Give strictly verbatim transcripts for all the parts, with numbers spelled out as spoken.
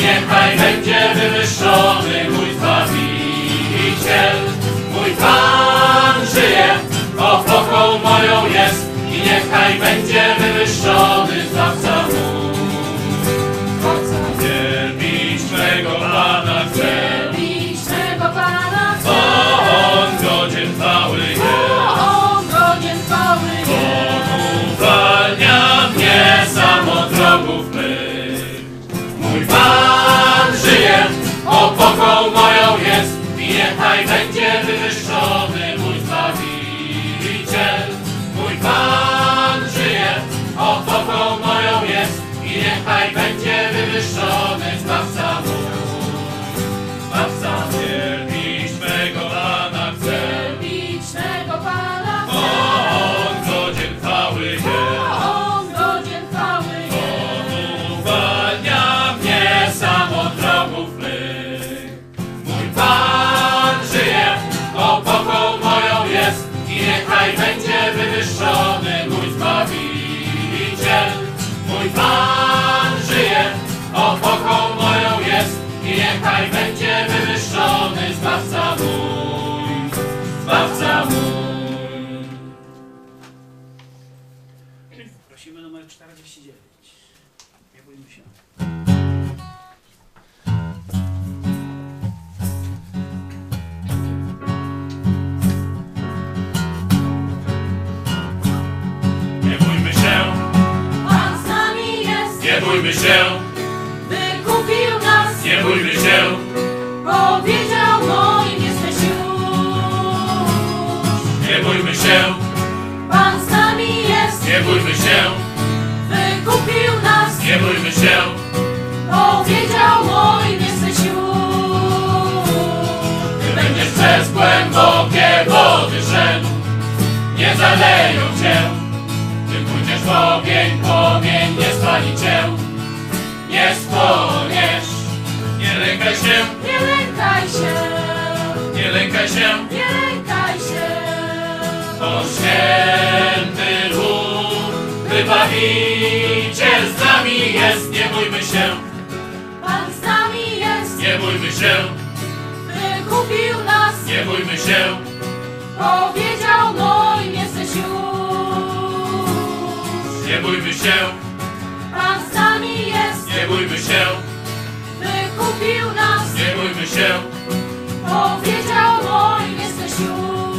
niechaj będzie wywyższony mój Zbawiciel. Mój Pan żyje, opoką moją jest i niechaj będzie wywyższony Zbawca mój. Wielbić mego Pana chcę, bo On godzien chwały jest. On uwalnia mnie sam od wrogów mych. Mój Pan żyje, opoką moją jest i niechaj będzie wywyższony mój Zbawiciel. Mój Pan żyje, opoką moją jest i niechaj będzie wywyższony Zbawca mój. Zbawca wielbić mego Pana chcę, bo On godzien chwały jest. On uwalnia mnie sam od wrogów mych. Mój Pan żyje, opoką moją jest i niechaj będzie wywyższony mój Zbawiciel. Mój Pan żyje, opoką moją jest i niechaj będzie wywyższony Zbawca mój, Zbawca mój. Prosimy numer czterdzieści dziewięć. Nie bójmy się. Nie bójmy się, Pan z nami jest, nie bójmy się, wykupił nas, nie bójmy się, powiedział moim jesteś już. nie bójmy się, Pan z nami jest, nie bójmy się, wykupił nas, nie bójmy się, powiedział moim jesteś już. Ty będziesz przez głębokie wody szedł, nie zaleją cię. Ty pójdziesz w ogień, płomień nie spali cię. Nie spłoniesz, nie lękaj się, Nie lękaj się, nie lękaj się, nie lękaj się. bo święty Bóg, Wybawiciel z nami jest. Nie bójmy się, Pan z nami jest, nie bójmy się, wykupił nas, nie bójmy się, powiedział moim jesteś już. nie bójmy się, Pan z nami jest, nie bójmy się, wykupił nas, nie bójmy się, powiedział moim jesteś już.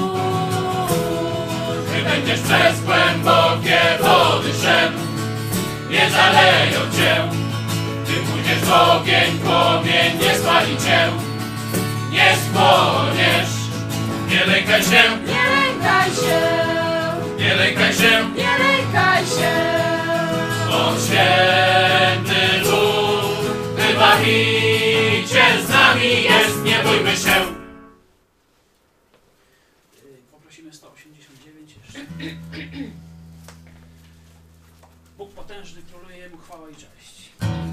Ty będziesz przez głębokie wody szedł, nie zaleją cię. Ty pójdziesz w ogień, płomień nie spali cię. Nie spłoniesz, nie lękaj się, Nie lękaj się, nie lękaj się, nie lękaj się. On święty Bóg, Wybawiciel z nami jest. Nie bójmy się. Poprosimy sto osiemdziesiąt dziewięć jeszcze. Bóg potężny, króluje Jemu chwała i cześć.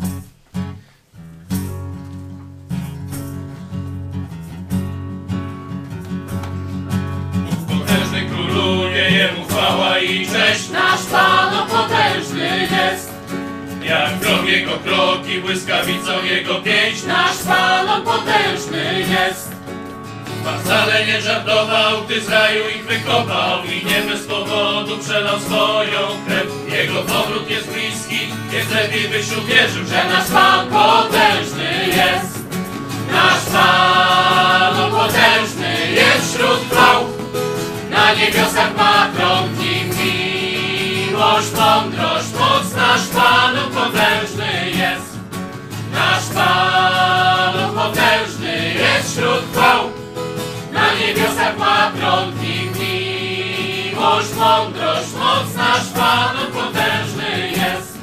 Bóg potężny króluje, Jemu chwała i cześć. Nasz Pan o potężny jest, Jak grom Jego kroki, błyskawicą Jego pięść. nasz Pan o potężny jest. Pan wcale nie żartował, gdy z raju ich wykopał i nie bez powodu przelał swoją krew. Jego powrót jest bliski, więc lepiej byś uwierzył, że Że nasz Pan potężny jest. Nasz Pan o potężny jest wśród chwał. Na niebiosach ma tron, w nim miłość, mądrość, moc. Nasz Pan o potężny jest. Nasz Pan o potężny jest wśród chwał. Na niebiosach ma tron, w nim miłość, mądrość, moc. Nasz Pan o potężny jest.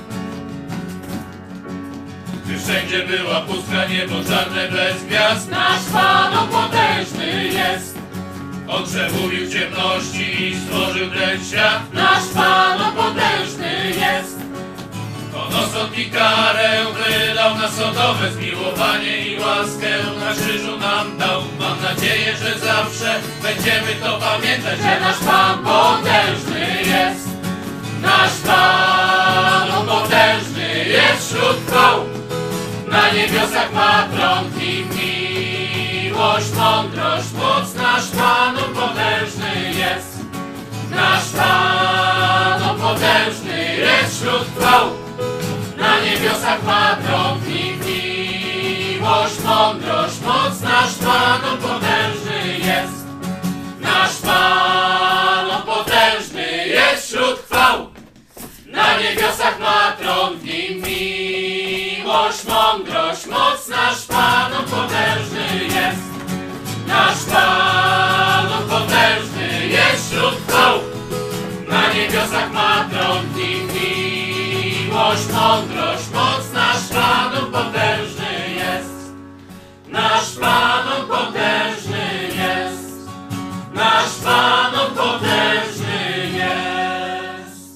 gdy wszędzie była pustka, niebo czarne bez gwiazd. Nasz Pan o potężny jest. On przemówił w ciemności i stworzył ten świat. Nasz Pan o potężny jest. On osąd i karę wydał na sądowe zmiłowanie i łaskę na krzyżu nam dał. Mam nadzieję, że zawsze będziemy to pamiętać, Że nasz Pan potężny jest. Nasz Pan o potężny jest wśród chwał. Na niebiosach ma tron i miłość, mądrość, moc nasz Pan, on potężny jest. Nasz Pan, on potężny jest wśród chwał. Na niebiosach ma tron i miłość, mądrość, moc nasz Pan, on potężny jest. Nasz Pan, on potężny jest wśród chwał. Na niebiosach ma tron w nim miłość, mądrość, moc nasz Pan, on potężny jest. Nasz Pan, on potężny jest wśród chwał. Na niebiosach ma tron w nim miłość, mądrość, moc nasz Pan, on potężny jest. Nasz Pan, on potężny jest. Nasz Pan, on potężny jest.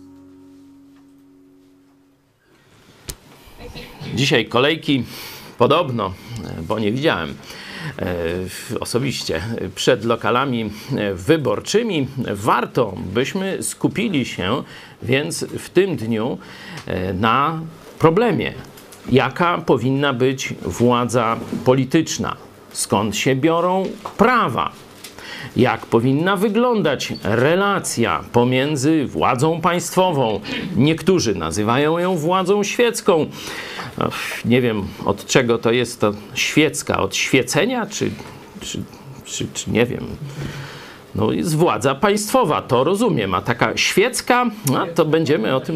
Dzisiaj kolejki podobno, bo nie widziałem e, osobiście, przed lokalami wyborczymi. Warto, byśmy skupili się więc w tym dniu e, na problemie, jaka powinna być władza polityczna, skąd się biorą prawa, jak powinna wyglądać relacja pomiędzy władzą państwową. Niektórzy nazywają ją władzą świecką. Nie wiem, od czego to jest to świecka, od świecenia, czy, czy, czy, czy nie wiem. No jest władza państwowa, to rozumiem, a taka świecka, no to będziemy o tym...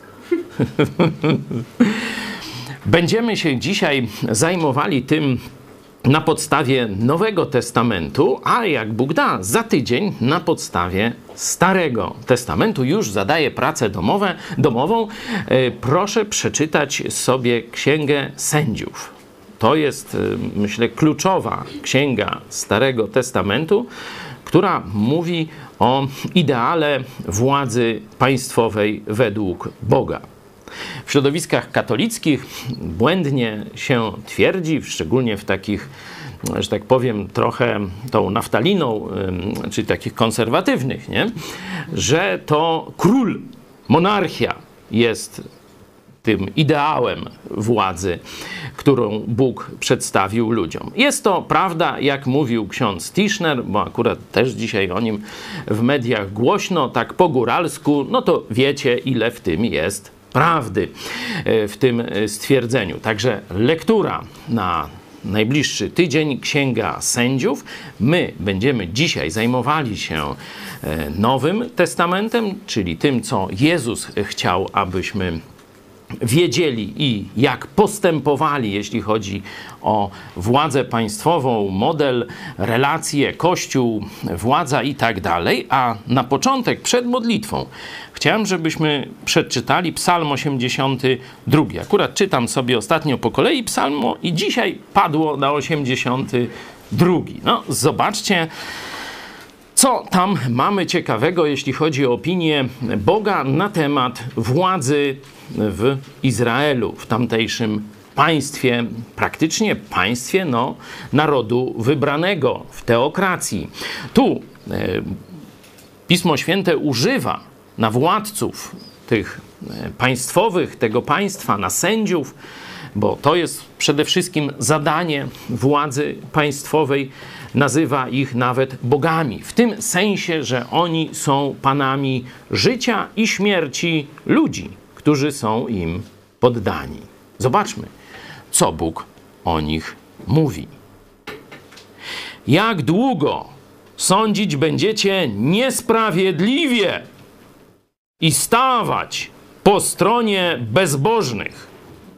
Będziemy się dzisiaj zajmowali tym na podstawie Nowego Testamentu, a jak Bóg da, za tydzień na podstawie Starego Testamentu. Już zadaję pracę domowe, domową. E, proszę przeczytać sobie Księgę Sędziów. To jest, e, myślę, kluczowa księga Starego Testamentu, która mówi o ideale władzy państwowej według Boga. W środowiskach katolickich błędnie się twierdzi, szczególnie w takich, że tak powiem, trochę tą naftaliną, czyli takich konserwatywnych, nie? Że to król, monarchia jest tym ideałem władzy, którą Bóg przedstawił ludziom. Jest to prawda, jak mówił ksiądz Tischner, bo akurat też dzisiaj o nim w mediach głośno, tak po góralsku, no to wiecie, ile w tym jest prawdy, w tym stwierdzeniu. Także lektura na najbliższy tydzień, Księga Sędziów. My będziemy dzisiaj zajmowali się Nowym Testamentem, czyli tym, co Jezus chciał, abyśmy wiedzieli i jak postępowali, jeśli chodzi o władzę państwową, model, relacje, Kościół, władza i tak dalej. A na początek, przed modlitwą, chciałem, żebyśmy przeczytali Psalm osiemdziesiąty drugi. Akurat czytam sobie ostatnio po kolei psalm i dzisiaj padło na osiemdziesiąty drugi. No, zobaczcie, co tam mamy ciekawego, jeśli chodzi o opinię Boga na temat władzy w Izraelu, w tamtejszym państwie, praktycznie państwie no, narodu wybranego, w teokracji. Tu e, Pismo Święte używa na władców tych e, państwowych, tego państwa, na sędziów, bo to jest przede wszystkim zadanie władzy państwowej, nazywa ich nawet bogami. W tym sensie, że oni są panami życia i śmierci ludzi, którzy są im poddani. Zobaczmy, co Bóg o nich mówi. Jak długo sądzić będziecie niesprawiedliwie i stawać po stronie bezbożnych?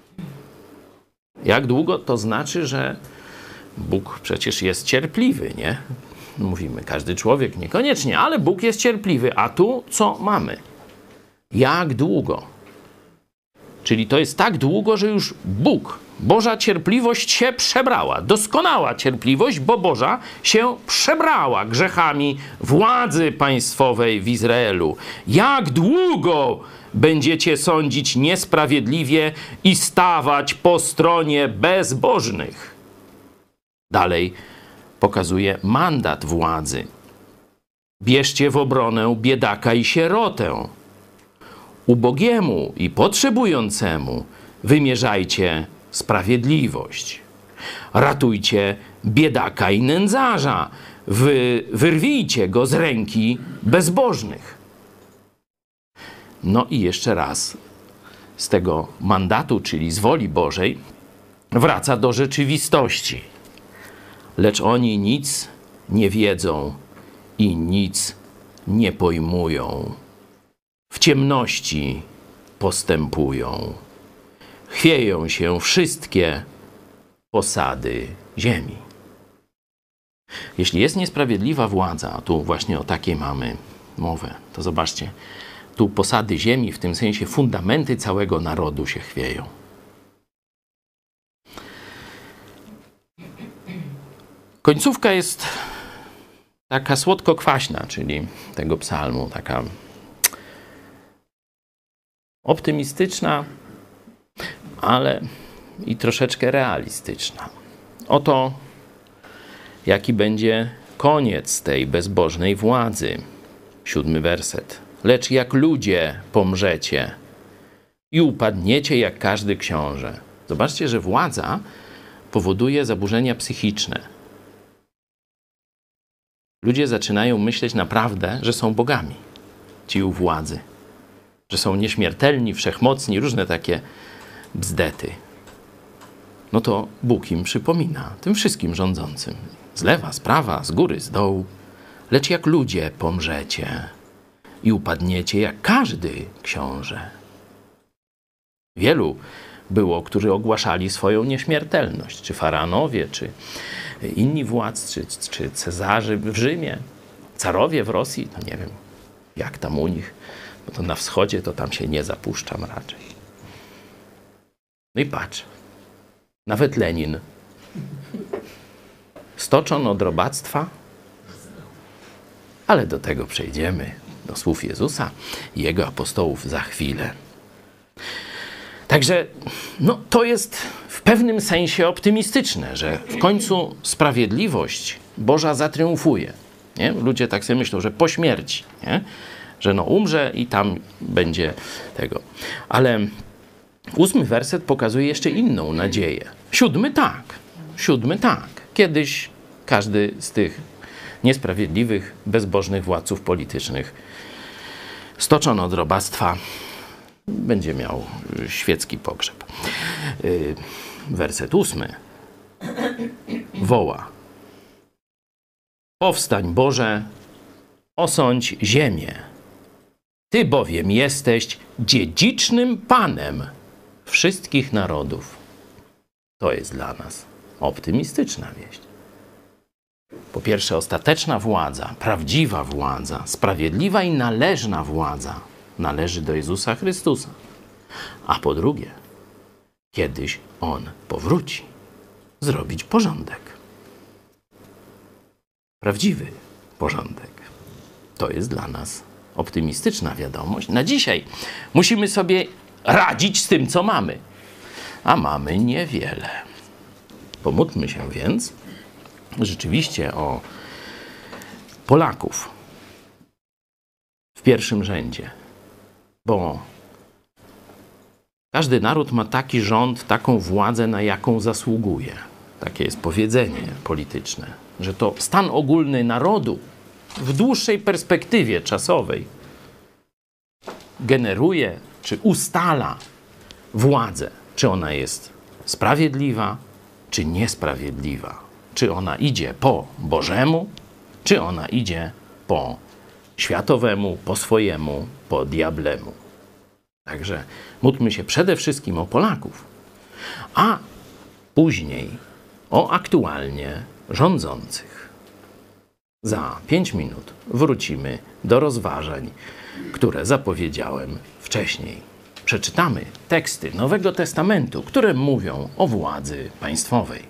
Jak długo? To znaczy, że Bóg przecież jest cierpliwy, nie? Mówimy, każdy człowiek niekoniecznie, ale Bóg jest cierpliwy. A tu co mamy? Jak długo? Czyli to jest tak długo, że już Bóg, Boża cierpliwość się przebrała. Doskonała cierpliwość, bo Boża się przebrała grzechami władzy państwowej w Izraelu. Jak długo będziecie sądzić niesprawiedliwie i stawać po stronie bezbożnych? Dalej pokazuje mandat władzy. Bierzcie w obronę biedaka i sierotę. Ubogiemu i potrzebującemu wymierzajcie sprawiedliwość. Ratujcie biedaka i nędzarza. Wy, wyrwijcie go z ręki bezbożnych. No i jeszcze raz z tego mandatu, czyli z woli Bożej, wraca do rzeczywistości. Lecz oni nic nie wiedzą i nic nie pojmują. W ciemności postępują. Chwieją się wszystkie posady ziemi. Jeśli jest niesprawiedliwa władza, a tu właśnie o takiej mamy mowę, to zobaczcie, tu posady ziemi, w tym sensie fundamenty całego narodu się chwieją. Końcówka jest taka słodko-kwaśna, czyli tego psalmu, taka optymistyczna, ale i troszeczkę realistyczna. Oto jaki będzie koniec tej bezbożnej władzy. Siódmy werset. Lecz jak ludzie pomrzecie i upadniecie jak każdy książę. Zobaczcie, że władza powoduje zaburzenia psychiczne. Ludzie zaczynają myśleć naprawdę, że są bogami, ci u władzy. Że są nieśmiertelni, wszechmocni, różne takie bzdety. No to Bóg im przypomina, tym wszystkim rządzącym. Z lewa, z prawa, z góry, z dołu. Lecz jak ludzie pomrzecie i upadniecie jak każdy książę. Wielu było, którzy ogłaszali swoją nieśmiertelność. Czy faraonowie, czy inni władcy, czy, czy cesarzy w Rzymie, carowie w Rosji. No nie wiem, jak tam u nich. Bo to na wschodzie to tam się nie zapuszczam raczej. No i patrz. Nawet Lenin. Stoczon od robactwa. Ale do tego przejdziemy, do słów Jezusa i Jego apostołów za chwilę. Także no, to jest w pewnym sensie optymistyczne, że w końcu sprawiedliwość Boża zatriumfuje. Nie? Ludzie tak sobie myślą, że po śmierci, nie? Że no umrze i tam będzie tego. Ale ósmy werset pokazuje jeszcze inną nadzieję. Siódmy tak, siódmy tak. Kiedyś każdy z tych niesprawiedliwych, bezbożnych władców politycznych stoczony od robactwa będzie miał świecki pogrzeb. Werset ósmy woła: powstań, Boże, osądź ziemię. Ty bowiem jesteś dziedzicznym Panem wszystkich narodów. To jest dla nas optymistyczna wieść. Po pierwsze, ostateczna władza, prawdziwa władza, sprawiedliwa i należna władza należy do Jezusa Chrystusa. A po drugie, kiedyś On powróci zrobić porządek. Prawdziwy porządek. To jest dla nas optymistyczna wiadomość. Na dzisiaj musimy sobie radzić z tym, co mamy. A mamy niewiele. Pomódlmy się więc rzeczywiście o Polaków w pierwszym rzędzie. Bo każdy naród ma taki rząd, taką władzę, na jaką zasługuje. Takie jest powiedzenie polityczne, że to stan ogólny narodu w dłuższej perspektywie czasowej generuje czy ustala władzę. Czy ona jest sprawiedliwa, czy niesprawiedliwa. Czy ona idzie po Bożemu, czy ona idzie po światowemu, po swojemu, po diablemu. Także módlmy się przede wszystkim o Polaków, a później o aktualnie rządzących. Za pięć minut wrócimy do rozważań, które zapowiedziałem wcześniej. Przeczytamy teksty Nowego Testamentu, które mówią o władzy państwowej.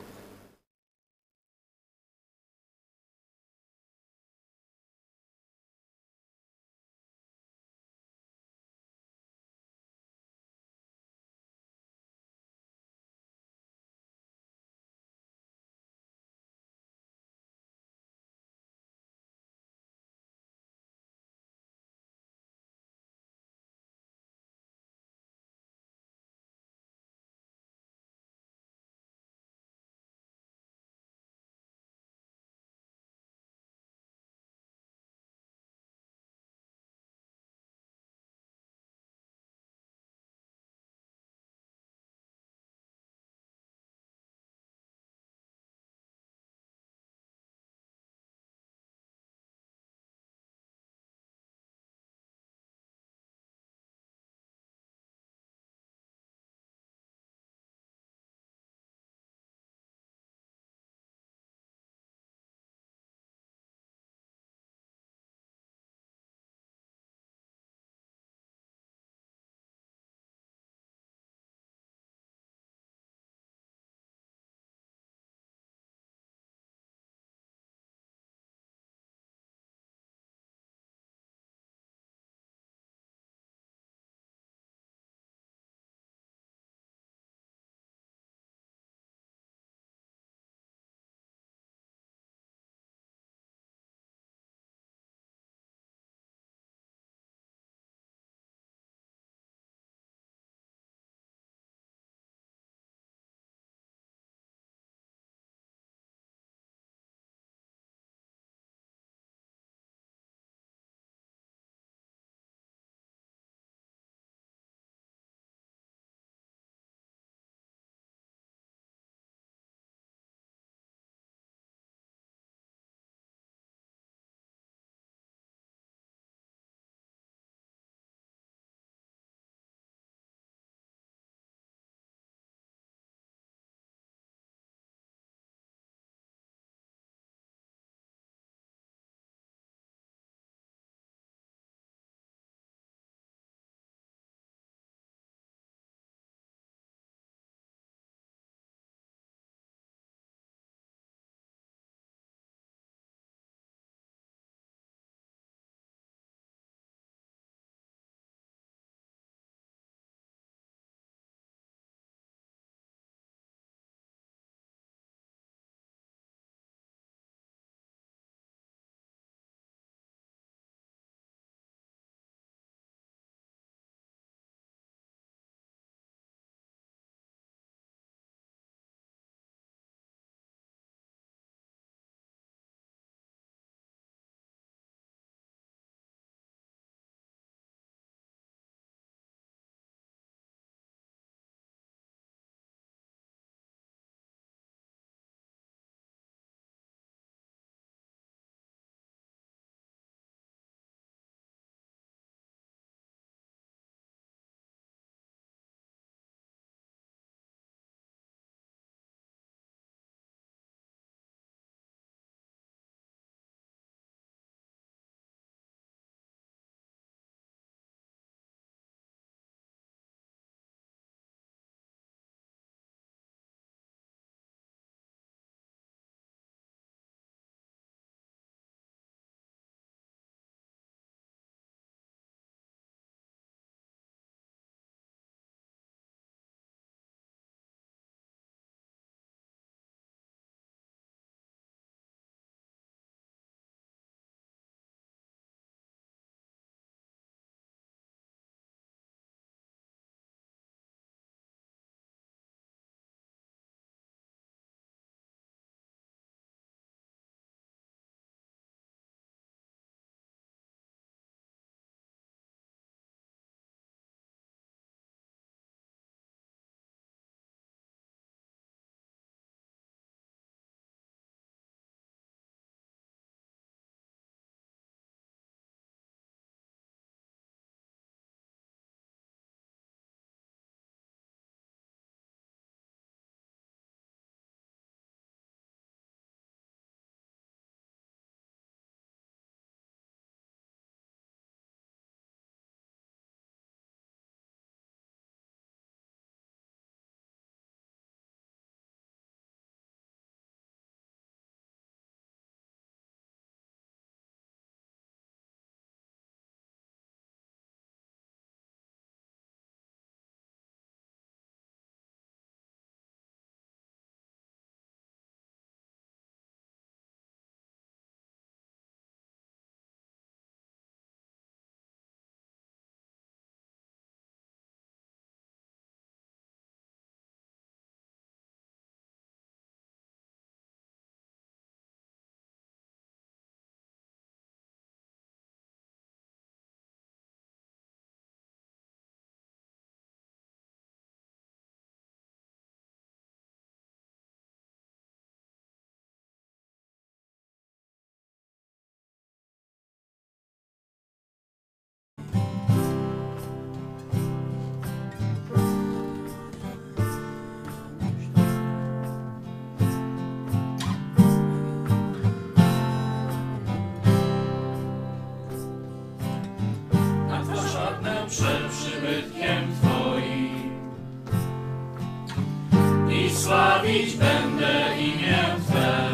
sławić będę imię Twe.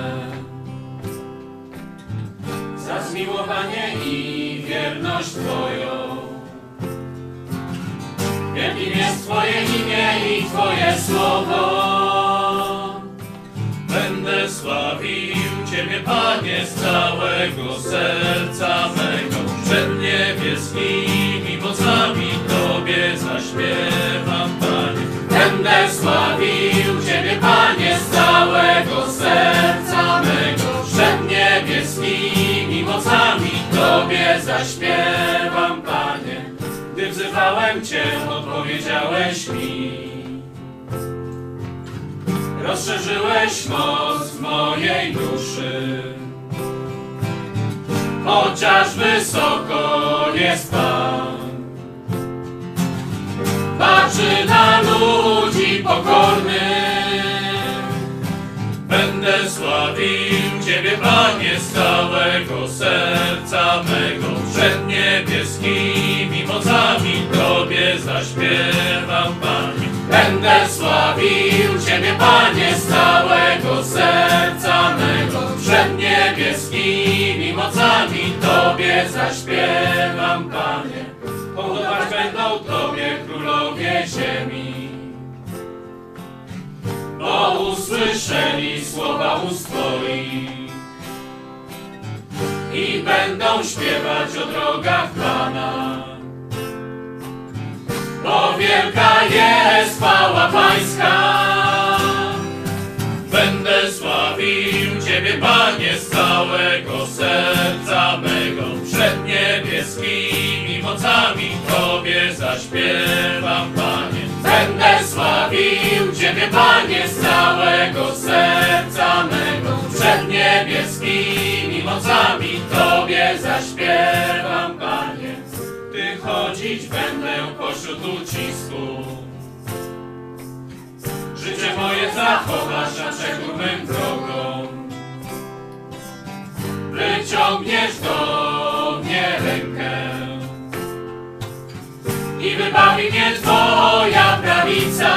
Za zmiłowanie i wierność Twoją. Wielkim jest Twoje imię i Twoje słowo. Będę sławił Ciebie, Panie, z całego serca mego. Przed niebieskimi mocami Tobie zaśpiewam, Panie. Będę sławił Ciebie, Panie, z całego serca mego. Przed niebieskimi mocami Tobie zaśpiewam, Panie. Gdy wzywałem Cię, odpowiedziałeś mi. Rozszerzyłeś moc w mojej duszy. Chociaż wysoko jest Pan, patrzy na ludzi pokornych. Będę sławił Ciebie, Panie, z całego serca mego. Przed niebieskimi mocami Tobie zaśpiewam, Panie. Będę sławił Ciebie, Panie, z całego serca mego. Przed niebieskimi mocami Tobie zaśpiewam, Panie. Podobać będą Tobie królowie ziemi, bo usłyszeli słowa ust Twoich i będą śpiewać o drogach Pana. Bo wielka jest chwała Pańska. Będę sławił Ciebie, Panie, z całego serca mego. Przed niebieskimi mocami Tobie zaśpiewam, Panie. Będę sławił Ciebie, Panie, z całego serca mego. Przed niebieskimi mocami Tobie zaśpiewam, Panie. Ty chodzić będę pośród ucisku. Życie moje zachowasz na przekór mym drogom. Wyciągniesz do mnie rękę i wybawi mnie Twoja prawica.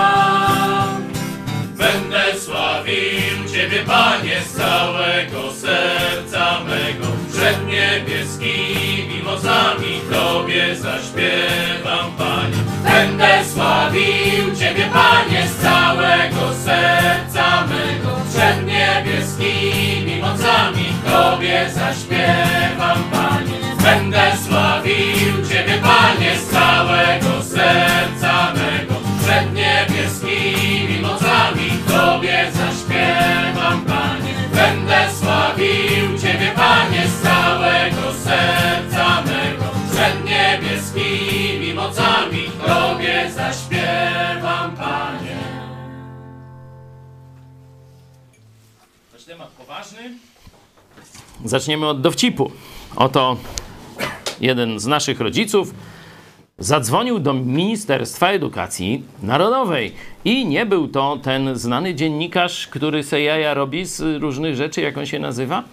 Będę sławił Ciebie, Panie, z całego serca mego. Przed niebieskimi mocami Tobie zaśpiewam, Panie. Będę sławił Ciebie, Panie, z całego serca mego. Przed niebieskimi mocami Tobie zaśpiewam, Panie. Będę sławił Ciebie, Panie, z całego serca mego. Przed niebieskimi mocami Tobie zaśpiewam, Panie. Będę sławił Ciebie, Panie, z całego serca mego. Przed niebieskimi mocami Tobie zaśpiewam, Panie. To temat poważny. Zaczniemy od dowcipu. Oto jeden z naszych rodziców zadzwonił do Ministerstwa Edukacji Narodowej i nie był to ten znany dziennikarz, który se jaja robi z różnych rzeczy, jak on się nazywa?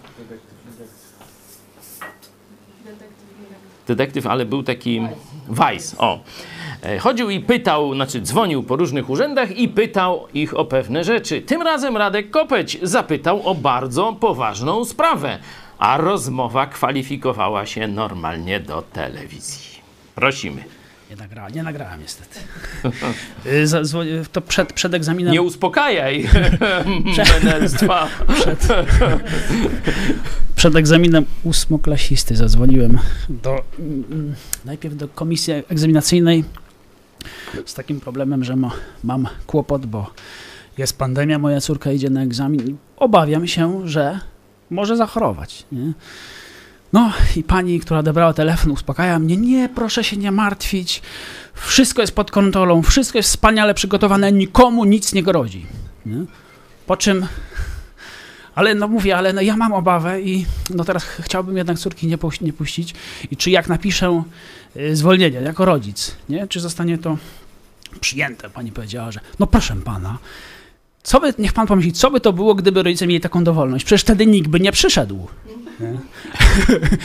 Detektyw, ale był taki Weiss. O. Chodził i pytał, znaczy dzwonił po różnych urzędach i pytał ich o pewne rzeczy. Tym razem Radek Kopeć zapytał o bardzo poważną sprawę, a rozmowa kwalifikowała się normalnie do telewizji. Prosimy. Nie nagrałem, nie nagrałem niestety. Zadzwoni- to przed, przed egzaminem... Nie uspokajaj menelstwa. Przed, przed egzaminem ósmoklasisty zadzwoniłem do, mm, najpierw do komisji egzaminacyjnej z takim problemem, że ma, mam kłopot, bo jest pandemia, moja córka idzie na egzamin. Obawiam się, że może zachorować. Nie? No i pani, która odebrała telefon, uspokaja mnie, nie, proszę się nie martwić, wszystko jest pod kontrolą, wszystko jest wspaniale przygotowane, nikomu nic nie grozi. Nie? Po czym, ale no mówię, ale no ja mam obawę i no teraz chciałbym jednak córki nie, puś- nie puścić i czy jak napiszę y, zwolnienie jako rodzic, nie? Czy zostanie to przyjęte? Pani powiedziała, że no proszę pana, co by, niech pan pomyśli, co by to było, gdyby rodzice mieli taką dowolność? Przecież wtedy nikt by nie przyszedł. Nie?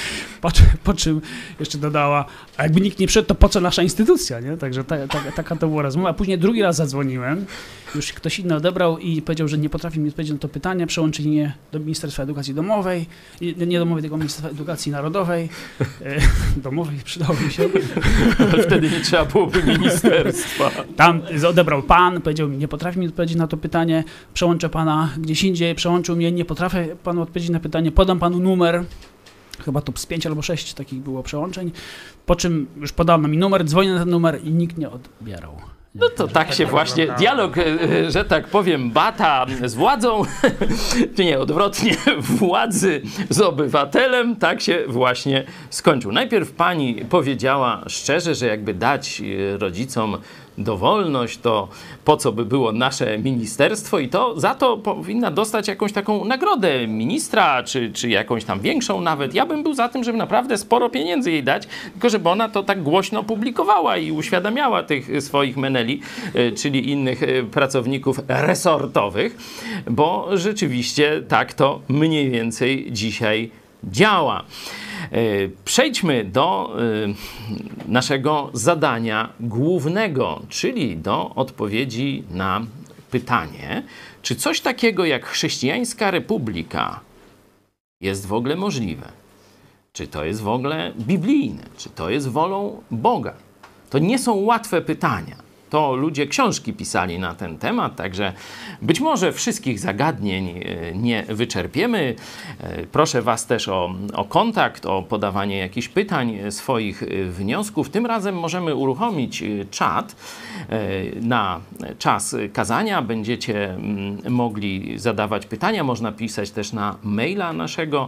Po, po czym jeszcze dodała, a jakby nikt nie przyszedł, to po co nasza instytucja, nie? Także ta, ta, taka to była rozmowa. A później drugi raz zadzwoniłem, już ktoś inny odebrał i powiedział, że nie potrafi mi odpowiedzieć na to pytanie, przełączyli mnie do Ministerstwa Edukacji Domowej, nie domowej, tylko Ministerstwa Edukacji Narodowej, domowej, przydało mi się. Wtedy nie trzeba byłoby ministerstwa. Tam odebrał pan, powiedział mi, nie potrafi mi odpowiedzieć na to pytanie, przełączę pana gdzieś indziej, przełączył mnie, nie potrafię panu odpowiedzieć na pytanie, podam panu numer, chyba to z pięć albo sześć takich było przełączeń, po czym już podano mi numer, dzwonię na ten numer i nikt nie odbierał. No to tak się właśnie, dialog, że tak powiem, bata z władzą, czy nie, odwrotnie, władzy z obywatelem, tak się właśnie skończył. Najpierw pani powiedziała szczerze, że jakby dać rodzicom dowolność, to po co by było nasze ministerstwo i to za to powinna dostać jakąś taką nagrodę ministra, czy, czy jakąś tam większą nawet. Ja bym był za tym, żeby naprawdę sporo pieniędzy jej dać, tylko żeby ona to tak głośno publikowała i uświadamiała tych swoich meneli, czyli innych pracowników resortowych, bo rzeczywiście tak to mniej więcej dzisiaj działa. Przejdźmy do naszego zadania głównego, czyli do odpowiedzi na pytanie, czy coś takiego jak chrześcijańska republika jest w ogóle możliwe? Czy to jest w ogóle biblijne? Czy to jest wolą Boga? To nie są łatwe pytania. To ludzie książki pisali na ten temat, także być może wszystkich zagadnień nie wyczerpiemy. Proszę was też o, o kontakt, o podawanie jakichś pytań, swoich wniosków. Tym razem możemy uruchomić czat na czas kazania. Będziecie mogli zadawać pytania. Można pisać też na maila naszego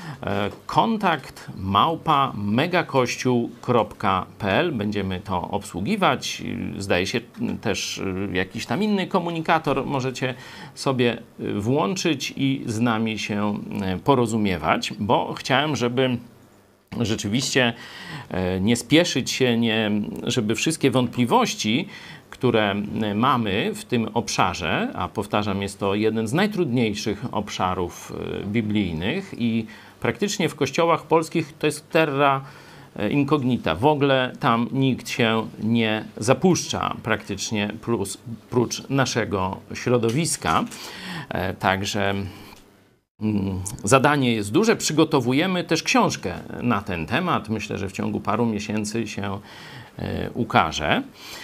kontakt małpa megakościół kropka p l. Będziemy to obsługiwać. Zdaje się też jakiś tam inny komunikator możecie sobie włączyć i z nami się porozumiewać, bo chciałem, żeby rzeczywiście nie spieszyć się, nie, żeby wszystkie wątpliwości, które mamy w tym obszarze, a powtarzam, jest to jeden z najtrudniejszych obszarów biblijnych i praktycznie w kościołach polskich to jest terra incognita. W ogóle tam nikt się nie zapuszcza praktycznie plus, prócz naszego środowiska. Także mm, zadanie jest duże. Przygotowujemy też książkę na ten temat. Myślę, że w ciągu paru miesięcy się e, ukaże.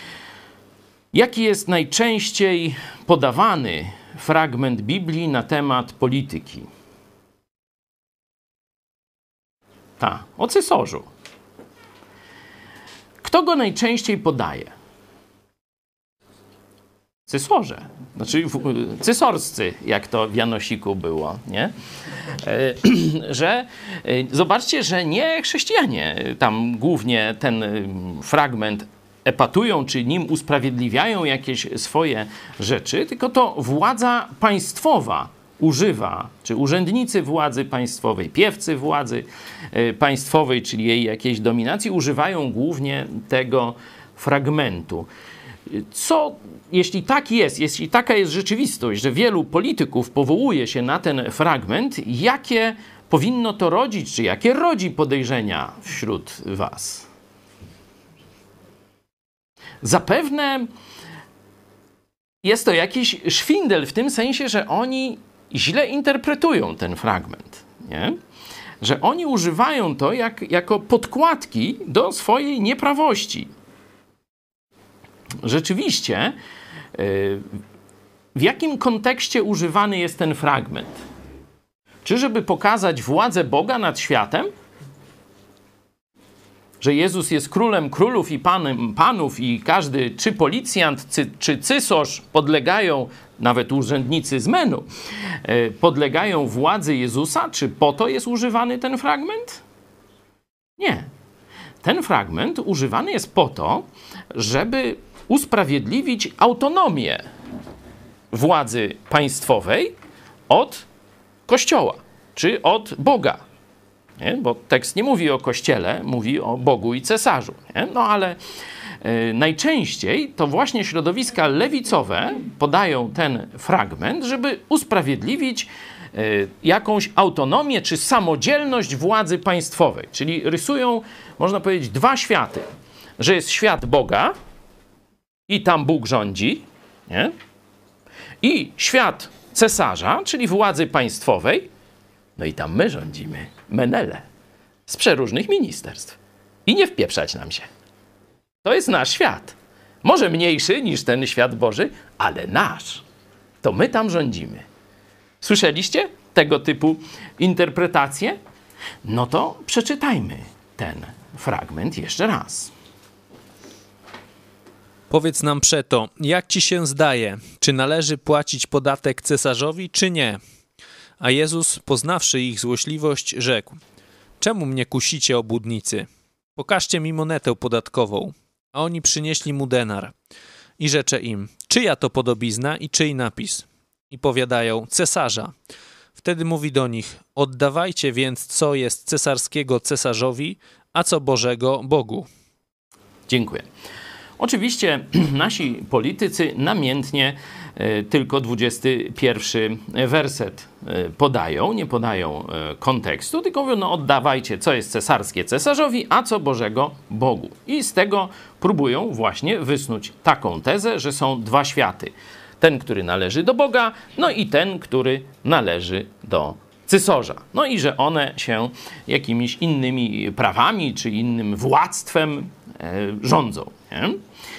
Jaki jest najczęściej podawany fragment Biblii na temat polityki? Ta, o cesarzu. Kto go najczęściej podaje? Cesarze. Znaczy cesarscy, jak to w Janosiku było, nie? E, że e, zobaczcie, że nie chrześcijanie tam głównie ten fragment epatują, czy nim usprawiedliwiają jakieś swoje rzeczy, tylko to władza państwowa używa, czy urzędnicy władzy państwowej, piewcy władzy państwowej, czyli jej jakiejś dominacji, używają głównie tego fragmentu. Co, jeśli tak jest, jeśli taka jest rzeczywistość, że wielu polityków powołuje się na ten fragment, jakie powinno to rodzić, czy jakie rodzi podejrzenia wśród was? Zapewne jest to jakiś szwindel w tym sensie, że oni źle interpretują ten fragment, nie? Że oni używają to jak, jako podkładki do swojej nieprawości. Rzeczywiście, w jakim kontekście używany jest ten fragment? Czy żeby pokazać władzę Boga nad światem? Że Jezus jest królem królów i panem panów i każdy, czy policjant, czy, czy cysarz podlegają, nawet urzędnicy z menu, podlegają władzy Jezusa? Czy po to jest używany ten fragment? Nie. Ten fragment używany jest po to, żeby usprawiedliwić autonomię władzy państwowej od Kościoła, czy od Boga. Nie? Bo tekst nie mówi o Kościele, mówi o Bogu i cesarzu. Nie? No ale najczęściej to właśnie środowiska lewicowe podają ten fragment, żeby usprawiedliwić jakąś autonomię czy samodzielność władzy państwowej. Czyli rysują, można powiedzieć, dwa światy. Że jest świat Boga i tam Bóg rządzi, nie? I świat cesarza, czyli władzy państwowej, no i tam my rządzimy, menele, z przeróżnych ministerstw. I nie wpieprzać nam się. To jest nasz świat. Może mniejszy niż ten świat Boży, ale nasz. To my tam rządzimy. Słyszeliście tego typu interpretacje? No to przeczytajmy ten fragment jeszcze raz. Powiedz nam przeto, jak ci się zdaje, czy należy płacić podatek cesarzowi, czy nie? A Jezus, poznawszy ich złośliwość, rzekł: czemu mnie kusicie, obłudnicy? Pokażcie mi monetę podatkową. A oni przynieśli mu denar. I rzecze im: czyja to podobizna i czyj napis? I powiadają: cesarza. Wtedy mówi do nich: oddawajcie więc, co jest cesarskiego cesarzowi, a co Bożego Bogu. Dziękuję. Oczywiście nasi politycy namiętnie y, tylko dwudziesty pierwszy werset y, podają, nie podają y, kontekstu, tylko mówią, no oddawajcie, co jest cesarskie cesarzowi, a co Bożego Bogu. I z tego próbują właśnie wysnuć taką tezę, że są dwa światy. Ten, który należy do Boga, no i ten, który należy do cesarza. No i że one się jakimiś innymi prawami czy innym władztwem y, rządzą. Nie?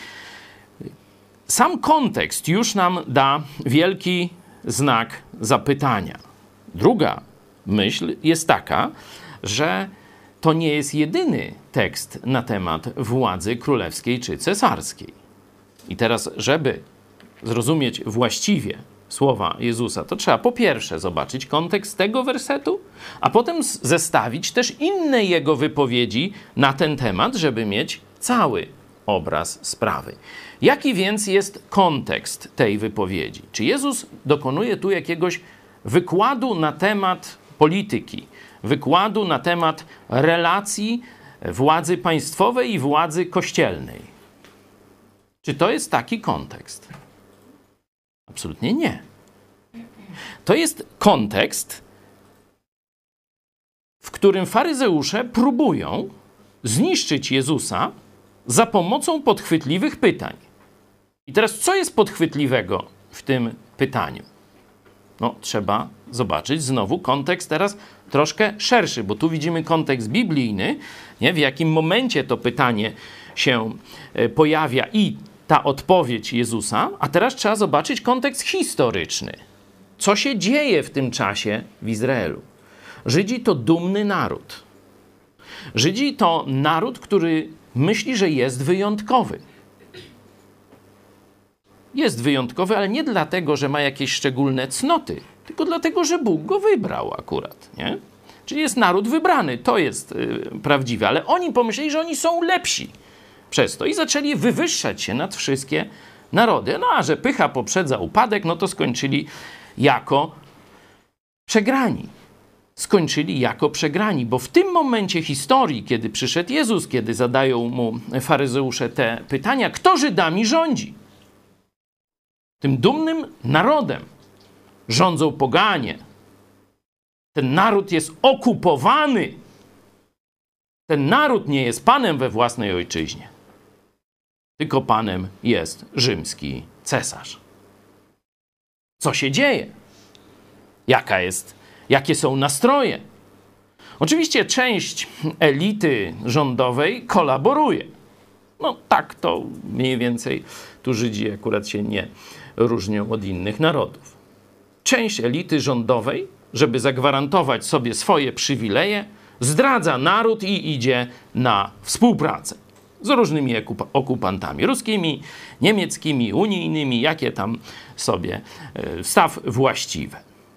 Sam kontekst już nam da wielki znak zapytania. Druga myśl jest taka, że to nie jest jedyny tekst na temat władzy królewskiej czy cesarskiej. I teraz, żeby zrozumieć właściwie słowa Jezusa, to trzeba po pierwsze zobaczyć kontekst tego wersetu, a potem zestawić też inne jego wypowiedzi na ten temat, żeby mieć cały obraz sprawy. Jaki więc jest kontekst tej wypowiedzi? Czy Jezus dokonuje tu jakiegoś wykładu na temat polityki, wykładu na temat relacji władzy państwowej i władzy kościelnej? Czy to jest taki kontekst? Absolutnie nie. To jest kontekst, w którym faryzeusze próbują zniszczyć Jezusa za pomocą podchwytliwych pytań. I teraz, co jest podchwytliwego w tym pytaniu? No, trzeba zobaczyć znowu kontekst teraz troszkę szerszy, bo tu widzimy kontekst biblijny, nie? W jakim momencie to pytanie się pojawia i ta odpowiedź Jezusa, a teraz trzeba zobaczyć kontekst historyczny. Co się dzieje w tym czasie w Izraelu? Żydzi to dumny naród. Żydzi to naród, który myśli, że jest wyjątkowy. Jest wyjątkowy, ale nie dlatego, że ma jakieś szczególne cnoty, tylko dlatego, że Bóg go wybrał akurat, nie? Czyli jest naród wybrany, to jest y, prawdziwe, ale oni pomyśleli, że oni są lepsi przez to i zaczęli wywyższać się nad wszystkie narody. No a że pycha poprzedza upadek, no to skończyli jako przegrani. Skończyli jako przegrani, bo w tym momencie historii, kiedy przyszedł Jezus, kiedy zadają mu faryzeusze te pytania, kto Żydami rządzi? Tym dumnym narodem rządzą poganie. Ten naród jest okupowany. Ten naród nie jest panem we własnej ojczyźnie, tylko panem jest rzymski cesarz. Co się dzieje? Jaka jest, jakie są nastroje? Oczywiście część elity rządowej kolaboruje. No tak to mniej więcej tu Żydzi akurat się nie różnią od innych narodów. Część elity rządowej, żeby zagwarantować sobie swoje przywileje, zdradza naród i idzie na współpracę z różnymi okupantami ruskimi, niemieckimi, unijnymi, jakie tam sobie staw właściwe.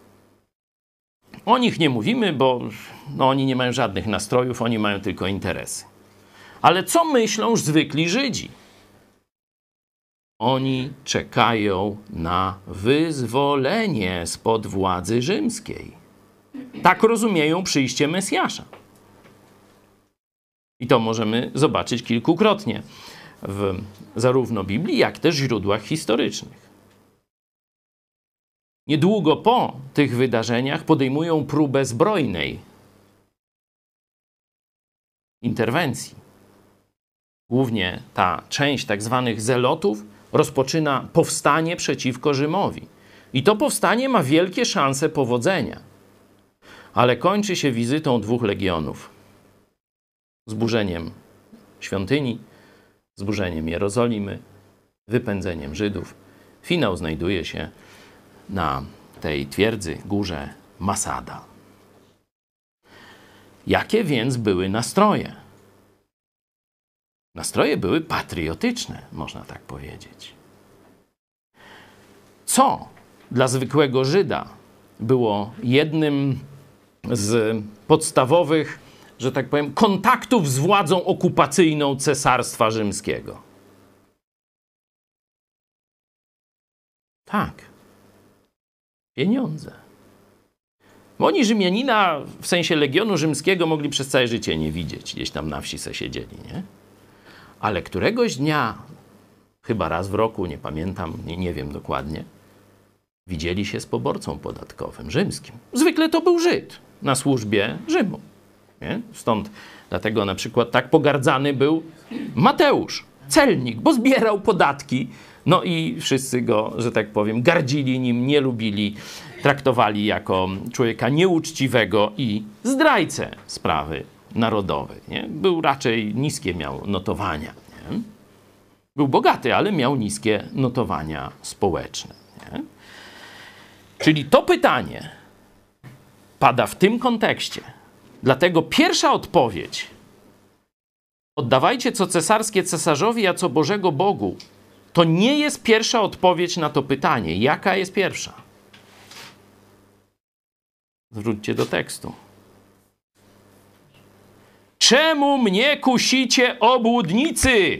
O nich nie mówimy, bo no, oni nie mają żadnych nastrojów, oni mają tylko interesy. Ale co myślą zwykli Żydzi? Oni czekają na wyzwolenie spod władzy rzymskiej. Tak rozumieją przyjście Mesjasza. I to możemy zobaczyć kilkukrotnie w zarówno Biblii, jak też źródłach historycznych. Niedługo po tych wydarzeniach podejmują próbę zbrojnej interwencji. Głównie ta część tak zwanych zelotów rozpoczyna powstanie przeciwko Rzymowi. I to powstanie ma wielkie szanse powodzenia. Ale kończy się wizytą dwóch legionów. Zburzeniem świątyni, zburzeniem Jerozolimy, wypędzeniem Żydów. Finał znajduje się na tej twierdzy, górze Masada. Jakie więc były nastroje? Nastroje były patriotyczne, można tak powiedzieć. Co dla zwykłego Żyda było jednym z podstawowych, że tak powiem, kontaktów z władzą okupacyjną Cesarstwa Rzymskiego? Tak. Pieniądze. Bo oni Rzymianina w sensie Legionu Rzymskiego mogli przez całe życie nie widzieć. Gdzieś tam na wsi se siedzieli, nie? Ale któregoś dnia, chyba raz w roku, nie pamiętam, nie, nie wiem dokładnie, widzieli się z poborcą podatkowym rzymskim. Zwykle to był Żyd na służbie Rzymu. Nie? Stąd dlatego na przykład tak pogardzany był Mateusz, celnik, bo zbierał podatki. No i wszyscy go, że tak powiem, gardzili nim, nie lubili, traktowali jako człowieka nieuczciwego i zdrajcę sprawy narodowej. Nie? Był raczej niskie miał notowania. Nie? Był bogaty, ale miał niskie notowania społeczne. Nie? Czyli to pytanie pada w tym kontekście. Dlatego pierwsza odpowiedź: oddawajcie co cesarskie cesarzowi, a co Bożego Bogu. To nie jest pierwsza odpowiedź na to pytanie. Jaka jest pierwsza? Zwróćcie do tekstu. Czemu mnie kusicie, obłudnicy?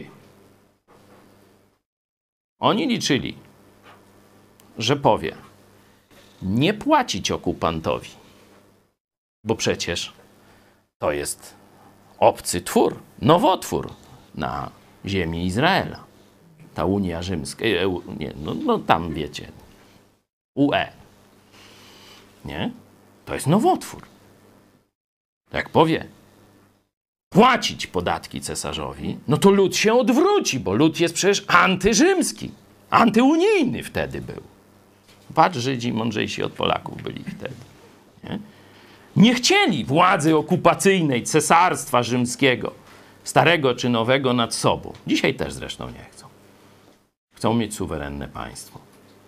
Oni liczyli, że powie: nie płacić okupantowi, bo przecież to jest obcy twór, nowotwór na ziemi Izraela. Ta Unia Rzymska, nie, no, no tam wiecie, U E, nie? To jest nowotwór. Jak powie płacić podatki cesarzowi, no to lud się odwróci, bo lud jest przecież antyrzymski, antyunijny wtedy był. Patrz, Żydzi mądrzejsi od Polaków byli wtedy. Nie, nie chcieli władzy okupacyjnej cesarstwa rzymskiego, starego czy nowego, nad sobą. Dzisiaj też zresztą nie chcą. Chcą mieć suwerenne państwo.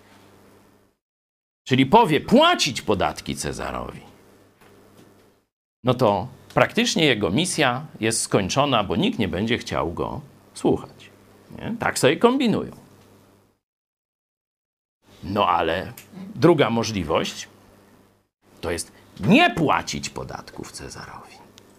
Czyli powie płacić podatki Cezarowi. No to praktycznie jego misja jest skończona, bo nikt nie będzie chciał go słuchać. Nie? Tak sobie kombinują. No ale druga możliwość to jest nie płacić podatków Cezarowi.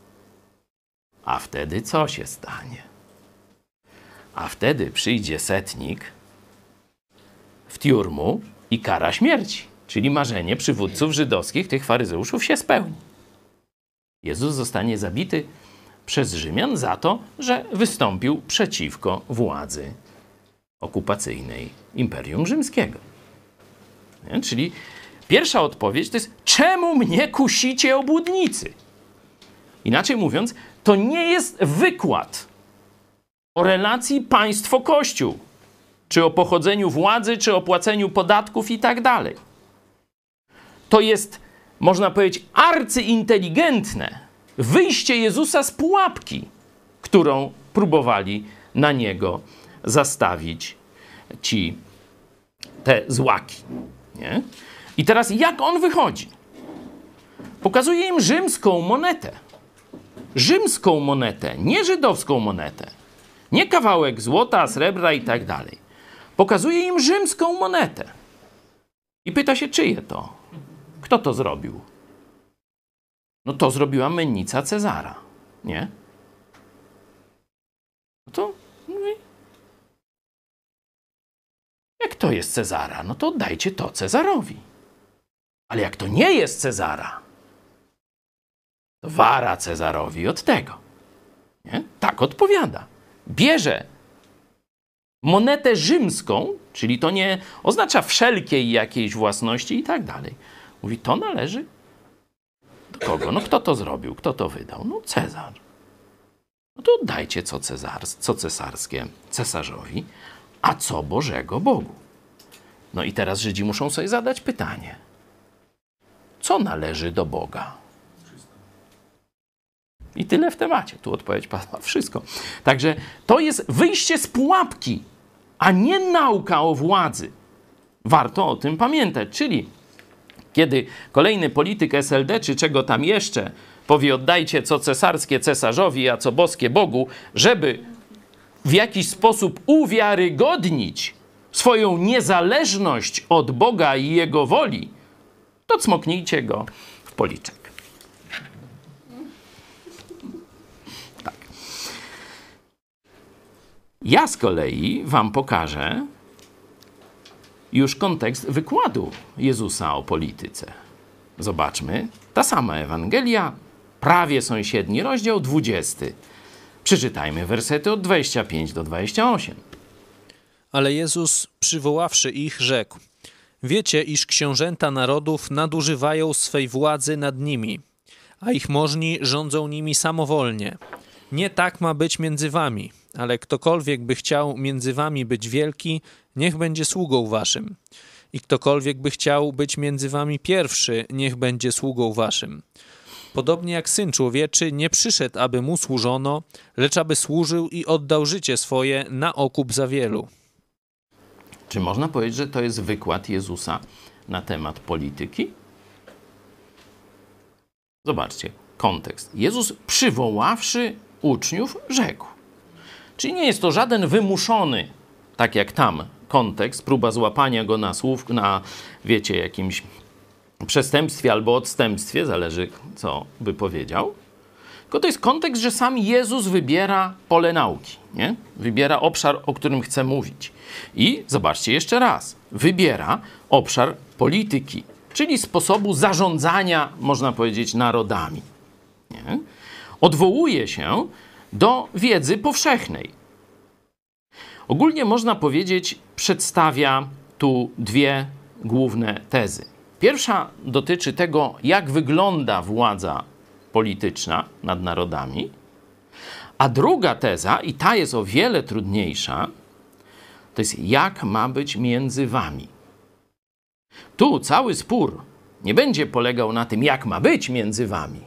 A wtedy co się stanie? A wtedy przyjdzie setnik w tiurmu i kara śmierci, czyli marzenie przywódców żydowskich, tych faryzeuszów, się spełni. Jezus zostanie zabity przez Rzymian za to, że wystąpił przeciwko władzy okupacyjnej Imperium Rzymskiego. Nie? Czyli pierwsza odpowiedź to jest: czemu mnie kusicie, obłudnicy? Inaczej mówiąc, to nie jest wykład o relacji państwo-kościół, czy o pochodzeniu władzy, czy o płaceniu podatków i tak dalej. To jest, można powiedzieć, arcyinteligentne wyjście Jezusa z pułapki, którą próbowali na Niego zastawić ci te złaki. Nie? I teraz jak On wychodzi? Pokazuje im rzymską monetę. Rzymską monetę, nie żydowską monetę. Nie kawałek złota, srebra i tak dalej. Pokazuje im rzymską monetę. I pyta się, czyje to? Kto to zrobił? No to zrobiła mennica Cezara. Nie? No to mówi, jak to jest Cezara, no to oddajcie to Cezarowi. Ale jak to nie jest Cezara, to wara Cezarowi od tego. Nie? Tak odpowiada. Bierze monetę rzymską, czyli to nie oznacza wszelkiej jakiejś własności i tak dalej. Mówi, to należy do kogo? No kto to zrobił? Kto to wydał? No Cezar. No to oddajcie co, cezars, co cesarskie cesarzowi, a co Bożego Bogu. No i teraz Żydzi muszą sobie zadać pytanie. Co należy do Boga? I tyle w temacie. Tu odpowiedź padła. Wszystko. Także to jest wyjście z pułapki, a nie nauka o władzy. Warto o tym pamiętać. Czyli kiedy kolejny polityk S L D, czy czego tam jeszcze, powie oddajcie co cesarskie cesarzowi, a co boskie Bogu, żeby w jakiś sposób uwiarygodnić swoją niezależność od Boga i Jego woli, to cmoknijcie go w policzek. Tak. Ja z kolei wam pokażę już kontekst wykładu Jezusa o polityce. Zobaczmy, ta sama Ewangelia, prawie sąsiedni rozdział, dwudziesty. Przeczytajmy wersety od dwudziestego piątego do dwudziestego ósmego. Ale Jezus, przywoławszy ich, rzekł: Wiecie, iż książęta narodów nadużywają swej władzy nad nimi, a ich możni rządzą nimi samowolnie. Nie tak ma być między wami, ale ktokolwiek by chciał między wami być wielki, niech będzie sługą waszym. I ktokolwiek by chciał być między wami pierwszy, niech będzie sługą waszym. Podobnie jak Syn Człowieczy nie przyszedł, aby mu służono, lecz aby służył i oddał życie swoje na okup za wielu. Czy można powiedzieć, że to jest wykład Jezusa na temat polityki? Zobaczcie, kontekst. Jezus, przywoławszy uczniów, rzekł. Czyli nie jest to żaden wymuszony, tak jak tam, kontekst, próba złapania go na słów, na, wiecie, jakimś przestępstwie albo odstępstwie, zależy co by powiedział. Tylko to jest kontekst, że sam Jezus wybiera pole nauki, nie? Wybiera obszar, o którym chce mówić. I zobaczcie jeszcze raz, wybiera obszar polityki, czyli sposobu zarządzania, można powiedzieć, narodami. Nie? Odwołuje się do wiedzy powszechnej. Ogólnie można powiedzieć, przedstawia tu dwie główne tezy. Pierwsza dotyczy tego, jak wygląda władza polityczna nad narodami, a druga teza, i ta jest o wiele trudniejsza, to jest jak ma być między wami. Tu cały spór nie będzie polegał na tym, jak ma być między wami,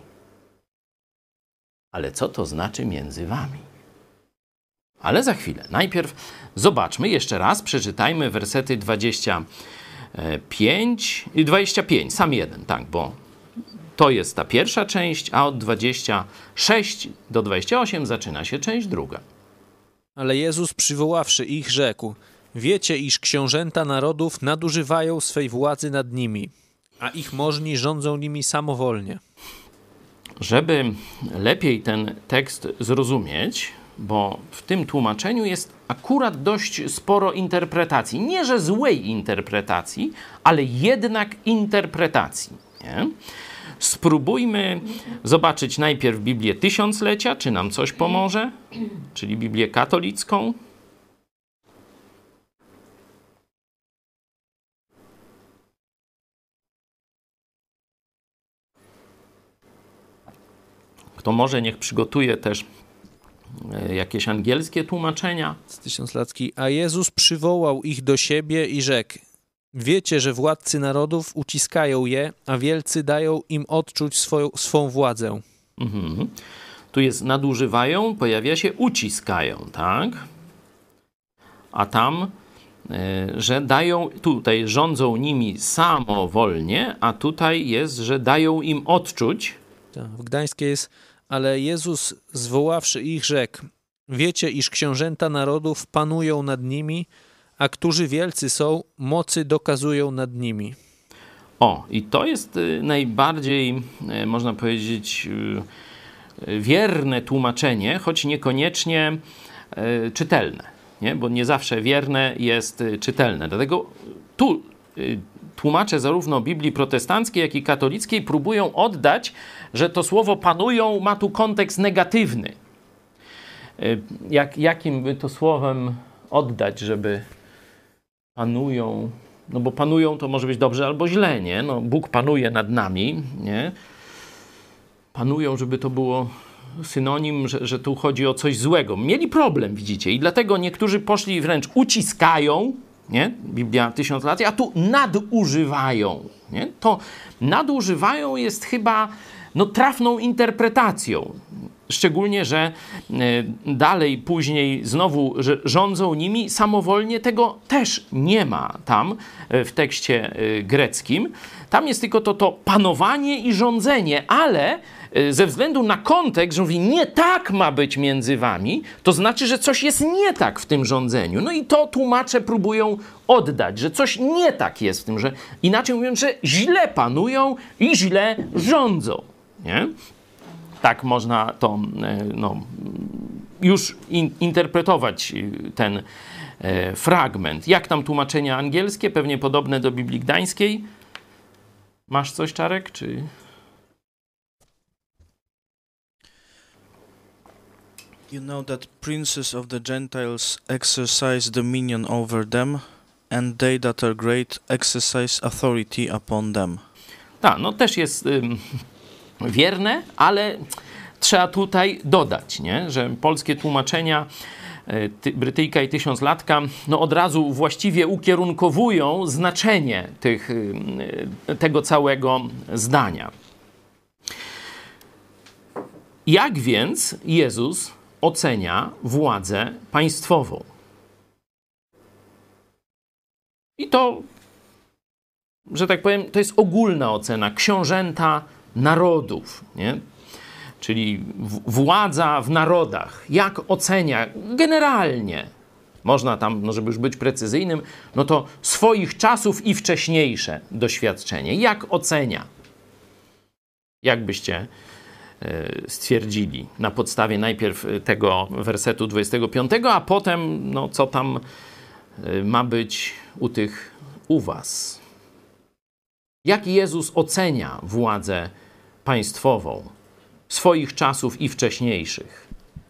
ale co to znaczy między wami. Ale za chwilę. Najpierw zobaczmy jeszcze raz, przeczytajmy wersety dwadzieścia pięć i dwadzieścia pięć, sam jeden, tak, bo to jest ta pierwsza część, a od dwudziestego szóstego do dwudziestego ósmego zaczyna się część druga. Ale Jezus, przywoławszy ich, rzekł: Wiecie, iż książęta narodów nadużywają swej władzy nad nimi, a ich możni rządzą nimi samowolnie. Żeby lepiej ten tekst zrozumieć, bo w tym tłumaczeniu jest akurat dość sporo interpretacji. Nie, że złej interpretacji, ale jednak interpretacji. Nie? Spróbujmy zobaczyć najpierw Biblię Tysiąclecia, czy nam coś pomoże, czyli Biblię katolicką. Kto może, niech przygotuje też jakieś angielskie tłumaczenia. Z tysiąclacki. A Jezus przywołał ich do siebie i rzekł: Wiecie, że władcy narodów uciskają je, a wielcy dają im odczuć swoją, swą władzę. Mhm. Tu jest nadużywają, pojawia się uciskają, tak? A tam, y, że dają, tutaj rządzą nimi samowolnie, a tutaj jest, że dają im odczuć. Tak, w Gdańskiej jest: Ale Jezus, zwoławszy ich, rzekł: Wiecie, iż książęta narodów panują nad nimi, a którzy wielcy są, mocy dokazują nad nimi. O, i to jest najbardziej, można powiedzieć, wierne tłumaczenie, choć niekoniecznie czytelne, nie? Bo nie zawsze wierne jest czytelne. Dlatego tu tłumacze zarówno Biblii protestanckiej, jak i katolickiej próbują oddać, że to słowo panują ma tu kontekst negatywny. Jak, jakim by to słowem oddać, żeby panują, no bo panują to może być dobrze albo źle, nie? No, Bóg panuje nad nami, nie? Panują, żeby to było synonim, że, że tu chodzi o coś złego. Mieli problem, widzicie, i dlatego niektórzy poszli wręcz uciskają, nie? Biblia tysiąc lat, a tu nadużywają, nie? To nadużywają jest chyba no, trafną interpretacją. Szczególnie, że dalej, później znowu rządzą nimi samowolnie. Tego też nie ma tam w tekście greckim. Tam jest tylko to, to panowanie i rządzenie, ale ze względu na kontekst, że mówi, nie tak ma być między wami, to znaczy, że coś jest nie tak w tym rządzeniu. No i to tłumacze próbują oddać, że coś nie tak jest w tym, że inaczej mówiąc, że źle panują i źle rządzą. Nie? Tak można to no, już in, interpretować ten e, fragment. Jak tam tłumaczenia angielskie? Pewnie podobne do Biblii Gdańskiej. Masz coś, Czarek? Czy... You know that princes of the Gentiles exercise dominion over them, and they that are great exercise authority upon them. Tak, no też jest... Ym... wierne, ale trzeba tutaj dodać, nie? Że polskie tłumaczenia ty, Brytyjka i Tysiąclatka no od razu właściwie ukierunkowują znaczenie tych, tego całego zdania. Jak więc Jezus ocenia władzę państwową? I to, że tak powiem, to jest ogólna ocena. Książęta narodów, nie? Czyli w, władza w narodach. Jak ocenia generalnie, można tam, no żeby już być precyzyjnym, no to swoich czasów i wcześniejsze doświadczenie. Jak ocenia? Jak byście y, stwierdzili na podstawie najpierw tego wersetu dwudziestego piątego, a potem, no co tam y, ma być u tych, u was? Jak Jezus ocenia władzę państwową swoich czasów i wcześniejszych?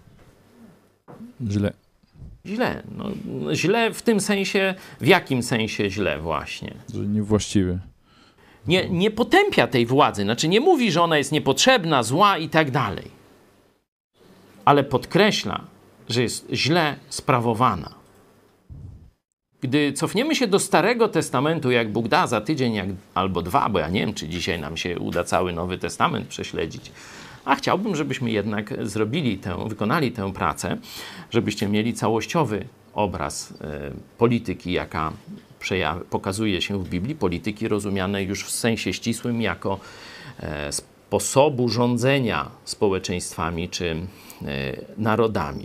Źle. Źle. No, źle w tym sensie, w jakim sensie źle właśnie? Że niewłaściwy. Nie, nie potępia tej władzy, znaczy nie mówi, że ona jest niepotrzebna, zła i tak dalej. Ale podkreśla, że jest źle sprawowana. Gdy cofniemy się do Starego Testamentu, jak Bóg da, za tydzień jak, albo dwa, bo ja nie wiem, czy dzisiaj nam się uda cały Nowy Testament prześledzić, a chciałbym, żebyśmy jednak zrobili tę, wykonali tę pracę, żebyście mieli całościowy obraz y, polityki, jaka pokazuje się w Biblii, polityki rozumianej już w sensie ścisłym jako y, sposobu rządzenia społeczeństwami czy y, narodami.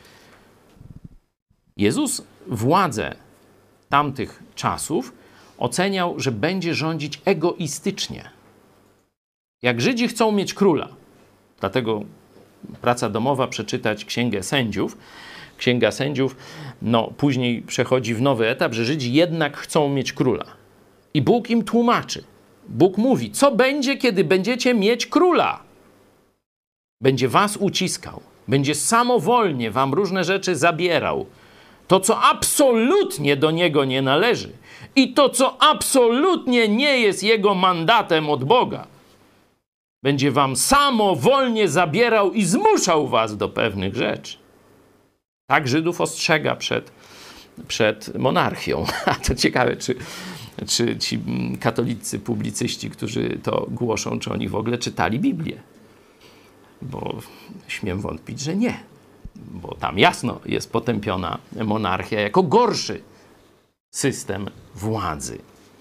Jezus władzę tamtych czasów oceniał, że będzie rządzić egoistycznie. Jak Żydzi chcą mieć króla, dlatego praca domowa, przeczytać Księgę Sędziów. Księga Sędziów no, później przechodzi w nowy etap, że Żydzi jednak chcą mieć króla. I Bóg im tłumaczy. Bóg mówi, co będzie, kiedy będziecie mieć króla? Będzie was uciskał. Będzie samowolnie wam różne rzeczy zabierał. To, co absolutnie do niego nie należy i to, co absolutnie nie jest jego mandatem od Boga, będzie wam samowolnie zabierał i zmuszał was do pewnych rzeczy. Tak Żydów ostrzega przed, przed monarchią. A to ciekawe, czy, czy ci katolicy publicyści, którzy to głoszą, czy oni w ogóle czytali Biblię. Bo śmiem wątpić, że nie. Bo tam jasno jest potępiona monarchia jako gorszy system władzy.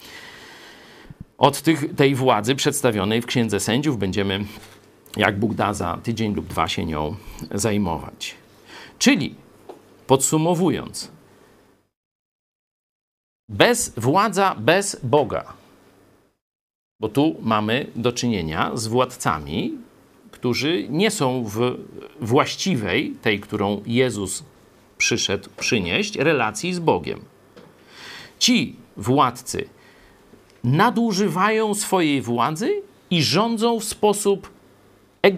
Od tych, tej władzy przedstawionej w Księdze Sędziów będziemy, jak Bóg da, za tydzień lub dwa się nią zajmować. Czyli, podsumowując, bez władza, bez Boga. Bo tu mamy do czynienia z władcami, którzy nie są w właściwej, tej, którą Jezus przyszedł przynieść, relacji z Bogiem. Ci władcy nadużywają swojej władzy i rządzą w sposób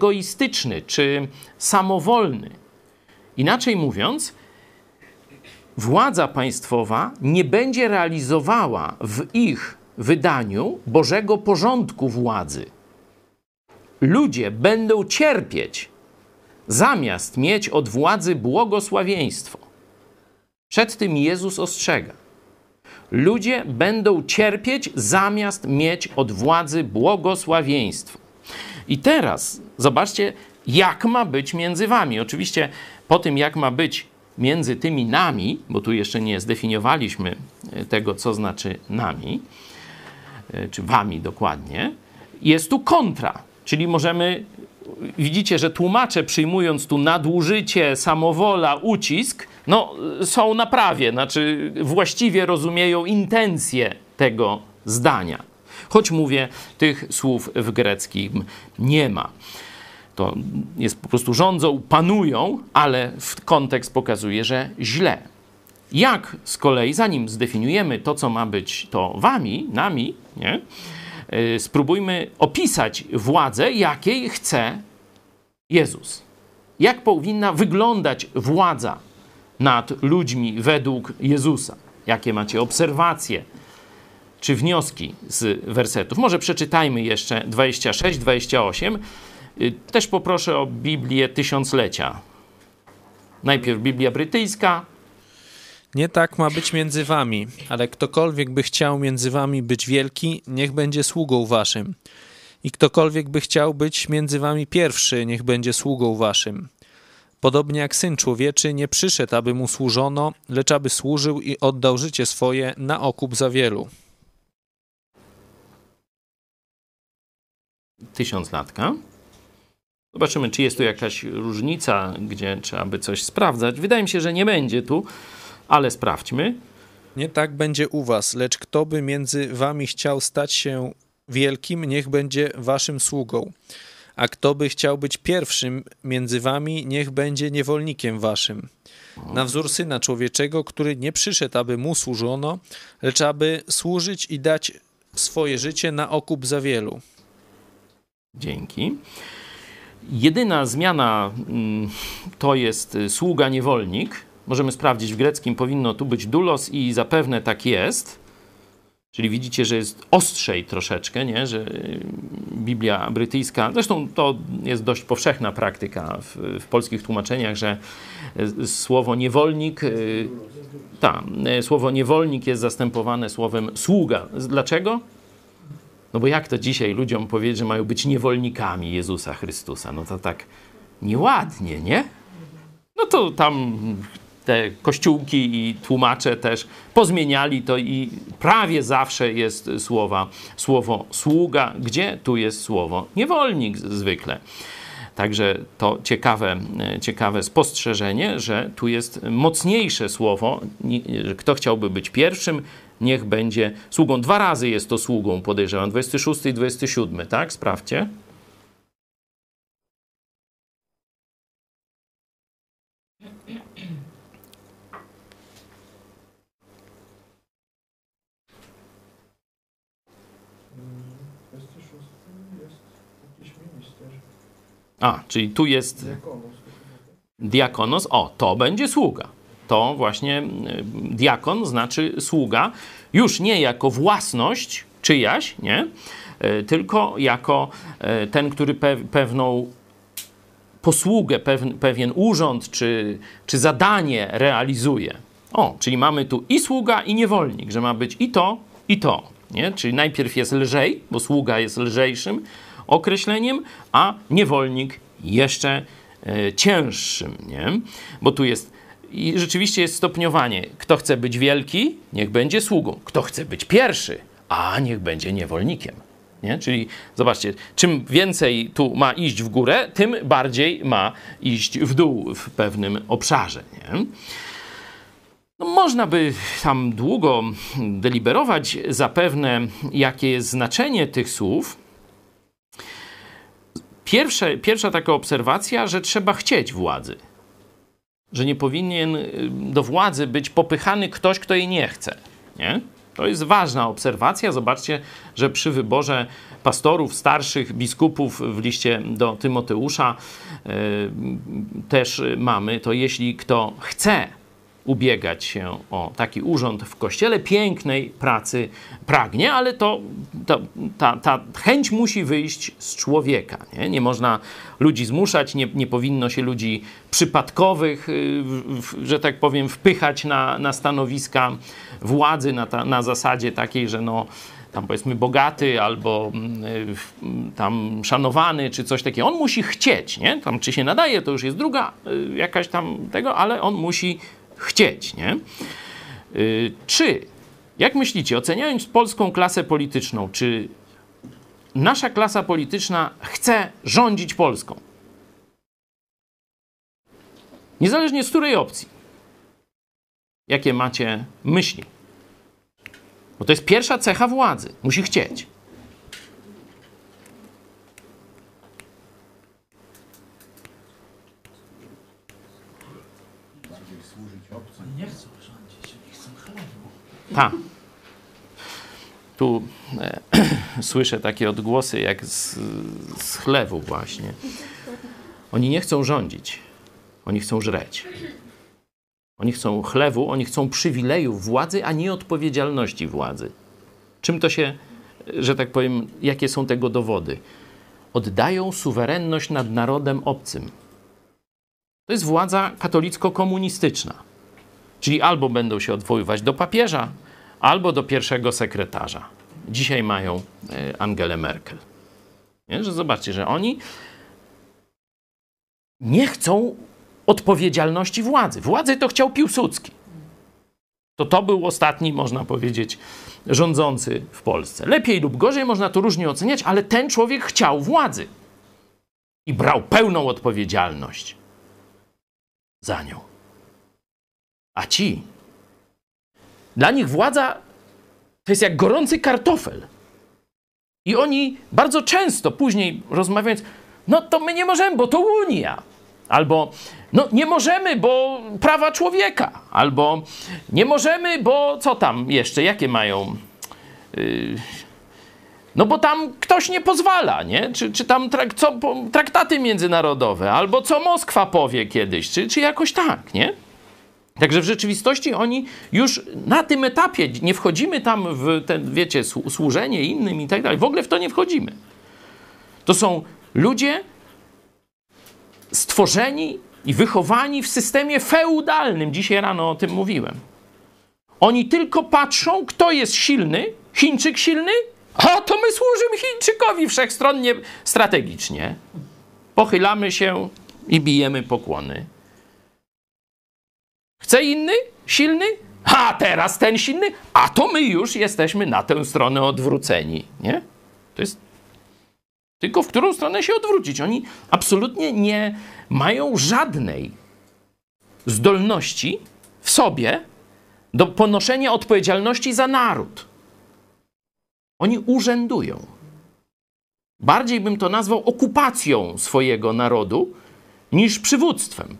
egoistyczny czy samowolny. Inaczej mówiąc, władza państwowa nie będzie realizowała w ich wydaniu Bożego porządku władzy. Ludzie będą cierpieć, zamiast mieć od władzy błogosławieństwo. Przed tym Jezus ostrzega. Ludzie będą cierpieć, zamiast mieć od władzy błogosławieństwo. I teraz zobaczcie, jak ma być między wami. Oczywiście po tym, jak ma być między tymi nami, bo tu jeszcze nie zdefiniowaliśmy tego, co znaczy nami, czy wami dokładnie, jest tu kontra. Czyli możemy, widzicie, że tłumacze, przyjmując tu nadużycie, samowola, ucisk, no są na prawie, znaczy właściwie rozumieją intencje tego zdania. Choć mówię, tych słów w greckim nie ma. To jest po prostu rządzą, panują, ale w kontekst pokazuje, że źle. Jak z kolei, zanim zdefiniujemy to, co ma być to wami, nami, nie? Yy, spróbujmy opisać władzę, jakiej chce Jezus. Jak powinna wyglądać władza nad ludźmi według Jezusa? Jakie macie obserwacje czy wnioski z wersetów? Może przeczytajmy jeszcze dwadzieścia sześć, dwadzieścia osiem. Yy, też poproszę o Biblię Tysiąclecia. Najpierw Biblia brytyjska. Nie tak ma być między wami, ale ktokolwiek by chciał między wami być wielki, niech będzie sługą waszym. I ktokolwiek by chciał być między wami pierwszy, niech będzie sługą waszym. Podobnie jak Syn Człowieczy nie przyszedł, aby mu służono, lecz aby służył i oddał życie swoje na okup za wielu. Tysiąclatka. Zobaczymy, czy jest tu jakaś różnica, gdzie trzeba by coś sprawdzać. Wydaje mi się, że nie będzie tu, ale sprawdźmy. Nie tak będzie u was, lecz kto by między wami chciał stać się wielkim, niech będzie waszym sługą. A kto by chciał być pierwszym między wami, niech będzie niewolnikiem waszym. Na wzór Syna Człowieczego, który nie przyszedł, aby mu służono, lecz aby służyć i dać swoje życie na okup za wielu. Dzięki. Jedyna zmiana to jest sługa, niewolnik. Możemy sprawdzić w greckim, powinno tu być doulos i zapewne tak jest. Czyli widzicie, że jest ostrzej troszeczkę, nie? Że Biblia brytyjska, zresztą to jest dość powszechna praktyka w, w polskich tłumaczeniach, że słowo niewolnik, ta, słowo niewolnik jest zastępowane słowem sługa. Dlaczego? No bo jak to dzisiaj ludziom powiedzieć, że mają być niewolnikami Jezusa Chrystusa? No to tak nieładnie, nie? No to tam te kościółki i tłumacze też pozmieniali to i prawie zawsze jest słowa, słowo sługa, gdzie tu jest słowo niewolnik zwykle. Także to ciekawe, ciekawe spostrzeżenie, że tu jest mocniejsze słowo. Kto chciałby być pierwszym, niech będzie sługą. Dwa razy jest to sługą, podejrzewam. dwudziesty szósty i dwudziesty siódmy, tak? Sprawdźcie. A, czyli tu jest diakonos. O, to będzie sługa. To właśnie diakon znaczy sługa. Już nie jako własność czyjaś, nie? Tylko jako ten, który pewną posługę, pewien urząd czy, czy zadanie realizuje. O, czyli mamy tu i sługa, i niewolnik, że ma być i to, i to. Nie? Czyli najpierw jest lżej, bo sługa jest lżejszym określeniem, a niewolnik jeszcze e, cięższym, nie? Bo tu jest, i rzeczywiście jest stopniowanie. Kto chce być wielki, niech będzie sługą. Kto chce być pierwszy, a niech będzie niewolnikiem. Nie? Czyli zobaczcie, czym więcej tu ma iść w górę, tym bardziej ma iść w dół w pewnym obszarze. Nie? No, można by tam długo deliberować zapewne, jakie jest znaczenie tych słów. Pierwsze, pierwsza taka obserwacja, że trzeba chcieć władzy. Że nie powinien do władzy być popychany ktoś, kto jej nie chce. Nie? To jest ważna obserwacja. Zobaczcie, że przy wyborze pastorów, starszych, biskupów w liście do Tymoteusza yy, też mamy to, jeśli kto chce ubiegać się o taki urząd w kościele, pięknej pracy pragnie, ale to, to ta, ta chęć musi wyjść z człowieka. Nie, nie można ludzi zmuszać, nie, nie powinno się ludzi przypadkowych, w, w, że tak powiem, wpychać na, na stanowiska władzy na, ta, na zasadzie takiej, że no tam powiedzmy bogaty albo y, tam szanowany, czy coś takiego. On musi chcieć, nie? Tam czy się nadaje, to już jest druga y, jakaś tam tego, ale on musi chcieć, nie? Y, czy, jak myślicie, oceniając polską klasę polityczną, czy nasza klasa polityczna chce rządzić Polską? Niezależnie z której opcji. Jakie macie myśli? Bo to jest pierwsza cecha władzy. Musi chcieć. Nie chcą rządzić, nie chcą chlebu. Tak. Tu e, słyszę takie odgłosy jak z, z chlewu właśnie. Oni nie chcą rządzić. Oni chcą żreć. Oni chcą chlewu, oni chcą przywilejów władzy, a nie odpowiedzialności władzy. Czym to się, że tak powiem, jakie są tego dowody? Oddają suwerenność nad narodem obcym. To jest władza katolicko-komunistyczna. Czyli albo będą się odwoływać do papieża, albo do pierwszego sekretarza. Dzisiaj mają Angelę Merkel. Nie? Że zobaczcie, że oni nie chcą odpowiedzialności władzy. Władzy to chciał Piłsudski. To to był ostatni, można powiedzieć, rządzący w Polsce. Lepiej lub gorzej, można to różnie oceniać, ale ten człowiek chciał władzy. I brał pełną odpowiedzialność za nią. A ci, dla nich władza to jest jak gorący kartofel. I oni bardzo często później rozmawiając, no to my nie możemy, bo to Unia. Albo no nie możemy, bo prawa człowieka. Albo nie możemy, bo co tam jeszcze, jakie mają... Yy, no bo tam ktoś nie pozwala, nie? Czy, czy tam trak, co, traktaty międzynarodowe, albo co Moskwa powie kiedyś, czy, czy jakoś tak, nie? Także w rzeczywistości oni już na tym etapie, nie wchodzimy tam w ten, wiecie, służenie innym i tak dalej, w ogóle w to nie wchodzimy. To są ludzie stworzeni i wychowani w systemie feudalnym. Dzisiaj rano o tym mówiłem. Oni tylko patrzą, kto jest silny. Chińczyk silny? A to my służymy Chińczykowi wszechstronnie, strategicznie. Pochylamy się i bijemy pokłony. Chce inny? Silny? A teraz ten silny? A to my już jesteśmy na tę stronę odwróceni. Nie? To jest tylko w którą stronę się odwrócić. Oni absolutnie nie mają żadnej zdolności w sobie do ponoszenia odpowiedzialności za naród. Oni urzędują. Bardziej bym to nazwał okupacją swojego narodu niż przywództwem.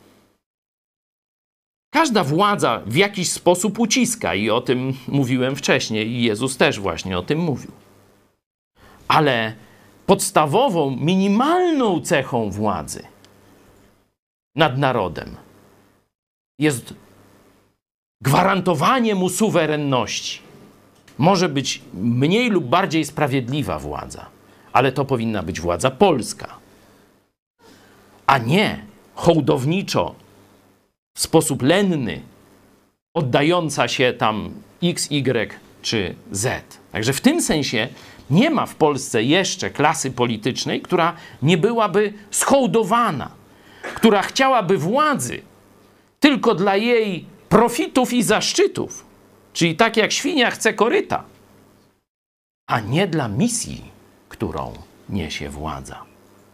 Każda władza w jakiś sposób uciska i o tym mówiłem wcześniej i Jezus też właśnie o tym mówił. Ale podstawową, minimalną cechą władzy nad narodem jest gwarantowanie mu suwerenności. Może być mniej lub bardziej sprawiedliwa władza, ale to powinna być władza polska, a nie hołdowniczo, w sposób lenny, oddająca się tam X, Y czy Z. Także w tym sensie nie ma w Polsce jeszcze klasy politycznej, która nie byłaby schołdowana, która chciałaby władzy tylko dla jej profitów i zaszczytów, czyli tak jak świnia chce koryta, a nie dla misji, którą niesie władza.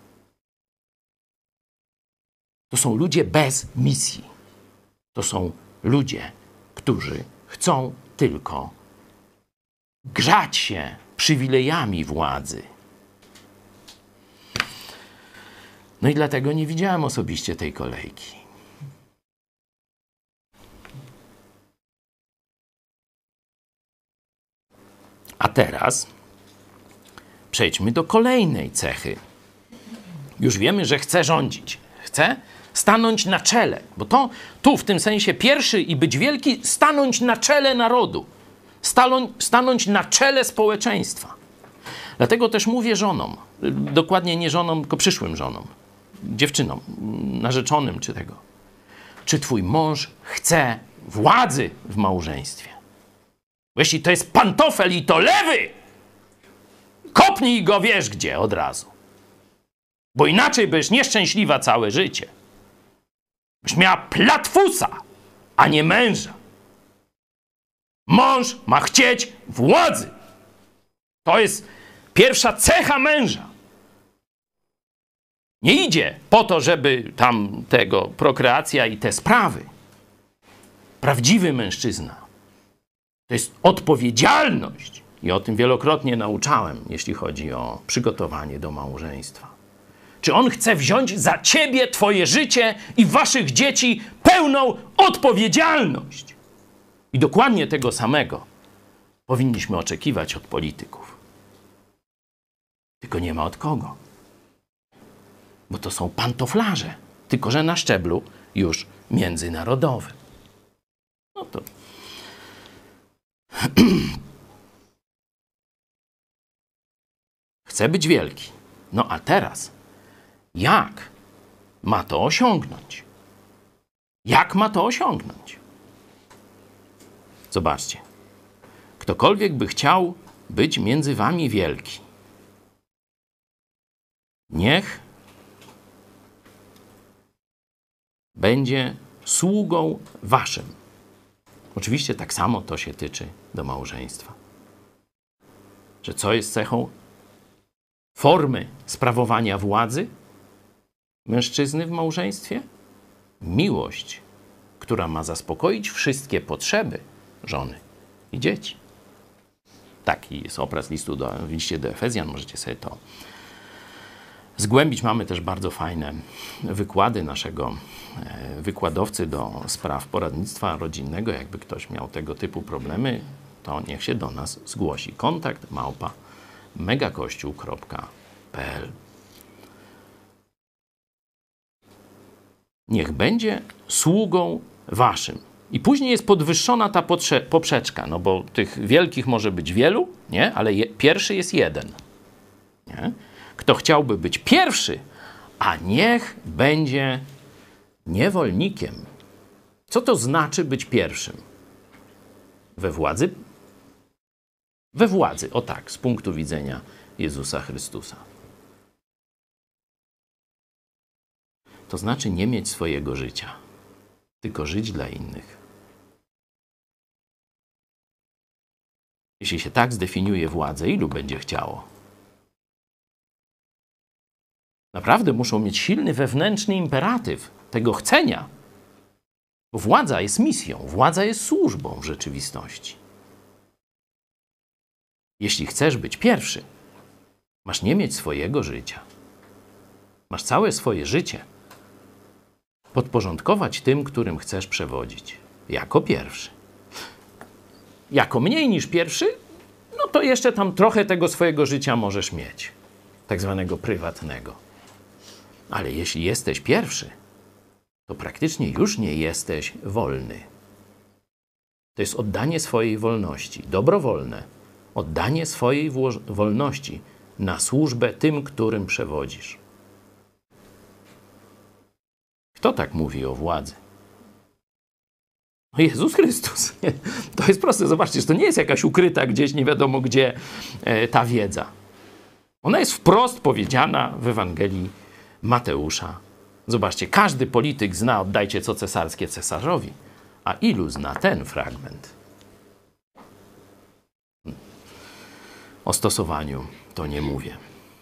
To są ludzie bez misji. To są ludzie, którzy chcą tylko grzać się przywilejami władzy. No i dlatego nie widziałem osobiście tej kolejki. A teraz przejdźmy do kolejnej cechy. Już wiemy, że chce rządzić. Chce stanąć na czele, bo to tu w tym sensie pierwszy i być wielki, stanąć na czele narodu, stanąć, stanąć na czele społeczeństwa. Dlatego też mówię żonom, dokładnie nie żonom, tylko przyszłym żonom, dziewczynom, narzeczonym czy tego. Czy twój mąż chce władzy w małżeństwie? Bo jeśli to jest pantofel i to lewy, kopnij go wiesz gdzie od razu. Bo inaczej będziesz nieszczęśliwa całe życie. Byś miała platfusa, a nie męża. Mąż ma chcieć władzy. To jest pierwsza cecha męża. Nie idzie po to, żeby tam tego prokreacja i te sprawy. Prawdziwy mężczyzna to jest odpowiedzialność. I o tym wielokrotnie nauczałem, jeśli chodzi o przygotowanie do małżeństwa. Czy on chce wziąć za ciebie, twoje życie i waszych dzieci pełną odpowiedzialność? I dokładnie tego samego powinniśmy oczekiwać od polityków. Tylko nie ma od kogo. Bo to są pantoflarze, tylko że na szczeblu już międzynarodowym. No to... Chce być wielki. No a teraz, jak ma to osiągnąć? Jak ma to osiągnąć? Zobaczcie. Ktokolwiek by chciał być między wami wielki, niech będzie sługą waszym. Oczywiście tak samo to się tyczy do małżeństwa. Że co jest cechą formy sprawowania władzy mężczyzny w małżeństwie? Miłość, która ma zaspokoić wszystkie potrzeby żony i dzieci. Taki jest obraz listu do, w liście do Efezjan. Możecie sobie to zgłębić. Mamy też bardzo fajne wykłady naszego wykładowcy do spraw poradnictwa rodzinnego. Jakby ktoś miał tego typu problemy, to niech się do nas zgłosi. Kontakt małpa megakościół kropka p l. Niech będzie sługą waszym. I później jest podwyższona ta poprzeczka, no bo tych wielkich może być wielu, nie? Ale je, pierwszy jest jeden. Nie? Kto chciałby być pierwszy, a niech będzie niewolnikiem. Co to znaczy być pierwszym? We władzy? We władzy, o tak, z punktu widzenia Jezusa Chrystusa. To znaczy nie mieć swojego życia, tylko żyć dla innych. Jeśli się tak zdefiniuje władzę, ilu będzie chciało? Naprawdę muszą mieć silny wewnętrzny imperatyw tego chcenia. Bo władza jest misją, władza jest służbą w rzeczywistości. Jeśli chcesz być pierwszy, masz nie mieć swojego życia. Masz całe swoje życie podporządkować tym, którym chcesz przewodzić. Jako pierwszy. Jako mniej niż pierwszy, no to jeszcze tam trochę tego swojego życia możesz mieć. Tak zwanego prywatnego. Ale jeśli jesteś pierwszy, to praktycznie już nie jesteś wolny. To jest oddanie swojej wolności, dobrowolne. Oddanie swojej wolności na służbę tym, którym przewodzisz. Kto tak mówi o władzy? No Jezus Chrystus. To jest proste. Zobaczcie, że to nie jest jakaś ukryta gdzieś, nie wiadomo gdzie e, ta wiedza. Ona jest wprost powiedziana w Ewangelii Mateusza. Zobaczcie, każdy polityk zna oddajcie co cesarskie cesarzowi. A ilu zna ten fragment? O stosowaniu to nie mówię.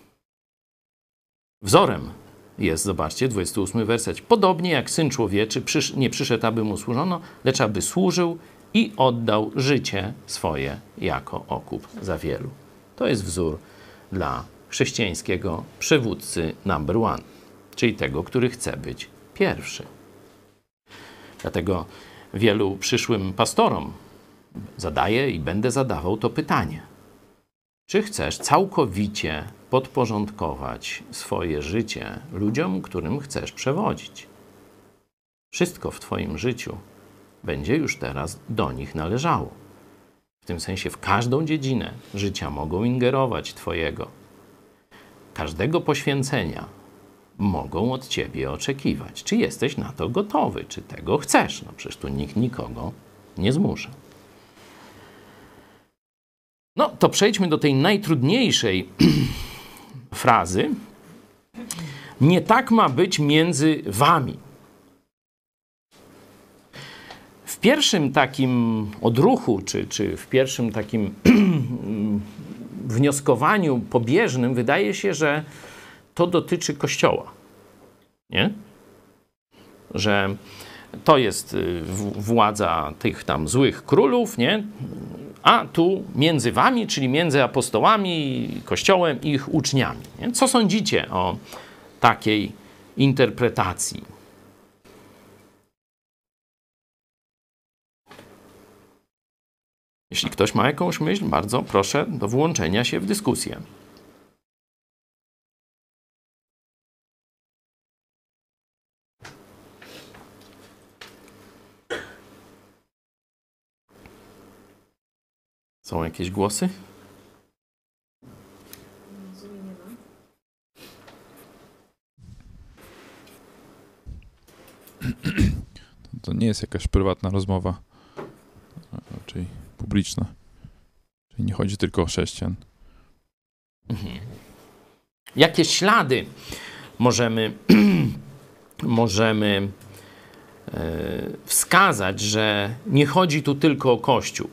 Wzorem jest, zobaczcie, dwudziesty ósmy werset. Podobnie jak Syn Człowieczy przysz, nie przyszedł, aby mu służono, lecz aby służył i oddał życie swoje jako okup za wielu. To jest wzór dla chrześcijańskiego przywódcy number one, czyli tego, który chce być pierwszy. Dlatego wielu przyszłym pastorom zadaję i będę zadawał to pytanie. Czy chcesz całkowicie podporządkować swoje życie ludziom, którym chcesz przewodzić? Wszystko w twoim życiu będzie już teraz do nich należało. W tym sensie w każdą dziedzinę życia mogą ingerować twojego. Każdego poświęcenia mogą od ciebie oczekiwać. Czy jesteś na to gotowy? Czy tego chcesz? No przecież tu nikt nikogo nie zmusza. No to przejdźmy do tej najtrudniejszej frazy. Nie tak ma być między wami. W pierwszym takim odruchu, czy, czy w pierwszym takim wnioskowaniu pobieżnym wydaje się, że to dotyczy Kościoła. Nie? Że to jest władza tych tam złych królów, nie? A tu między wami, czyli między apostołami, Kościołem i ich uczniami. Nie? Co sądzicie o takiej interpretacji? Jeśli ktoś ma jakąś myśl, bardzo proszę do włączenia się w dyskusję. Są jakieś głosy? To nie jest jakaś prywatna rozmowa, raczej publiczna. Czyli nie chodzi tylko o chrześcijan. Mhm. Jakie ślady możemy, możemy e, wskazać, że nie chodzi tu tylko o Kościół?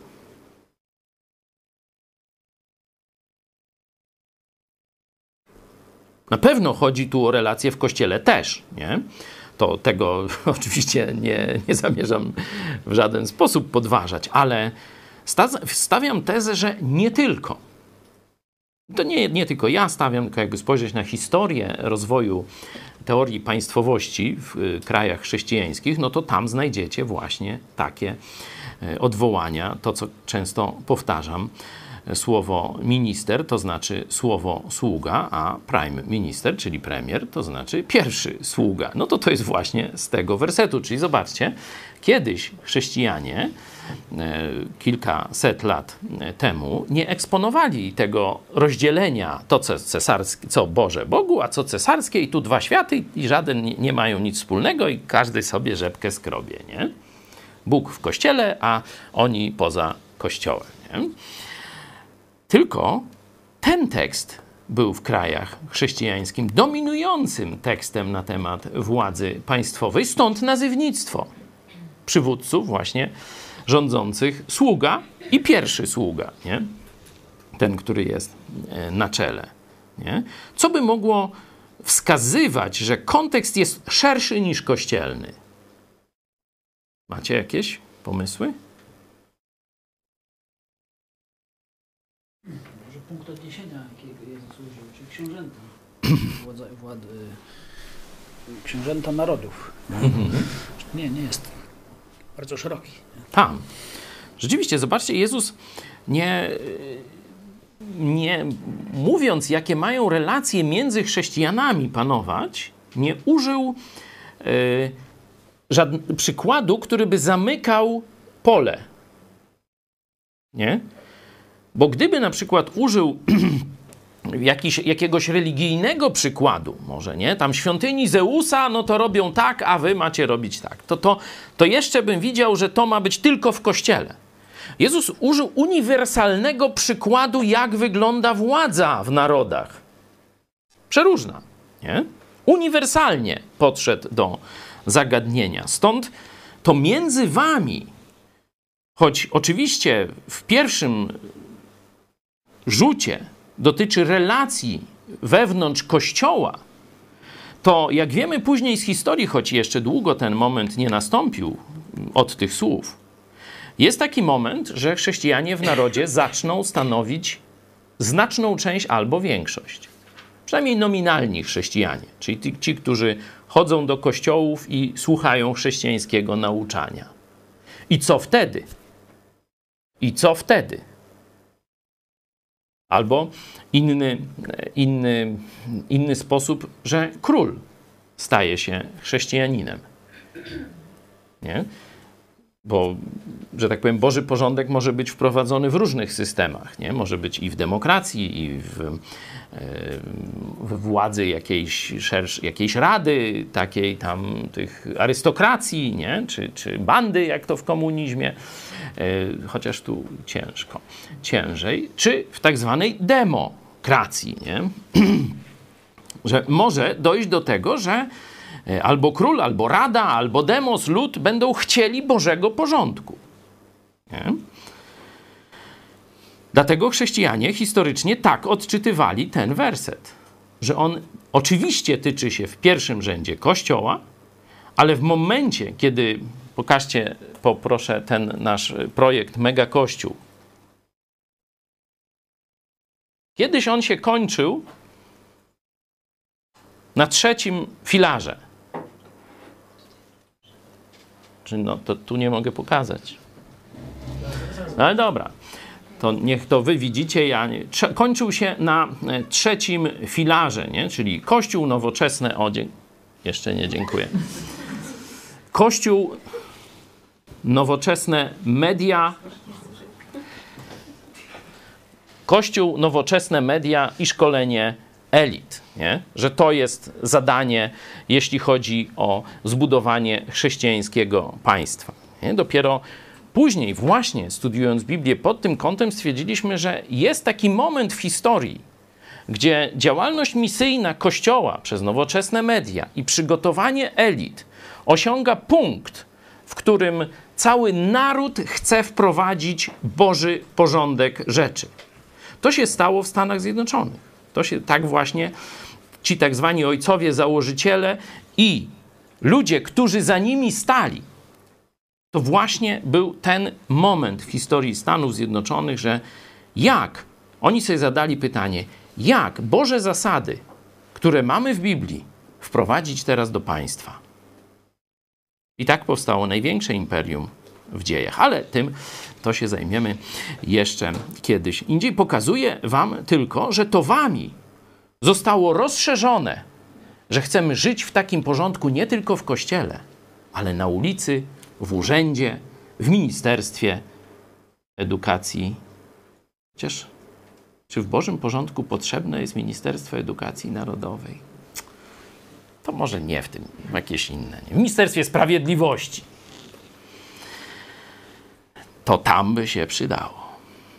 Na pewno chodzi tu o relacje w Kościele też, nie? To tego oczywiście nie, nie zamierzam w żaden sposób podważać, ale stawiam tezę, że nie tylko. To nie, nie tylko ja stawiam, tylko jakby spojrzeć na historię rozwoju teorii państwowości w krajach chrześcijańskich, no to tam znajdziecie właśnie takie odwołania, to co często powtarzam, słowo minister to znaczy słowo sługa, a prime minister, czyli premier, to znaczy pierwszy sługa. No to to jest właśnie z tego wersetu. Czyli zobaczcie, kiedyś chrześcijanie e, kilkaset lat temu nie eksponowali tego rozdzielenia, to co cesarskie, co Boże Bogu, a co cesarskie i tu dwa światy i żaden nie, nie mają nic wspólnego i każdy sobie rzepkę skrobie, nie? Bóg w kościele, a oni poza kościołem, nie? Tylko ten tekst był w krajach chrześcijańskich dominującym tekstem na temat władzy państwowej, stąd nazywnictwo przywódców właśnie rządzących sługa i pierwszy sługa, nie? Ten, który jest na czele. Nie? Co by mogło wskazywać, że kontekst jest szerszy niż kościelny? Macie jakieś pomysły? Może punkt odniesienia, jakiego Jezus użył, czyli książęta. Władza, wład, książęta narodów. Nie, nie jest bardzo szeroki. Tam. Rzeczywiście, zobaczcie, Jezus nie, nie mówiąc, jakie mają relacje między chrześcijanami panować, nie użył y, żadnego przykładu, który by zamykał pole. Nie? Bo gdyby na przykład użył jakiś, jakiegoś religijnego przykładu, może nie, tam świątyni Zeusa, no to robią tak, a wy macie robić tak. To, to, to jeszcze bym widział, że to ma być tylko w kościele. Jezus użył uniwersalnego przykładu, jak wygląda władza w narodach. Przeróżna, nie? Uniwersalnie podszedł do zagadnienia. Stąd to między wami, choć oczywiście w pierwszym rzucie dotyczy relacji wewnątrz Kościoła, to jak wiemy później z historii, choć jeszcze długo ten moment nie nastąpił od tych słów, jest taki moment, że chrześcijanie w narodzie zaczną stanowić znaczną część albo większość. Przynajmniej nominalni chrześcijanie, czyli ci, ci którzy chodzą do kościołów i słuchają chrześcijańskiego nauczania. I co wtedy? I co wtedy? Albo inny, inny, inny sposób, że król staje się chrześcijaninem. nie? Bo, że tak powiem, Boży porządek może być wprowadzony w różnych systemach, nie? Może być i w demokracji, i w, w władzy jakiejś, szersz, jakiejś rady, takiej tam tych arystokracji, nie? Czy, czy bandy, jak to w komunizmie, chociaż tu ciężko, ciężej, czy w tak zwanej demokracji, nie? Że może dojść do tego, że albo król, albo rada, albo demos, lud będą chcieli Bożego porządku. Nie? Dlatego chrześcijanie historycznie tak odczytywali ten werset, że on oczywiście tyczy się w pierwszym rzędzie Kościoła, ale w momencie, kiedy, pokażcie, poproszę, ten nasz projekt Mega Kościół, kiedyś on się kończył na trzecim filarze. No to tu nie mogę pokazać. No ale dobra, to niech to wy widzicie. Ja nie. Kończył się na trzecim filarze, nie? Czyli Kościół nowoczesny. O, dzie... jeszcze nie, dziękuję. Kościół nowoczesne media. Kościół nowoczesne media i szkolenie elit, nie? Że to jest zadanie, jeśli chodzi o zbudowanie chrześcijańskiego państwa. Nie? Dopiero później, właśnie studiując Biblię pod tym kątem, stwierdziliśmy, że jest taki moment w historii, gdzie działalność misyjna Kościoła przez nowoczesne media i przygotowanie elit osiąga punkt, w którym cały naród chce wprowadzić Boży porządek rzeczy. To się stało w Stanach Zjednoczonych. To się tak właśnie ci tak zwani ojcowie, założyciele i ludzie, którzy za nimi stali, to właśnie był ten moment w historii Stanów Zjednoczonych, że jak, oni sobie zadali pytanie, jak Boże zasady, które mamy w Biblii, wprowadzić teraz do państwa. I tak powstało największe imperium w dziejach, ale tym to się zajmiemy jeszcze kiedyś indziej. Pokazuję wam tylko, że to wami zostało rozszerzone, że chcemy żyć w takim porządku nie tylko w kościele, ale na ulicy, w urzędzie, w ministerstwie edukacji. Chociaż czy w Bożym porządku potrzebne jest Ministerstwo Edukacji Narodowej? To może nie w tym, jakieś inne. Nie? W Ministerstwie Sprawiedliwości. To tam by się przydało.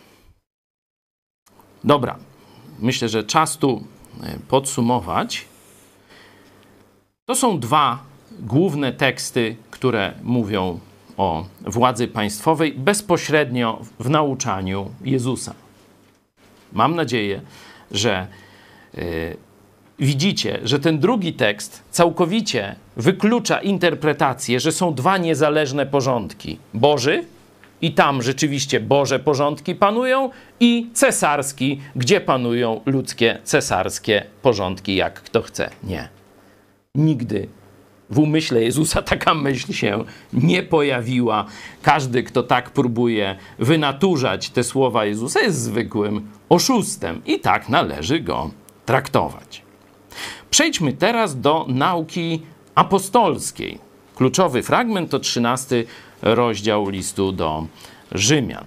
Dobra, myślę, że czas tu podsumować. To są dwa główne teksty, które mówią o władzy państwowej bezpośrednio w nauczaniu Jezusa. Mam nadzieję, że yy, widzicie, że ten drugi tekst całkowicie wyklucza interpretację, że są dwa niezależne porządki. Boży, i tam rzeczywiście Boże porządki panują, i cesarski, gdzie panują ludzkie, cesarskie porządki, jak kto chce. Nie. Nigdy w umyśle Jezusa taka myśl się nie pojawiła. Każdy, kto tak próbuje wynaturzać te słowa Jezusa, jest zwykłym oszustem i tak należy go traktować. Przejdźmy teraz do nauki apostolskiej. Kluczowy fragment to trzynasty rozdział listu do Rzymian.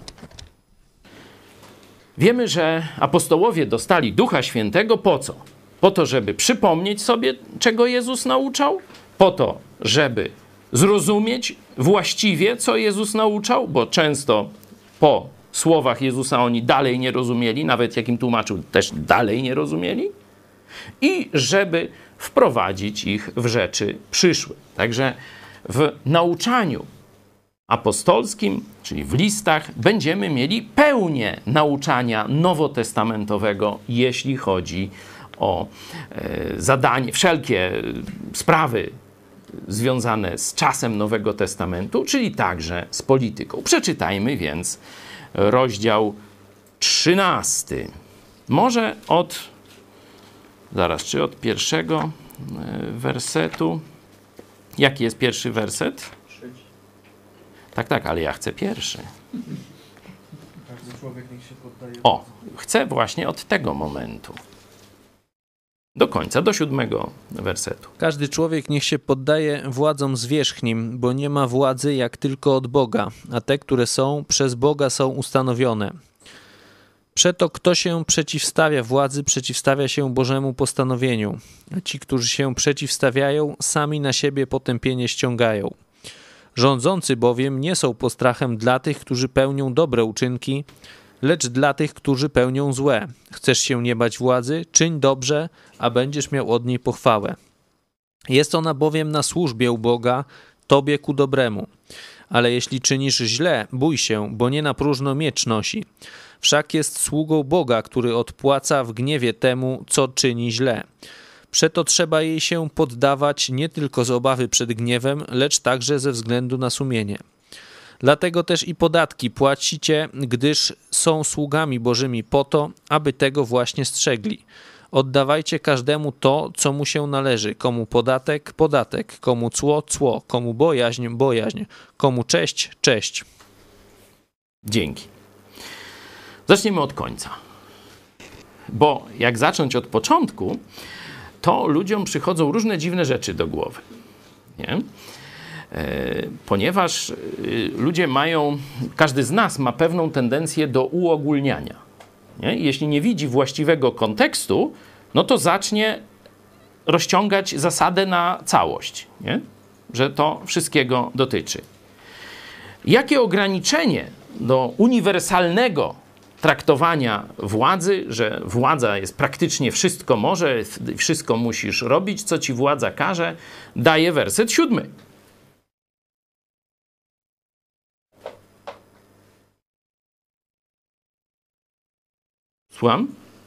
Wiemy, że apostołowie dostali Ducha Świętego po co? Po to, żeby przypomnieć sobie, czego Jezus nauczał, po to, żeby zrozumieć właściwie, co Jezus nauczał, bo często po słowach Jezusa oni dalej nie rozumieli, nawet jak im tłumaczył, też dalej nie rozumieli, i żeby wprowadzić ich w rzeczy przyszłe. Także w nauczaniu apostolskim, czyli w listach, będziemy mieli pełnię nauczania nowotestamentowego, jeśli chodzi o e, zadanie, wszelkie sprawy związane z czasem Nowego Testamentu, czyli także z polityką. Przeczytajmy więc rozdział trzynasty. Może od, zaraz, czy od pierwszego wersetu? Jaki jest pierwszy werset? Tak, tak, ale ja chcę pierwszy. Każdy człowiek niech się poddaje. O, chcę właśnie od tego momentu. do końca, do siódmego wersetu. Każdy człowiek niech się poddaje władzom zwierzchnim, bo nie ma władzy jak tylko od Boga, a te, które są, przez Boga są ustanowione. Przeto kto się przeciwstawia władzy, przeciwstawia się Bożemu postanowieniu, a ci, którzy się przeciwstawiają, sami na siebie potępienie ściągają. Rządzący bowiem nie są postrachem dla tych, którzy pełnią dobre uczynki, lecz dla tych, którzy pełnią złe. Chcesz się nie bać władzy? Czyń dobrze, a będziesz miał od niej pochwałę. Jest ona bowiem na służbie u Boga, tobie ku dobremu. Ale jeśli czynisz źle, bój się, bo nie na próżno miecz nosi. Wszak jest sługą Boga, który odpłaca w gniewie temu, co czyni źle. Przeto trzeba jej się poddawać nie tylko z obawy przed gniewem, lecz także ze względu na sumienie. Dlatego też i podatki płacicie, gdyż są sługami Bożymi po to, aby tego właśnie strzegli. Oddawajcie każdemu to, co mu się należy. Komu podatek, podatek. Komu cło, cło. Komu bojaźń, bojaźń. Komu cześć, cześć. Dzięki. Zacznijmy od końca. Bo jak zacząć od początku, to ludziom przychodzą różne dziwne rzeczy do głowy. Nie? Ponieważ ludzie mają, każdy z nas ma pewną tendencję do uogólniania. Nie? Jeśli nie widzi właściwego kontekstu, no to zacznie rozciągać zasadę na całość, nie? Że to wszystkiego dotyczy. Jakie ograniczenie do uniwersalnego traktowania władzy, że władza jest praktycznie wszystko może, wszystko musisz robić, co ci władza każe, daje werset siódmy. Słucham?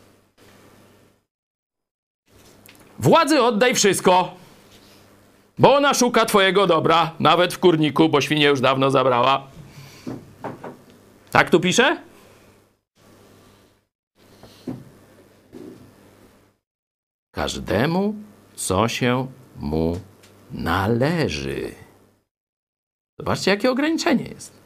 Władzy oddaj wszystko, bo ona szuka twojego dobra, nawet w kurniku, bo świnię już dawno zabrała. Tak tu pisze? Każdemu, co się mu należy. Zobaczcie, jakie ograniczenie jest.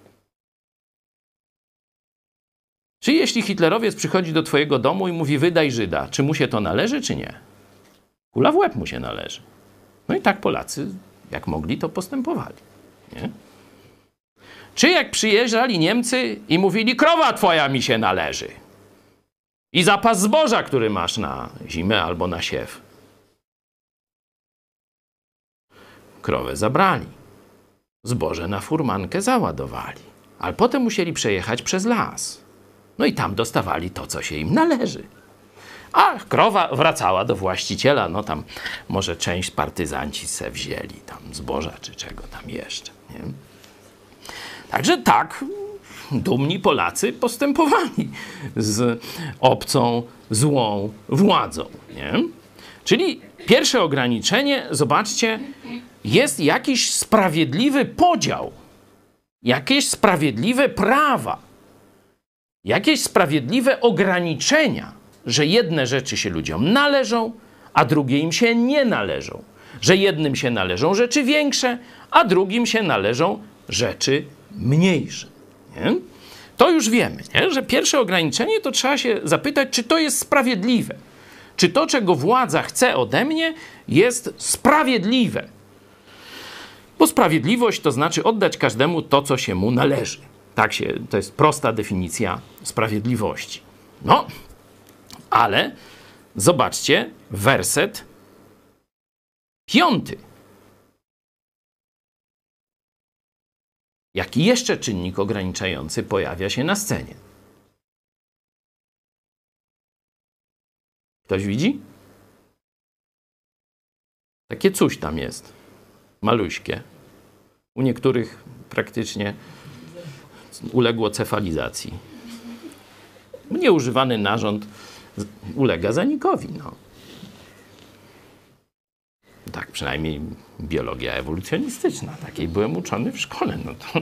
Czy jeśli hitlerowiec przychodzi do twojego domu i mówi wydaj Żyda, czy mu się to należy, czy nie? Kula w łeb mu się należy. No i tak Polacy, jak mogli, to postępowali. Nie? Czy jak przyjeżdżali Niemcy i mówili krowa twoja mi się należy i zapas zboża, który masz na zimę albo na siew. Krowę zabrali. Zboże na furmankę załadowali. Ale potem musieli przejechać przez las. No i tam dostawali to, co się im należy. A krowa wracała do właściciela, no tam może część partyzanci se wzięli, tam zboża czy czego tam jeszcze. Nie? Także tak dumni Polacy postępowali z obcą, złą władzą. Nie? Czyli pierwsze ograniczenie, zobaczcie, jest jakiś sprawiedliwy podział, jakieś sprawiedliwe prawa, jakieś sprawiedliwe ograniczenia, że jedne rzeczy się ludziom należą, a drugie im się nie należą. Że jednym się należą rzeczy większe, a drugim się należą rzeczy mniejsze. Nie? To już wiemy, nie? Że pierwsze ograniczenie to trzeba się zapytać, czy to jest sprawiedliwe. Czy to, czego władza chce ode mnie, jest sprawiedliwe. Bo sprawiedliwość to znaczy oddać każdemu to, co się mu należy. Tak się, to jest prosta definicja sprawiedliwości. No, ale zobaczcie werset piąty. Jaki jeszcze czynnik ograniczający pojawia się na scenie? Ktoś widzi? Takie coś tam jest. Maluśkie. U niektórych praktycznie uległo cefalizacji. Nieużywany narząd ulega zanikowi. No. Tak przynajmniej biologia ewolucjonistyczna. Takiej byłem uczony w szkole. No to...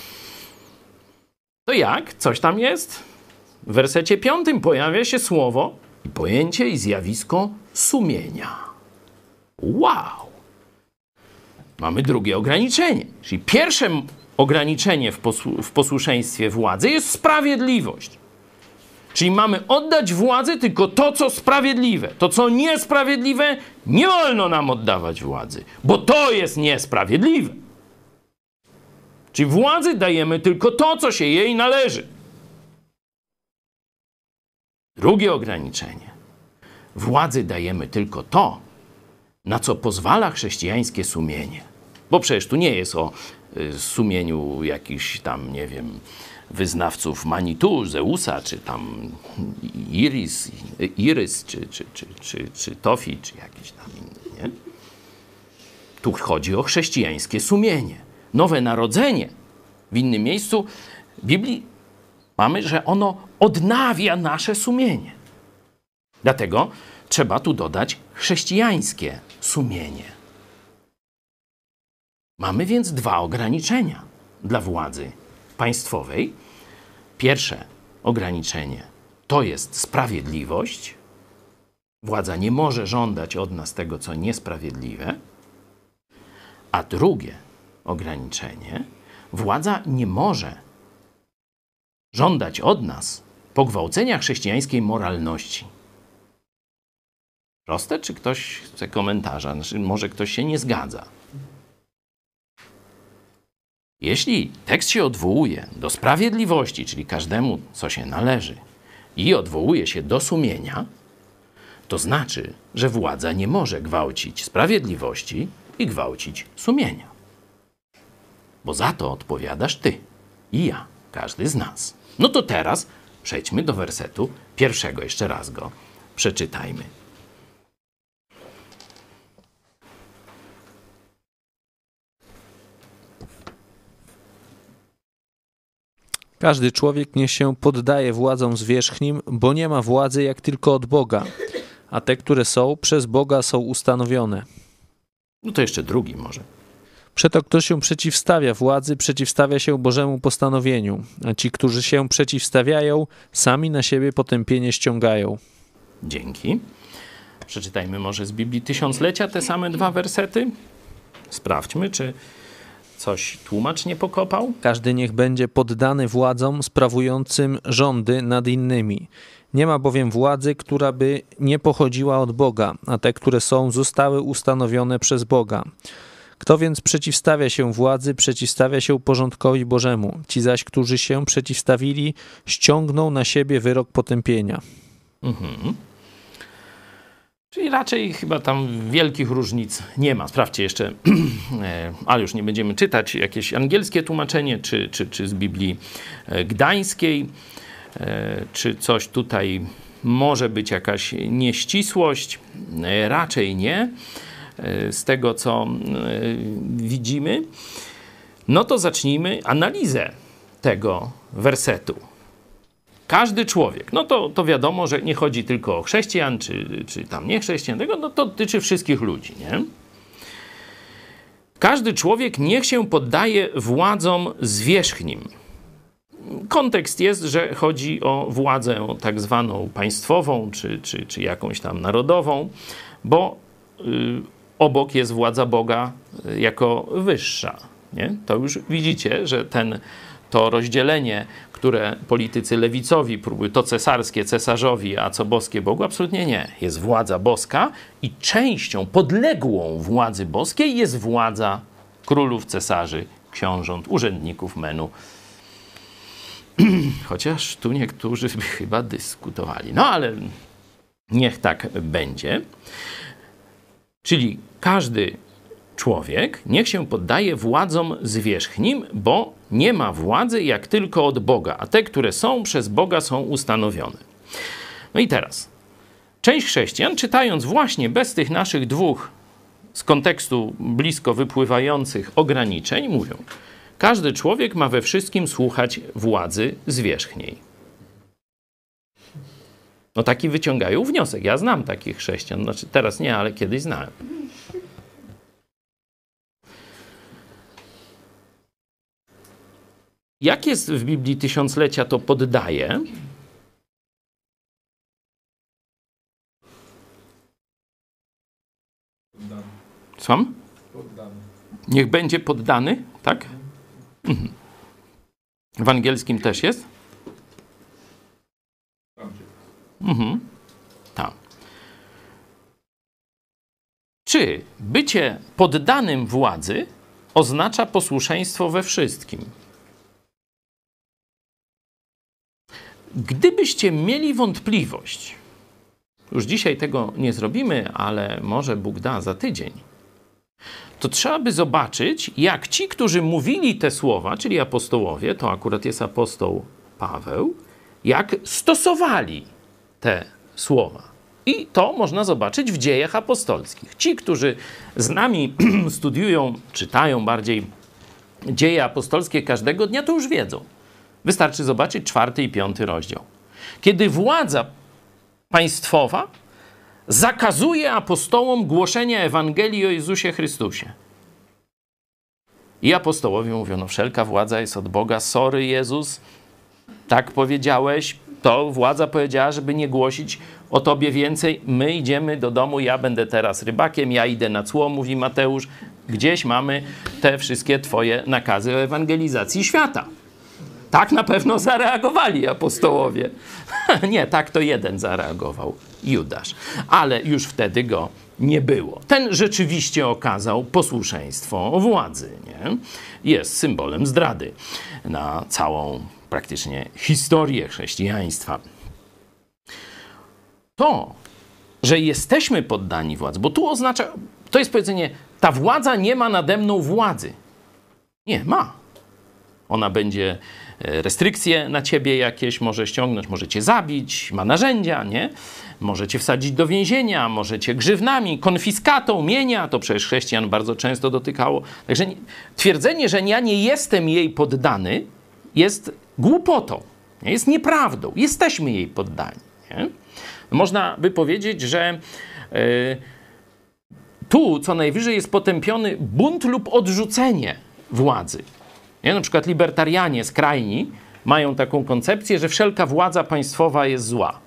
to jak? Coś tam jest? W wersecie piątym pojawia się słowo i pojęcie i zjawisko sumienia. Wow! Mamy drugie ograniczenie. Czyli pierwsze ograniczenie w, posłu- w posłuszeństwie władzy jest sprawiedliwość. Czyli mamy oddać władzy tylko to, co sprawiedliwe. To, co niesprawiedliwe, nie wolno nam oddawać władzy, bo to jest niesprawiedliwe. Czyli władzy dajemy tylko to, co się jej należy. Drugie ograniczenie. Władzy dajemy tylko to, na co pozwala chrześcijańskie sumienie. Bo przecież tu nie jest o y, sumieniu jakichś tam, nie wiem, wyznawców Manitu, Zeusa, czy tam Iris, Irys, czy, czy, czy, czy, czy Tofi, czy jakiś tam inny, nie? Tu chodzi o chrześcijańskie sumienie. Nowe narodzenie. W innym miejscu Biblii mamy, że ono odnawia nasze sumienie. Dlatego trzeba tu dodać chrześcijańskie sumienie. Mamy więc dwa ograniczenia dla władzy państwowej. Pierwsze ograniczenie to jest sprawiedliwość. Władza nie może żądać od nas tego, co niesprawiedliwe. A drugie ograniczenie, władza nie może żądać od nas pogwałcenia chrześcijańskiej moralności. Proste, czy ktoś chce komentarza? Znaczy, może ktoś się nie zgadza. Jeśli tekst się odwołuje do sprawiedliwości, czyli każdemu, co się należy, i odwołuje się do sumienia, to znaczy, że władza nie może gwałcić sprawiedliwości i gwałcić sumienia. Bo za to odpowiadasz ty i ja, każdy z nas. No to teraz przejdźmy do wersetu pierwszego. Jeszcze raz go przeczytajmy. Każdy człowiek niech się poddaje władzom zwierzchnim, bo nie ma władzy jak tylko od Boga, a te, które są, przez Boga są ustanowione. No to jeszcze drugi może. Przeto kto się przeciwstawia władzy, przeciwstawia się Bożemu postanowieniu, a ci, którzy się przeciwstawiają, sami na siebie potępienie ściągają. Dzięki. Przeczytajmy może z Biblii Tysiąclecia te same dwa wersety. Sprawdźmy, czy coś tłumacz nie pokopał. Każdy niech będzie poddany władzom sprawującym rządy nad innymi. Nie ma bowiem władzy, która by nie pochodziła od Boga, a te, które są, zostały ustanowione przez Boga. Kto więc przeciwstawia się władzy, przeciwstawia się porządkowi Bożemu. Ci zaś, którzy się przeciwstawili, ściągną na siebie wyrok potępienia. Mhm. Czyli raczej chyba tam wielkich różnic nie ma. Sprawdźcie jeszcze, ale już nie będziemy czytać, jakieś angielskie tłumaczenie, czy, czy, czy z Biblii Gdańskiej, czy coś tutaj może być jakaś nieścisłość. Raczej nie. Z tego, co widzimy. No to zacznijmy analizę tego wersetu. Każdy człowiek, no to, to wiadomo, że nie chodzi tylko o chrześcijan, czy, czy tam nie chrześcijan, tego, no to dotyczy wszystkich ludzi, nie? Każdy człowiek niech się poddaje władzom zwierzchnim. Kontekst jest, że chodzi o władzę tak zwaną państwową, czy, czy, czy jakąś tam narodową, bo yy, obok jest władza Boga jako wyższa, nie? To już widzicie, że ten, to rozdzielenie, które politycy lewicowi próbują, to cesarskie cesarzowi, a co boskie Bogu, absolutnie nie. Jest władza boska i częścią podległą władzy boskiej jest władza królów, cesarzy, książąt, urzędników menu. Chociaż tu niektórzy by chyba dyskutowali. No ale niech tak będzie. Czyli każdy człowiek niech się poddaje władzom zwierzchnim, bo nie ma władzy jak tylko od Boga, a te, które są, przez Boga są ustanowione. No i teraz, część chrześcijan, czytając właśnie bez tych naszych dwóch z kontekstu blisko wypływających ograniczeń, mówią, każdy człowiek ma we wszystkim słuchać władzy zwierzchniej. No taki wyciągają wniosek. Ja znam takich chrześcijan, znaczy teraz nie, ale kiedyś znałem. Jak jest w Biblii Tysiąclecia to poddaje? Słucham? Poddany. Niech będzie poddany, tak? Mhm. W angielskim też jest? Mhm. Tak. Czy bycie poddanym władzy oznacza posłuszeństwo we wszystkim? Gdybyście mieli wątpliwość, już dzisiaj tego nie zrobimy, ale może Bóg da za tydzień, to trzeba by zobaczyć, jak ci, którzy mówili te słowa, czyli apostołowie, to akurat jest apostoł Paweł, jak stosowali te słowa. I to można zobaczyć w Dziejach Apostolskich. Ci, którzy z nami studiują, czytają bardziej Dzieje Apostolskie każdego dnia, to już wiedzą. Wystarczy zobaczyć czwarty i piąty rozdział. Kiedy władza państwowa zakazuje apostołom głoszenia Ewangelii o Jezusie Chrystusie. I apostołowie mówią, no wszelka władza jest od Boga, sorry Jezus, tak powiedziałeś, to władza powiedziała, żeby nie głosić o Tobie więcej, my idziemy do domu, ja będę teraz rybakiem, ja idę na cło, mówi Mateusz, gdzieś mamy te wszystkie Twoje nakazy o ewangelizacji świata. Tak na pewno zareagowali apostołowie. Nie, tak to jeden zareagował, Judasz. Ale już wtedy go nie było. Ten rzeczywiście okazał posłuszeństwo władzy. Nie? Jest symbolem zdrady na całą praktycznie historię chrześcijaństwa. To, że jesteśmy poddani władzy, bo tu oznacza, to jest powiedzenie, ta władza nie ma nade mną władzy. Nie, ma. Ona będzie restrykcje na ciebie jakieś, może ściągnąć, może cię zabić, ma narzędzia, nie? Może cię wsadzić do więzienia, może cię grzywnami, konfiskatą mienia, to przecież chrześcijan bardzo często dotykało. Także twierdzenie, że ja nie jestem jej poddany, jest głupotą, nie? Jest nieprawdą. Jesteśmy jej poddani. Nie? Można by powiedzieć, że yy, tu co najwyżej jest potępiony bunt lub odrzucenie władzy. Nie? Na przykład libertarianie skrajni mają taką koncepcję, że wszelka władza państwowa jest zła.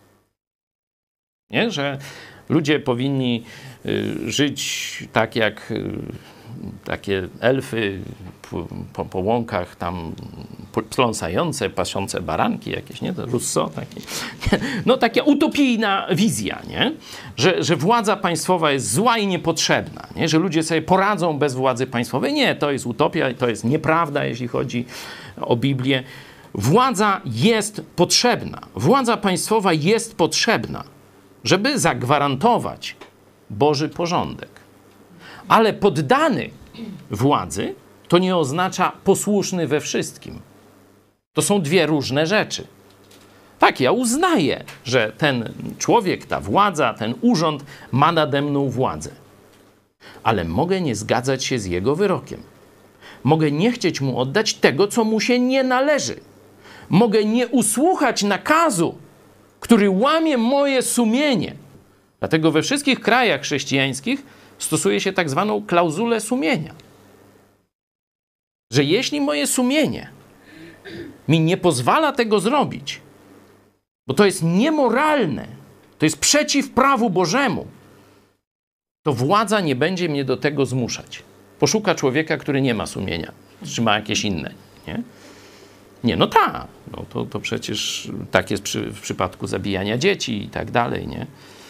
Nie? Że ludzie powinni y, żyć tak jak y, takie elfy po, po, po łąkach tam pląsające, paszące baranki jakieś, nie? To Rousseau taki. No taka utopijna wizja, nie? Że, że władza państwowa jest zła i niepotrzebna, nie? Że ludzie sobie poradzą bez władzy państwowej. Nie, to jest utopia i to jest nieprawda, jeśli chodzi o Biblię. Władza jest potrzebna. Władza państwowa jest potrzebna, żeby zagwarantować Boży porządek. Ale poddany władzy to nie oznacza posłuszny we wszystkim. To są dwie różne rzeczy. Tak, ja uznaję, że ten człowiek, ta władza, ten urząd ma nade mną władzę. Ale mogę nie zgadzać się z jego wyrokiem. Mogę nie chcieć mu oddać tego, co mu się nie należy. Mogę nie usłuchać nakazu, który łamie moje sumienie. Dlatego we wszystkich krajach chrześcijańskich stosuje się tak zwaną klauzulę sumienia. Że jeśli moje sumienie mi nie pozwala tego zrobić, bo to jest niemoralne, to jest przeciw prawu Bożemu, to władza nie będzie mnie do tego zmuszać. Poszuka człowieka, który nie ma sumienia, czy ma jakieś inne, nie? Nie, no tak, no to, to przecież tak jest przy, w przypadku zabijania dzieci i tak dalej, nie?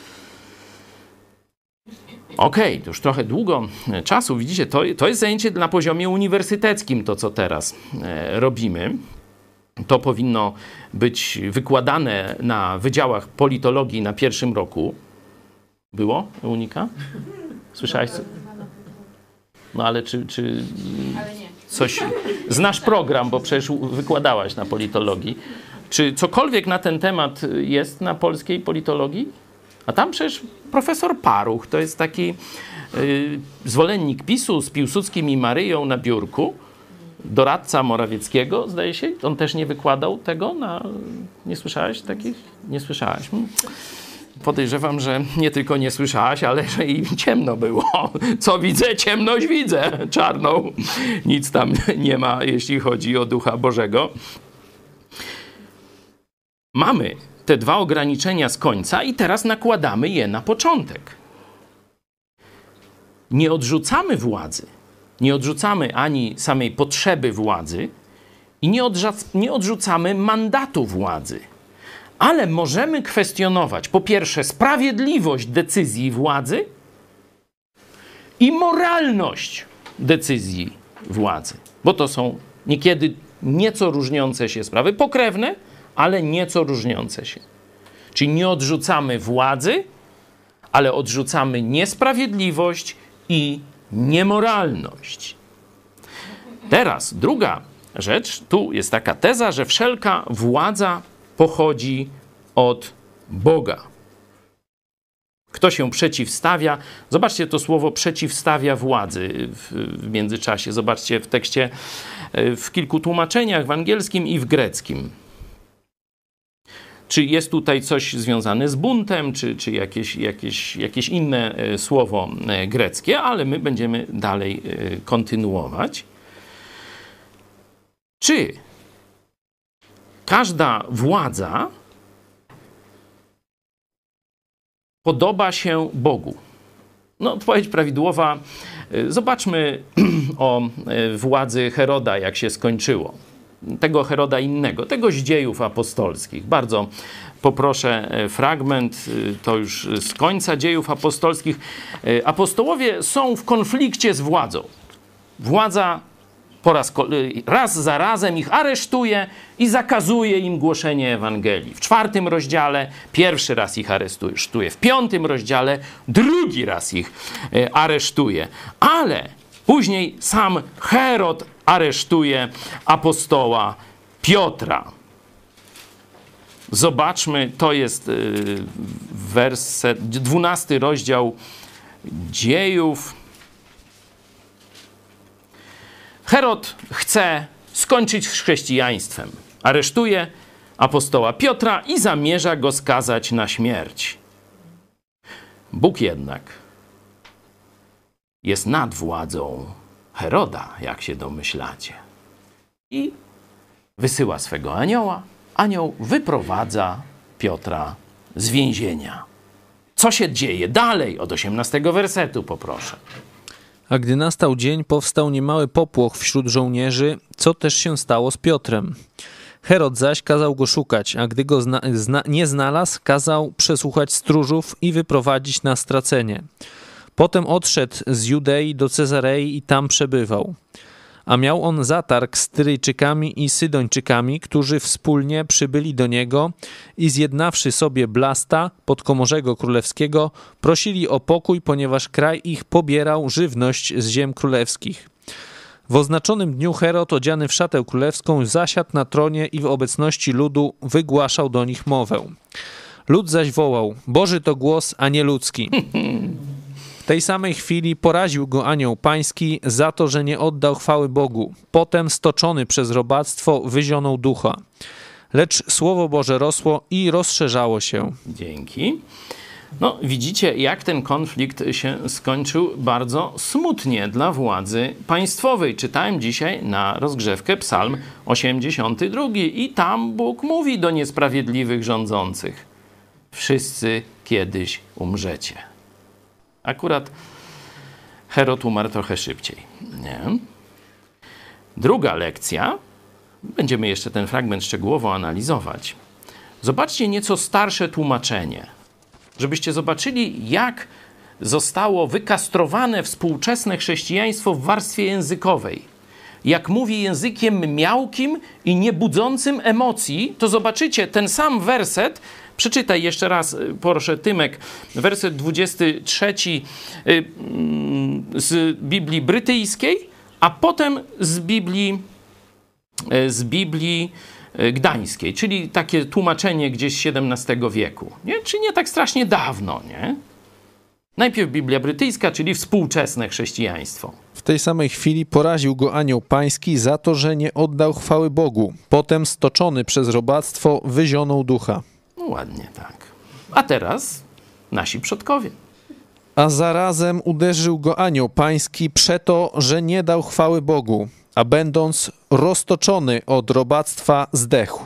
Okej, okay, to już trochę długo czasu, widzicie, to, to jest zajęcie na poziomie uniwersyteckim, to co teraz e, robimy. To powinno być wykładane na wydziałach politologii na pierwszym roku. Było, Eunika? Słyszałaś? No ale czy, czy coś... Znasz program, bo przecież wykładałaś na politologii. Czy cokolwiek na ten temat jest na polskiej politologii? A tam przecież profesor Paruch, to jest taki y, zwolennik PiSu z Piłsudskim i Maryją na biurku, doradca Morawieckiego, zdaje się. On też nie wykładał tego na... Nie słyszałaś takich? Nie słyszałaś? Podejrzewam, że nie tylko nie słyszałaś, ale że i ciemno było. Co widzę? Ciemność widzę. Czarną. Nic tam nie ma, jeśli chodzi o Ducha Bożego. Mamy te dwa ograniczenia z końca i teraz nakładamy je na początek. Nie odrzucamy władzy. Nie odrzucamy ani samej potrzeby władzy i nie, odrzuc- nie odrzucamy mandatu władzy. Ale możemy kwestionować po pierwsze sprawiedliwość decyzji władzy i moralność decyzji władzy, bo to są niekiedy nieco różniące się sprawy, pokrewne, ale nieco różniące się. Czyli nie odrzucamy władzy, ale odrzucamy niesprawiedliwość i niemoralność. Teraz druga rzecz, tu jest taka teza, że wszelka władza pochodzi od Boga. Kto się przeciwstawia? Zobaczcie to słowo przeciwstawia władzy w, w międzyczasie. Zobaczcie w tekście, w kilku tłumaczeniach, w angielskim i w greckim. Czy jest tutaj coś związane z buntem, czy, czy jakieś, jakieś, jakieś inne słowo greckie, ale my będziemy dalej kontynuować. Czy każda władza podoba się Bogu? No, odpowiedź prawidłowa. Zobaczmy o władzy Heroda, jak się skończyło. Tego Heroda innego, tego z Dziejów Apostolskich. Bardzo poproszę fragment, to już z końca Dziejów Apostolskich. Apostołowie są w konflikcie z władzą. Władza po raz, raz za razem ich aresztuje i zakazuje im głoszenia Ewangelii. W czwartym rozdziale pierwszy raz ich aresztuje, w piątym rozdziale drugi raz ich aresztuje. Ale później sam Herod aresztuje apostoła Piotra. Zobaczmy, to jest werset, dwunasty rozdział Dziejów. Herod chce skończyć z chrześcijaństwem. Aresztuje apostoła Piotra i zamierza go skazać na śmierć. Bóg jednak jest nad władzą Heroda, jak się domyślacie. I wysyła swego anioła. Anioł wyprowadza Piotra z więzienia. Co się dzieje dalej? Od osiemnastego wersetu poproszę. A gdy nastał dzień, powstał niemały popłoch wśród żołnierzy, co też się stało z Piotrem. Herod zaś kazał go szukać, a gdy go zna, zna, nie znalazł, kazał przesłuchać stróżów i wyprowadzić na stracenie. Potem odszedł z Judei do Cezarei i tam przebywał. A miał on zatarg z Tyryjczykami i Sydończykami, którzy wspólnie przybyli do niego i zjednawszy sobie Blasta, podkomorzego królewskiego, prosili o pokój, ponieważ kraj ich pobierał żywność z ziem królewskich. W oznaczonym dniu Herod, odziany w szatę królewską, zasiadł na tronie i w obecności ludu wygłaszał do nich mowę. Lud zaś wołał: Boży to głos, a nie ludzki. W tej samej chwili poraził go anioł pański za to, że nie oddał chwały Bogu. Potem, stoczony przez robactwo, wyzionął ducha. Lecz Słowo Boże rosło i rozszerzało się. Dzięki. No, widzicie, jak ten konflikt się skończył bardzo smutnie dla władzy państwowej. Czytałem dzisiaj na rozgrzewkę Psalm osiemdziesiąty drugi i tam Bóg mówi do niesprawiedliwych rządzących: wszyscy kiedyś umrzecie. Akurat Herod umarł trochę szybciej. Nie? Druga lekcja. Będziemy jeszcze ten fragment szczegółowo analizować. Zobaczcie nieco starsze tłumaczenie, żebyście zobaczyli, jak zostało wykastrowane współczesne chrześcijaństwo w warstwie językowej. Jak mówi językiem miałkim i niebudzącym emocji, to zobaczycie ten sam werset. Przeczytaj jeszcze raz, proszę, Tymek, werset dwudziesty trzeci z Biblii brytyjskiej, a potem z Biblii, z Biblii gdańskiej, czyli takie tłumaczenie gdzieś z siedemnastego wieku. Nie? Czy nie tak strasznie dawno, nie? Najpierw Biblia brytyjska, czyli współczesne chrześcijaństwo. W tej samej chwili poraził go anioł pański za to, że nie oddał chwały Bogu. Potem, stoczony przez robactwo, wyzionął ducha. No ładnie tak. A teraz nasi przodkowie. A zarazem uderzył go anioł pański przeto, że nie dał chwały Bogu, a będąc roztoczony od robactwa zdechł.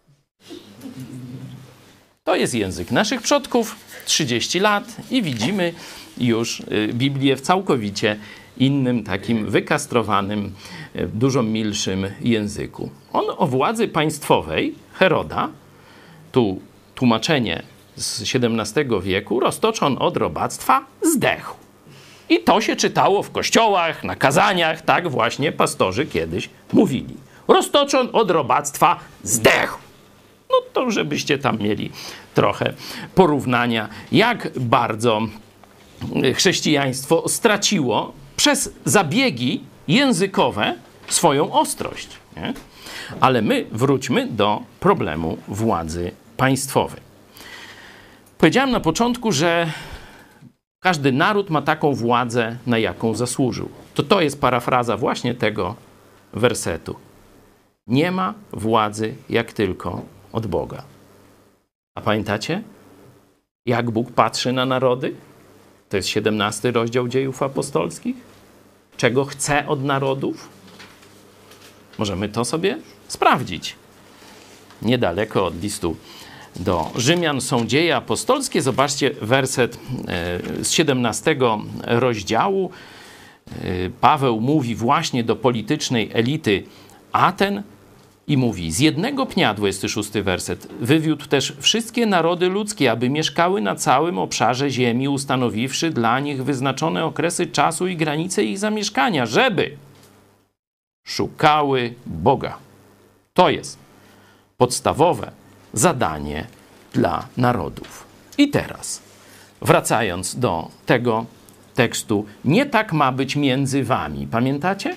To jest język naszych przodków, trzydzieści lat i widzimy już Biblię w całkowicie innym, takim wykastrowanym, dużo milszym języku. On o władzy państwowej Heroda, tu tłumaczenie z siedemnastego wieku, roztoczon od robactwa, zdechł. I to się czytało w kościołach, na kazaniach, tak właśnie pastorzy kiedyś mówili. Roztoczon od robactwa, zdechł. No to żebyście tam mieli trochę porównania, jak bardzo chrześcijaństwo straciło przez zabiegi językowe swoją ostrość. Nie? Ale my wróćmy do problemu władzy państwowej. Powiedziałem na początku, że każdy naród ma taką władzę, na jaką zasłużył. To to jest parafraza właśnie tego wersetu. Nie ma władzy jak tylko od Boga. A pamiętacie, jak Bóg patrzy na narody? To jest siedemnasty rozdział Dziejów Apostolskich. Czego chce od narodów? Możemy to sobie sprawdzić. Niedaleko od listu do Rzymian są Dzieje Apostolskie. Zobaczcie werset z siedemnastego rozdziału. Paweł mówi właśnie do politycznej elity Aten i mówi: z jednego pnia, dwudziesty szósty werset, wywiódł też wszystkie narody ludzkie, aby mieszkały na całym obszarze ziemi, ustanowiwszy dla nich wyznaczone okresy czasu i granice ich zamieszkania, żeby szukały Boga. To jest podstawowe zadanie dla narodów. I teraz, wracając do tego tekstu, nie tak ma być między wami. Pamiętacie?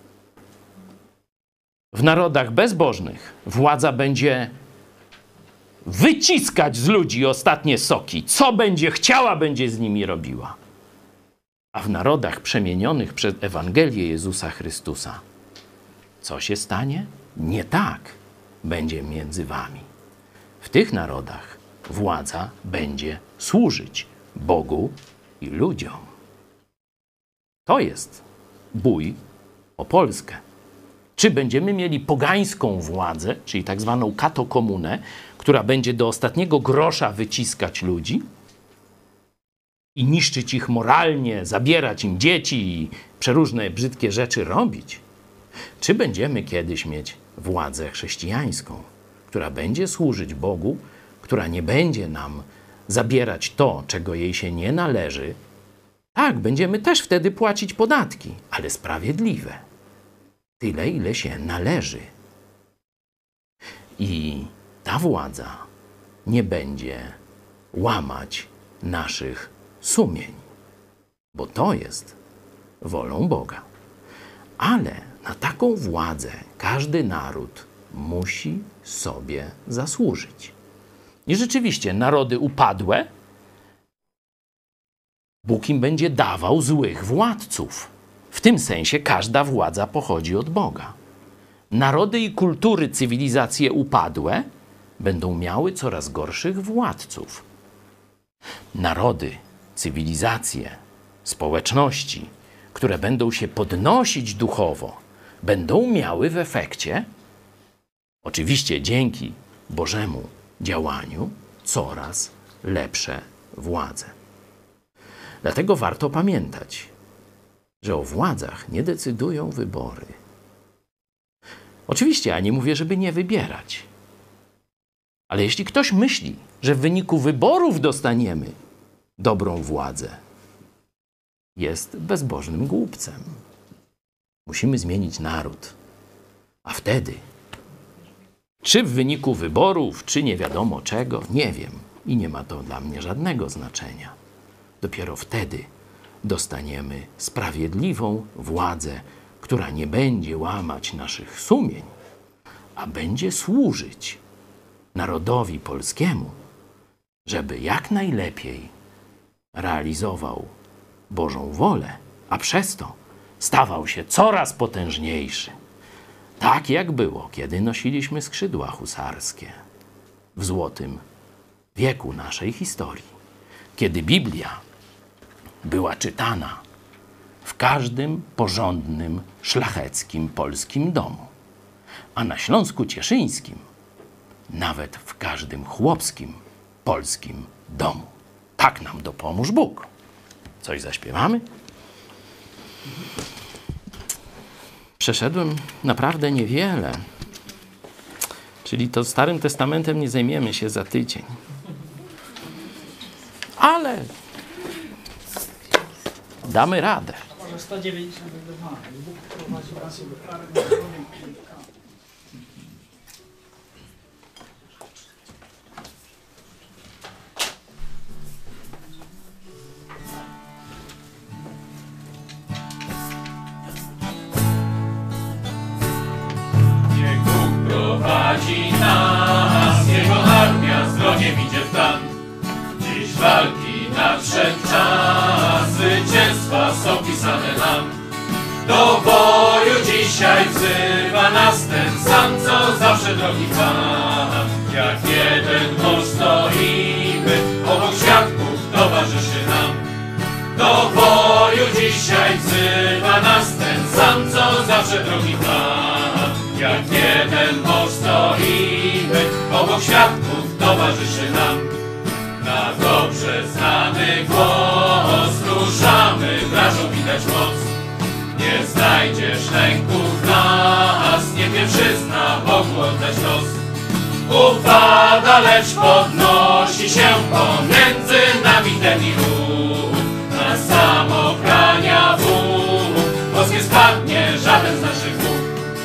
W narodach bezbożnych władza będzie wyciskać z ludzi ostatnie soki. Co będzie chciała, będzie z nimi robiła. A w narodach przemienionych przez Ewangelię Jezusa Chrystusa co się stanie? Nie tak będzie między wami. W tych narodach władza będzie służyć Bogu i ludziom. To jest bój o Polskę. Czy będziemy mieli pogańską władzę, czyli tak zwaną katokomunę, która będzie do ostatniego grosza wyciskać ludzi i niszczyć ich moralnie, zabierać im dzieci i przeróżne brzydkie rzeczy robić? Czy będziemy kiedyś mieć władzę chrześcijańską, która będzie służyć Bogu, która nie będzie nam zabierać to, czego jej się nie należy? Tak, będziemy też wtedy płacić podatki, ale sprawiedliwe. Tyle, ile się należy. I ta władza nie będzie łamać naszych sumień, bo to jest wolą Boga. Ale na taką władzę każdy naród musi sobie zasłużyć. I rzeczywiście narody upadłe, Bóg im będzie dawał złych władców. W tym sensie każda władza pochodzi od Boga. Narody i kultury, cywilizacje upadłe będą miały coraz gorszych władców. Narody, cywilizacje, społeczności, które będą się podnosić duchowo, będą miały w efekcie, oczywiście dzięki Bożemu działaniu, coraz lepsze władze. Dlatego warto pamiętać, że o władzach nie decydują wybory. Oczywiście ja nie mówię, żeby nie wybierać. Ale jeśli ktoś myśli, że w wyniku wyborów dostaniemy dobrą władzę, jest bezbożnym głupcem. Musimy zmienić naród. A wtedy, czy w wyniku wyborów, czy nie wiadomo czego, nie wiem. I nie ma to dla mnie żadnego znaczenia. Dopiero wtedy dostaniemy sprawiedliwą władzę, która nie będzie łamać naszych sumień, a będzie służyć narodowi polskiemu, żeby jak najlepiej realizował Bożą wolę, a przez to stawał się coraz potężniejszy. Tak jak było, kiedy nosiliśmy skrzydła husarskie w złotym wieku naszej historii. Kiedy Biblia była czytana w każdym porządnym, szlacheckim polskim domu, a na Śląsku Cieszyńskim nawet w każdym chłopskim polskim domu. Tak nam dopomóż Bóg. Coś zaśpiewamy? Przeszedłem naprawdę niewiele. Czyli to Starym Testamentem nie zajmiemy się za tydzień. ale damy radę. Może sto dziewięćdziesiąt dwa. Bóg prowadzi nas do prawy. Niech Bóg prowadzi nas, Jego armia z wrogiem idzie w plan. Dziś walki nadszedł czas, zwycięstwa są pisane nam. Do boju dzisiaj wzywa nas ten sam, co zawsze drogi Pan. Jak jeden mąż stoimy, obok świadków towarzyszy nam. Do boju dzisiaj wzywa nas ten sam, co zawsze drogi Pan. Jak jeden mąż stoimy, obok świadków towarzyszy nam. Na dobrze znany głos ruszamy, wrażą widać moc. Nie znajdziesz lęku w nas, nie pierwszyzna Bogu oddać los. Upada, lecz podnosi się pomiędzy nami ten i ów. Na samokrania Bóg, głos nie spadnie żaden z naszych głów.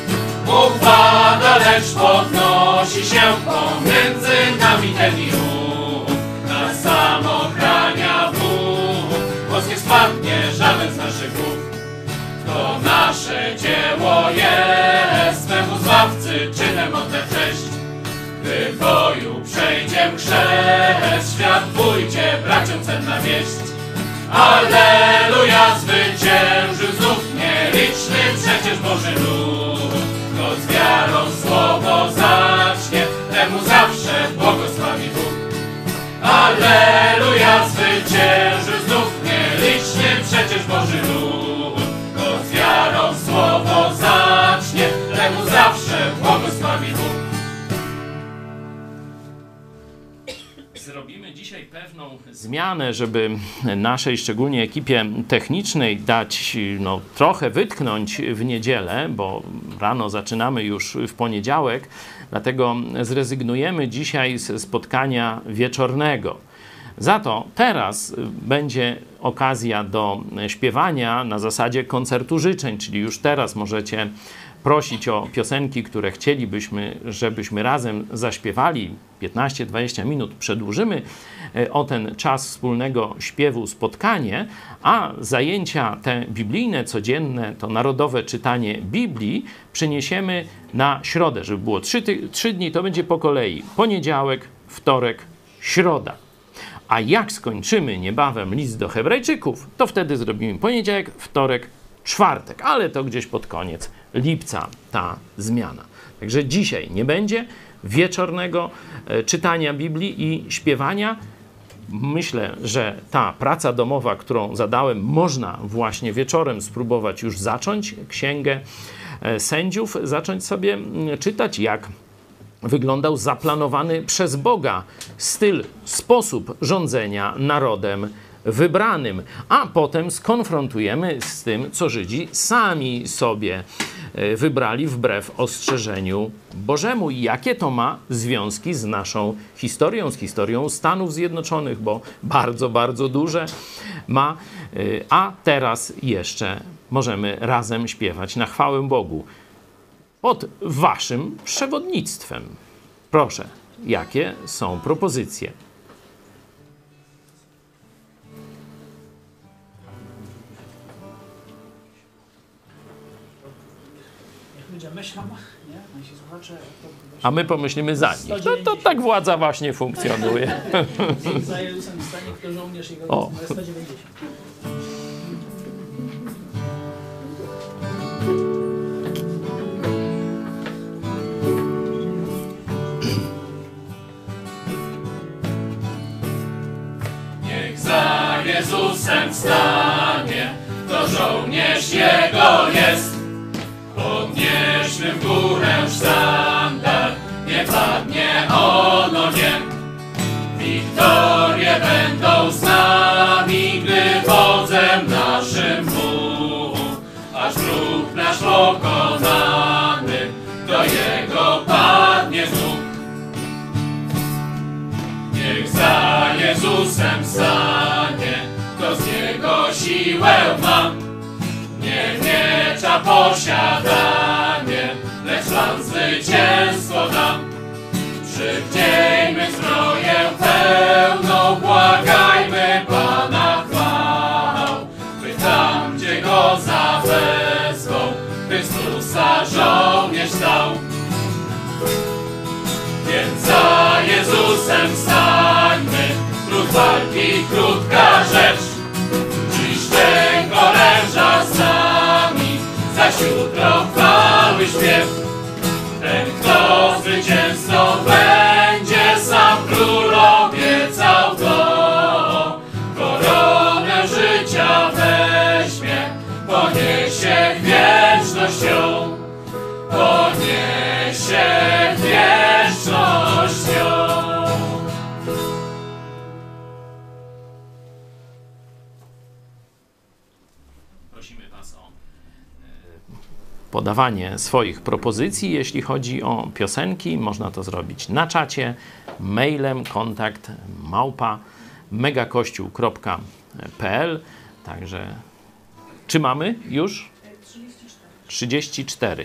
Upada, lecz podnosi się pomiędzy nami ten i ów. Na samokrania Bóg, głos nie spadnie żaden z naszych głów. To nasze dzieło jest, swemu Zbawcy czynem oddać cześć. Gdy w boju przejdziem chrzest, świat pójdzie braciom cenna wieść. Alleluja, zwyciężył znów nieliczny przecież Boży lud. Kto z wiarą słowo zacznie, temu zawsze błogosławi Bóg. Alleluja, zwyciężył znów nieliczny przecież Boży lud. Kto z wiarą słowo zacznie, temu zawsze błogosławi Bóg. Zrobimy dzisiaj pewną zmianę, żeby naszej szczególnie ekipie technicznej dać no, trochę wytchnąć w niedzielę, bo rano zaczynamy już w poniedziałek, dlatego zrezygnujemy dzisiaj ze spotkania wieczornego. Za to teraz będzie okazja do śpiewania na zasadzie koncertu życzeń, czyli już teraz możecie prosić o piosenki, które chcielibyśmy, żebyśmy razem zaśpiewali. piętnaście dwadzieścia minut przedłużymy o ten czas wspólnego śpiewu spotkanie, a zajęcia te biblijne, codzienne, to narodowe czytanie Biblii przeniesiemy na środę, żeby było trzy, ty- trzy dni, to będzie po kolei poniedziałek, wtorek, środa. A jak skończymy niebawem list do Hebrajczyków, to wtedy zrobimy poniedziałek, wtorek, czwartek, ale to gdzieś pod koniec lipca ta zmiana. Także dzisiaj nie będzie wieczornego e, czytania Biblii i śpiewania. Myślę, że ta praca domowa, którą zadałem, można właśnie wieczorem spróbować już zacząć księgę e, sędziów, zacząć sobie m, czytać, jak wyglądał zaplanowany przez Boga styl, sposób rządzenia narodem wybranym, a potem skonfrontujemy z tym, co Żydzi sami sobie wybrali wbrew ostrzeżeniu Bożemu i jakie to ma związki z naszą historią, z historią Stanów Zjednoczonych, bo bardzo, bardzo duże ma, a teraz jeszcze możemy razem śpiewać na chwałę Bogu pod waszym przewodnictwem. Proszę, jakie są propozycje? Ludzie myślą, nie? Nasi słuchacze, to A my pomyślimy za nich. No to tak władza właśnie funkcjonuje. za Jezusem stanie, kto żołnierz jego O. numer sto dziewięćdziesiąt. Niech za Jezusem stanie, to żołnierz Jego jest. Podnieśmy w górę sztandar, nie padnie ono, nie. Wiktorie będą z nami, gdy wodzem naszym Bóg. Aż wróg nasz pokonany, do Jego padnie znów. Niech za Jezusem stanie, kto z niego siłę ma. Nie miecza posiadanie, lecz wam zwycięstwo da. Przywdziejmy zbroję pełną, błagajmy Pana chwałą, by tam, gdzie go za wezwą, Chrystusa żołnierz stał. Więc za Jezusem stańmy, trud walki krótka rzecz. Dziś ten oręża z nami, zaś jutro chwały śpiew. Ten, kto zwycięzcą będzie, sam król obiecał to. Koronę życia weźmie, poniesie wieczność ją, poniesie wieczność ją. Prosimy Was o podawanie swoich propozycji, jeśli chodzi o piosenki. Można to zrobić na czacie, mailem, kontakt małpa megakościół kropka p l. Także czy mamy już? trzydzieści cztery.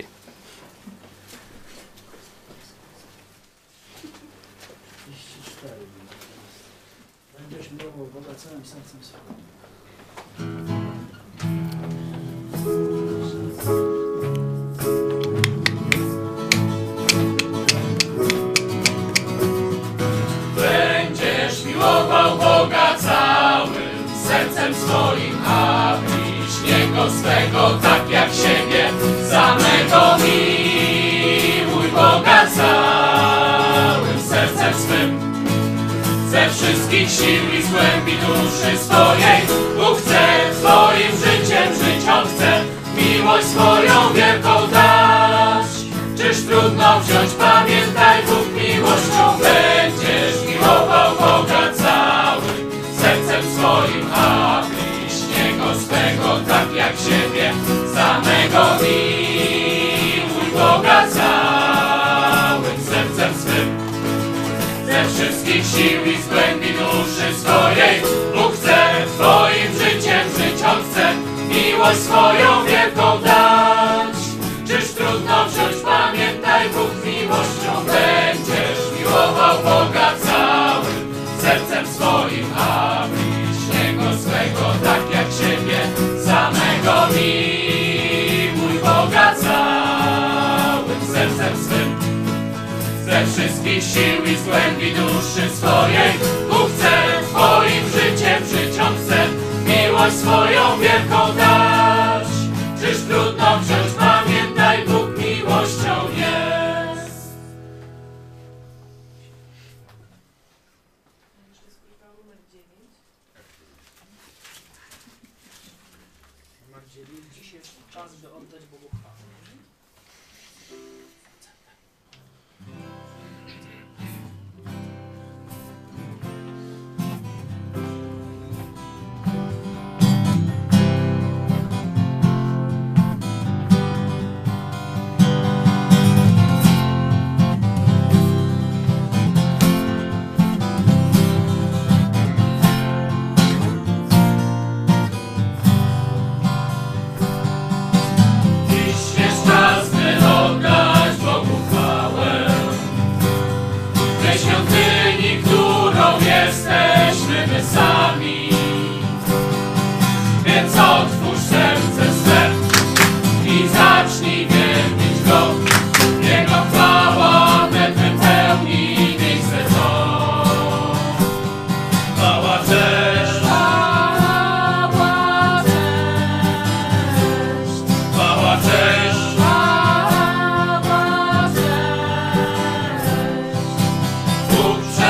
Będziesz miłował Boga całym sercem swoim. Będziesz miłował Boga całym sercem swoim, a bliźniego swego tak jak siebie samego miłuj Boga całym sercem swym. Ze wszystkich sił i z głębi duszy swojej Bóg chce twoim życiem żyć, On chce miłość swoją wielką dać. Czyż trudno wziąć, pamiętaj, Bóg miłością będziesz miłował Boga całym sercem swoim, a bliźniego swego tak jak siebie samego miłuj Boga całym sercem swym. Ze wszystkich sił i z głębi duszy swojej Bóg chce twoim życiem żyć, On chce miłość swoją wielką dać. Czyż trudno wziąć, pamiętaj, Bóg miłością będziesz miłował Boga całym sercem swoim, a bliźniego swego tak jak siebie samego miłuj Boga całym sercem swym. Ze wszystkich sił i z głębi duszy swojej Bóg chce twoim życiem żyć, On chce miłość swoją wielką dać. Czyż trudno wziąć, pamiętaj, Bóg miłością jest. Dzisiaj czas, by oddać Bogu chwałę.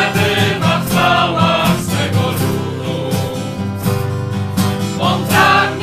On tak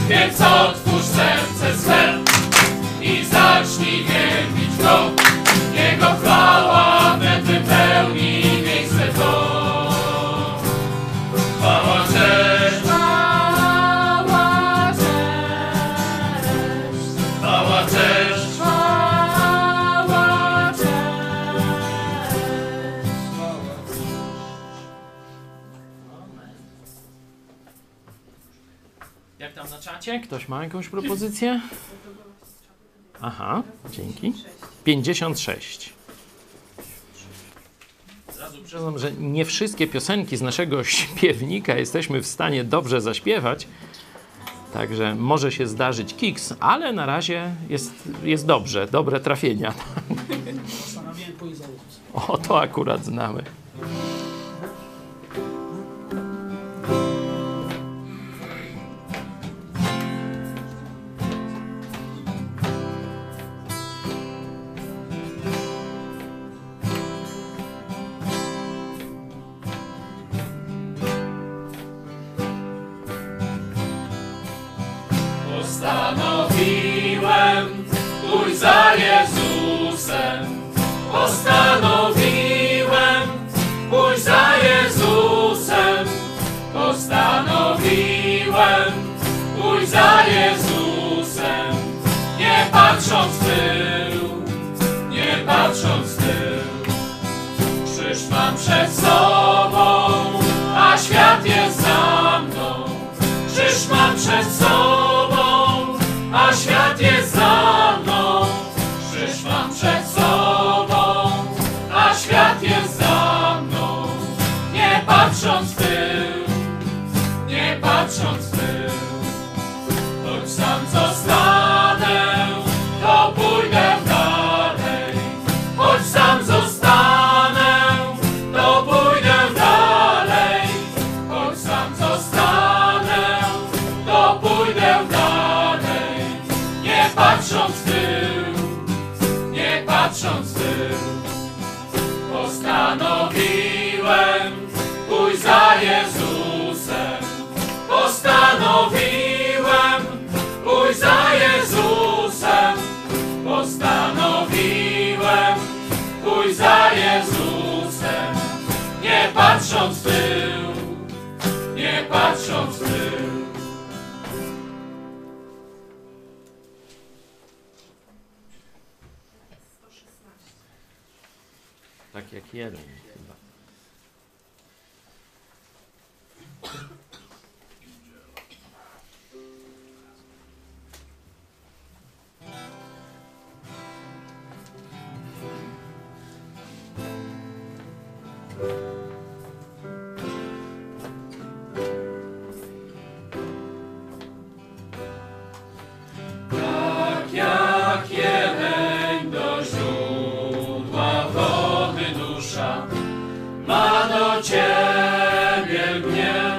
Więc otwórz serce swe i zacznij wielbić Go. Jego chwała wnet wypełni miejsce to. Chwała, cześć, Chwała, cześć, chwała, cześć, chwała, cześć. Jak tam na czacie? Ktoś ma jakąś propozycję? Aha, dzięki. pięćdziesiąt sześć. Zrazu przyznam, że nie wszystkie piosenki z naszego śpiewnika jesteśmy w stanie dobrze zaśpiewać. Także może się zdarzyć kiks, ale na razie jest, jest dobrze, dobre trafienia. Postanowiłem pójść za Jezus. O, to akurat znamy. Postanowiłem pójść za Jezusem. Postanowiłem pójść za Jezusem. Postanowiłem pójść za Jezusem. Nie patrząc w tył, nie patrząc w tył. Krzyż mam przed sobą, a świat jest za mną. Krzyż mam przed sobą, a świat jest za mną. Krzyż mam przed sobą, a świat jest za mną. Nie patrząc w tył, nie patrząc w tył. Choć sam zostanę, to pójdę dalej. Choć sam zostanę, to pójdę dalej. Choć sam zostanę, to pójdę dalej. Nie patrząc w tył, nie patrząc w tył. Postanowiłem pójść za Jezusem. Postanowiłem pójść za Jezusem. Postanowiłem pójść za Jezusem. Nie patrząc w tył, nie patrząc w tył. Tak jak jeden chyba. Tak jak jeleń do źródła wody dusza ma do Ciebie lgnie,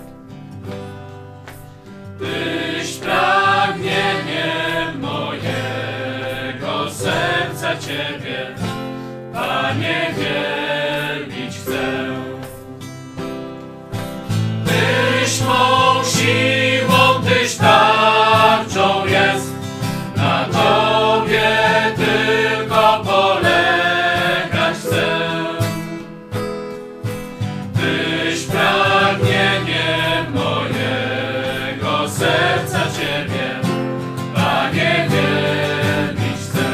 Tyś pragnieniem mojego serca Ciebie, Panie, wielbić chcę. Tyś mą siłą, Tyś tarczą jest, na Tobie tylko polegać chcę. Tyś pragnieniem mojego serca Ciebie, Panie, wielbić chcę.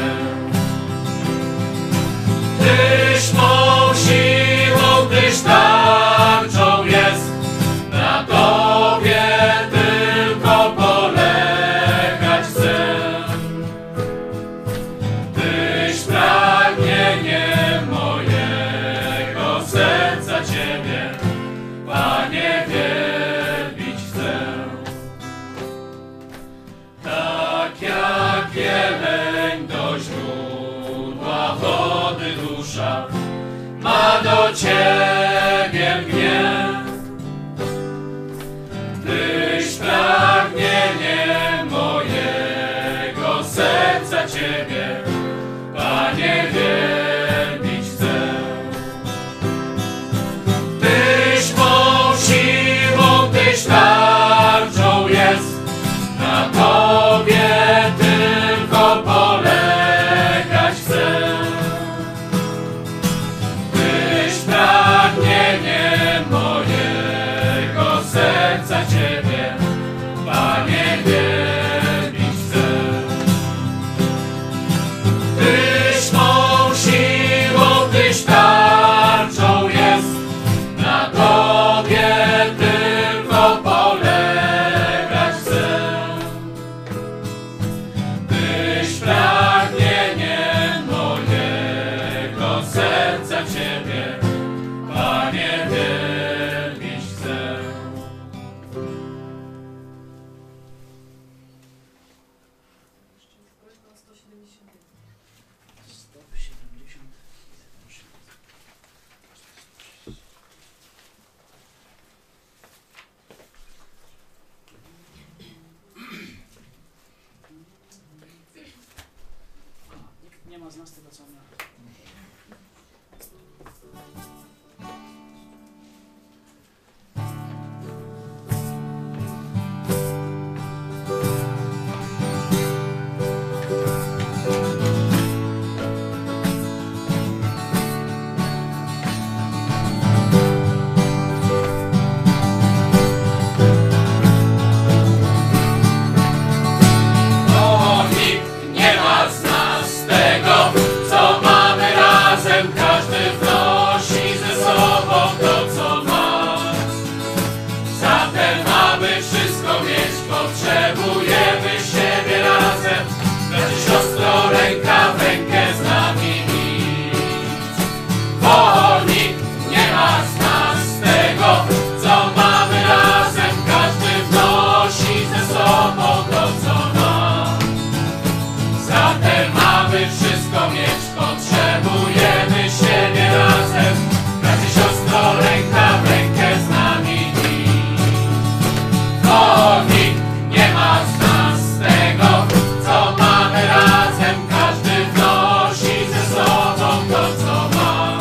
Tyś mą siłą, Tyś tarczą jest, na Tobie tylko polegać chcę. Tyś pragnieniem mojego serca Ciebie, Panie, wielbić chcę. Tak jak jeleń do źródła wody dusza ma do Ciebie lgnie, Tyś pragnieniem mojego serca Ciebie, Panie, wielbić chcę. Tyś mą siłą, Tyś tarczą jest, Na Tobie tylko polegać chcę. Tyś pragnieniem mojego serca Ciebie, Panie, wielbić chcę. Tyś mą siłą, Tyś tarczą jest, na Tobie tylko polegać chcę. Tyś pragnieniem mojego serca Ciebie, Panie, wielbić chcę. Nikt nie ma z nas tego, co miał. O, nikt nie ma z nas tego, co mamy razem. Każdy wnosi ze sobą to, co ma. Zatem, aby wszystko mieć, potrzebujemy siebie razem. Bracie, siostro, ręka w rękę z nami idź. Bo nikt nie ma z nas tego, co mamy razem. Każdy wnosi ze sobą to, co ma. Zatem, aby wszystko mieć, potrzebujemy siebie razem. Bracie, siostro, ręka w rękę z nami idź. Bo nikt nie ma z nas tego, co mamy razem. Każdy wnosi ze sobą to, co ma.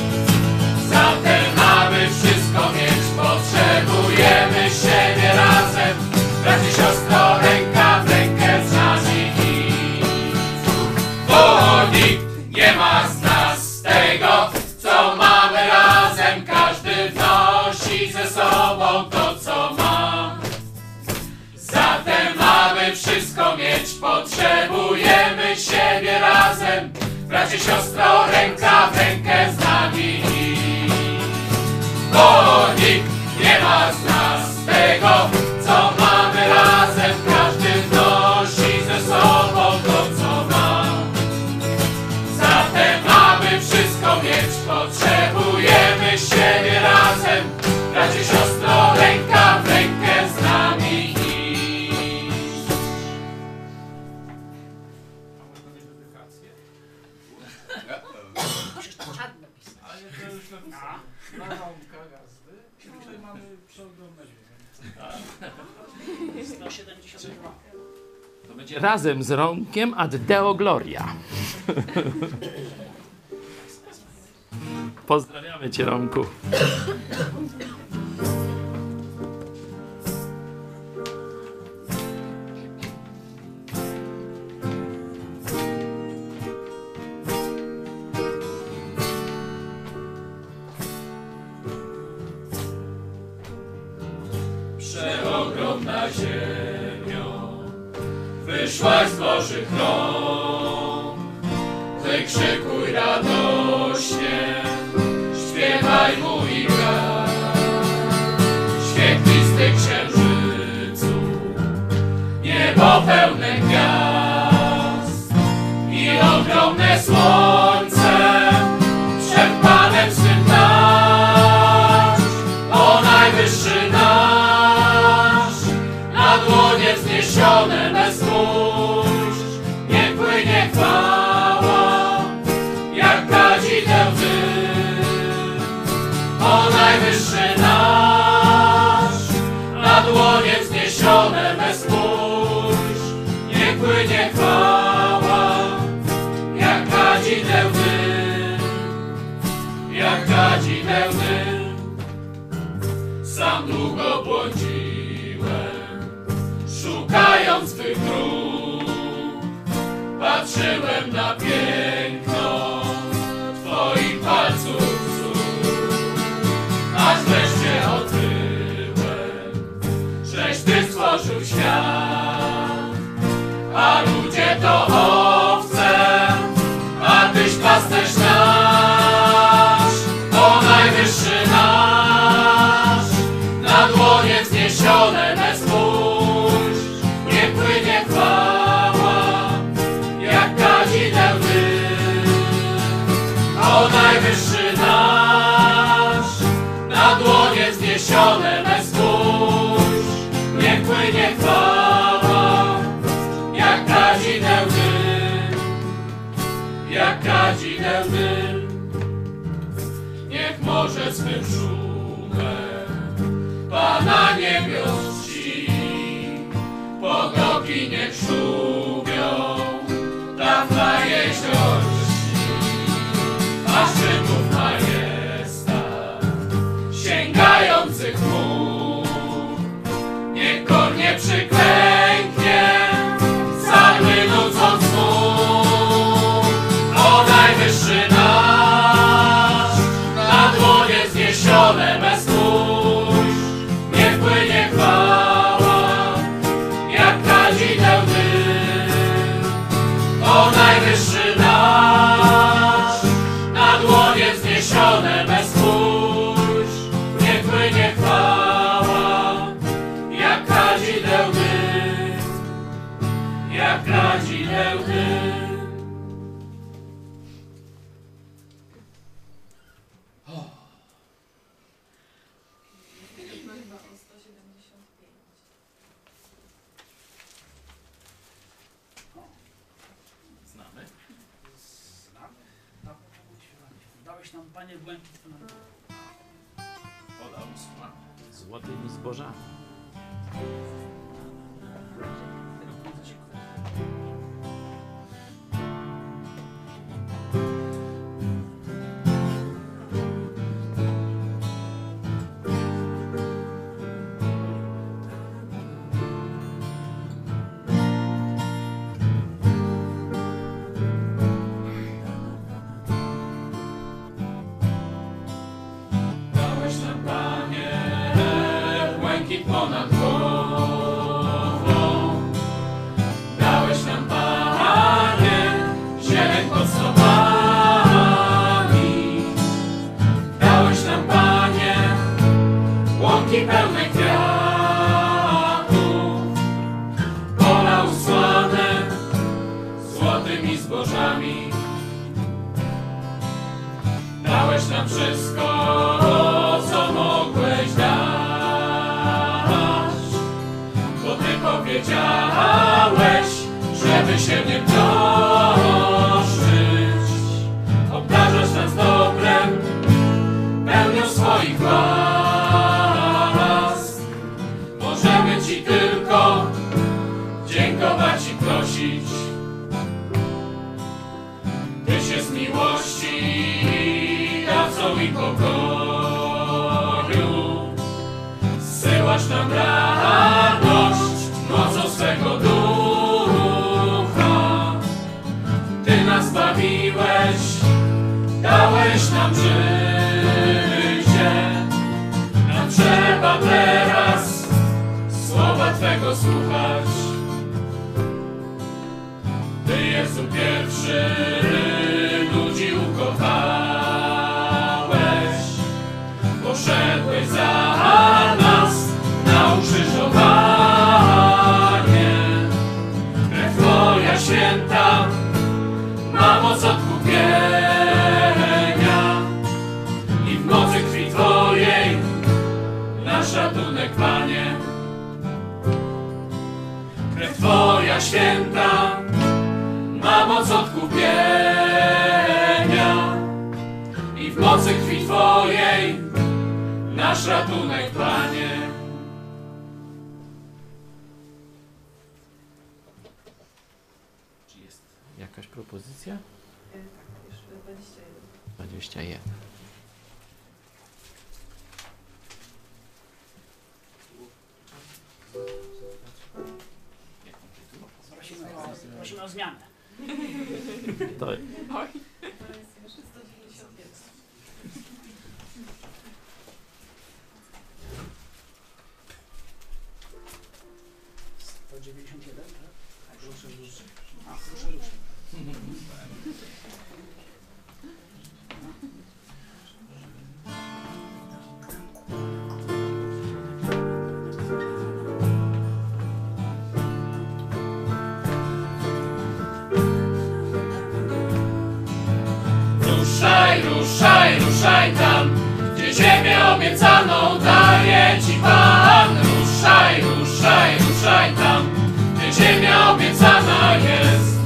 Zatem, aby wszystko mieć, potrzebujemy siebie razem. Bracie, siostro, ręka w rękę z nami idź. Bo nikt nie ma z nas tego, co mamy razem. Każdy wnosi ze sobą to, co ma. Zatem, aby wszystko mieć, potrzebujemy siebie razem. Bracie, siostro, ręka w rękę z nami idź. Bo nikt nie ma z nas tego, co mamy razem. Każdy wnosi ze sobą to, co ma. Zatem, aby wszystko mieć, potrzebujemy siebie razem. Bracie, siostro, ręka w rękę z nami idź. sto siedemdziesiąt dwa. To będzie razem z Romkiem ad Deo Gloria. Pozdrawiamy Cię, Romku. Przeogromna ziemio, wyszłaś z Bożych rąk. Wykrzykuj radośnie, śpiewaj mu i graj. Świetlisty księżycu, niebo pełne gwiazd i ogromne słońce. Przed Panem swym tańcz, o najwyższy nasz, na dłonie wzniesione me spójrz. Nie płynie chwała, jak kadzideł dym. O najwyższy nasz, na dłonie wzniesione me spójrz. Nie płynie chwała, jak kadzideł dym. Jak kadzideł dym. Sam długo błądziłem, szukając szukając Twych dróg. Patrzyłem na piękno Twoich palców wzór, aż wreszcie odkryłem, żeś Ty stworzył świat, a ludzie to owce, a Tyś pasterz nasz, o najwyższy nasz, na dłonie wzniesione me spójrz, nie płynie chwała, jak kadzideł dym. O najwyższy nasz, na dłonie wzniesione me spójrz, nie płynie chwała, jak kadzideł dym, jak kadzideł dym. Niech morze swym szumem Pana niebios czci, potoki niech szumią, tafla jezior lśni, a szczytów majestat sięgających chmur. Niech kornie przyklęknie, psalmy nucąc mur. O najwyższy nasz, na dłonie zniesione me spójrz, niech płynie chwała, jak kadzideł dym. O najwyższy nasz, na dłonie wzniesione me spójrz, niech płynie chwała, jak kadzideł dym, jak kadzideł dym. Znamy? Dałeś nam, Panie, błękit na niebo. Podał smak złotymi zbożami. Dałeś nam, Panie, błękit ponad głową. Dałeś nam, Panie, zieleń pod stopami. Dałeś nam, Panie, łąki pełne kwiatów, pola usłane złotymi zbożami. Dałeś nam wszystko, co mogłeś dać, bo Ty powiedziałeś, żeby się nie troszczyć. Obdarzasz nas dobrem, pełnią swoich łask. Możemy Ci tylko dziękować i prosić. Ty się z miłości dawcą i pokoju, zsyłasz nam radość mocą swego ducha. Ty nas zbawiłeś, dałeś nam życie. Nam trzeba teraz słowa Twego słuchać. Ty, Jezu, pierwszy ludzi ukochałeś, poszedłeś za nas na ukrzyżowanie. Krew Twoja święta ma moc odkupienia i w mocy krwi Twojej nasz ratunek, Panie. Krew Twoja święta ma moc odkupienia i w mocy krwi Twojej nasz ratunek, Panie. Czy jest jakaś propozycja? Tak, już dwadzieścia jeden. dwadzieścia jeden. Prosimy o zmianę. To... To jest sto dziewięćdziesiąt jeden. sto dziewięćdziesiąt jeden, tak? Proszę ruszyć. A, proszę ruszyć. Ruszaj, ruszaj, ruszaj tam, gdzie ziemię obiecaną daje Ci Pan. Ruszaj, ruszaj, ruszaj tam, gdzie ziemia obiecana jest.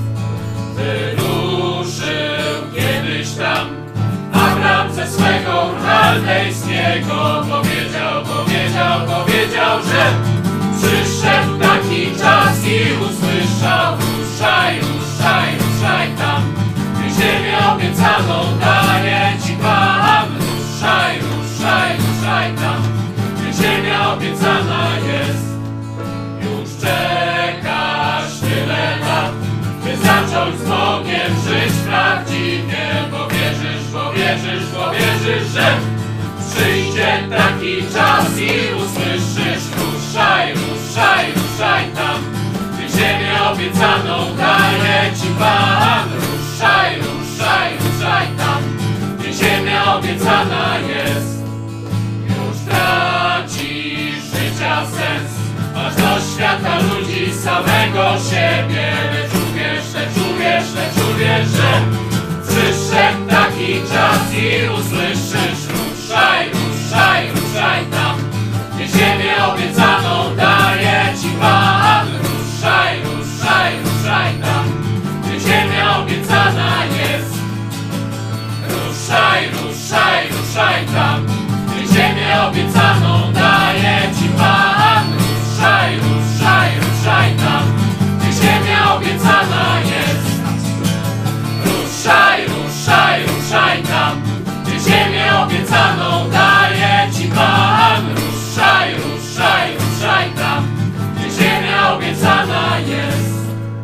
Wyruszył kiedyś tam Abram ze swego chaldejskiego. Powiedział, powiedział, powiedział, że przyszedł taki czas i usłyszał. Ruszaj, ruszaj, ruszaj tam, ziemię obiecaną daje Ci Pan. Ruszaj, ruszaj, ruszaj tam, gdzie ziemia obiecana jest. Już czekasz tyle lat, by zacząć z Bogiem żyć prawdziwie. Bo wierzysz, bo wierzysz, bo wierzysz, że przyjdzie taki czas i usłyszysz. Ruszaj, ruszaj, ruszaj tam, gdzie ziemię obiecaną daje Ci Pan. Ruszaj, ruszaj, ruszaj tam, gdzie ziemia obiecana jest. Już tracisz życia sens, masz do świata ludzi samego siebie. Lecz uwierz, lecz uwierz, lecz uwierz, że przyszedł taki czas i usłyszysz. Ruszaj, ruszaj, ruszaj tam, gdzie ziemię obiecaną daje Ci Pan. Ruszaj, ruszaj, ruszaj tam, gdzie ziemia obiecana jest. Ruszaj, ruszaj, ruszaj tam, gdzie ziemię obiecaną daje Ci Pan. Ruszaj, ruszaj, ruszaj tam, gdzie ziemia obiecana jest. Ruszaj, ruszaj, ruszaj tam, gdzie ziemię obiecaną daje Ci Pan. Ruszaj, ruszaj, ruszaj tam, gdzie ziemia obiecana jest.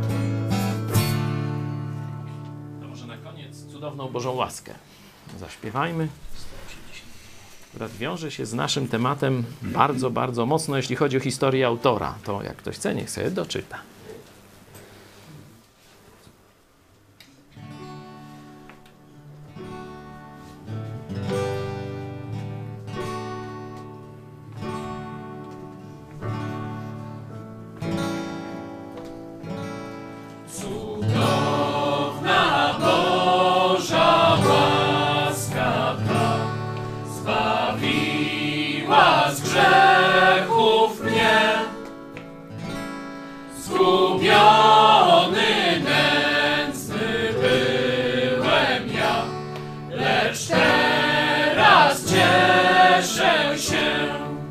To może na koniec cudowną Bożą łaskę zaśpiewajmy, która wiąże się z naszym tematem bardzo, bardzo mocno, jeśli chodzi o historię autora. To jak ktoś chce, niech sobie doczyta. Cudowna Boża łaska ta zbawiła z grzechów mnie. Zgubiony, nędzny byłem ja, lecz teraz cieszę się.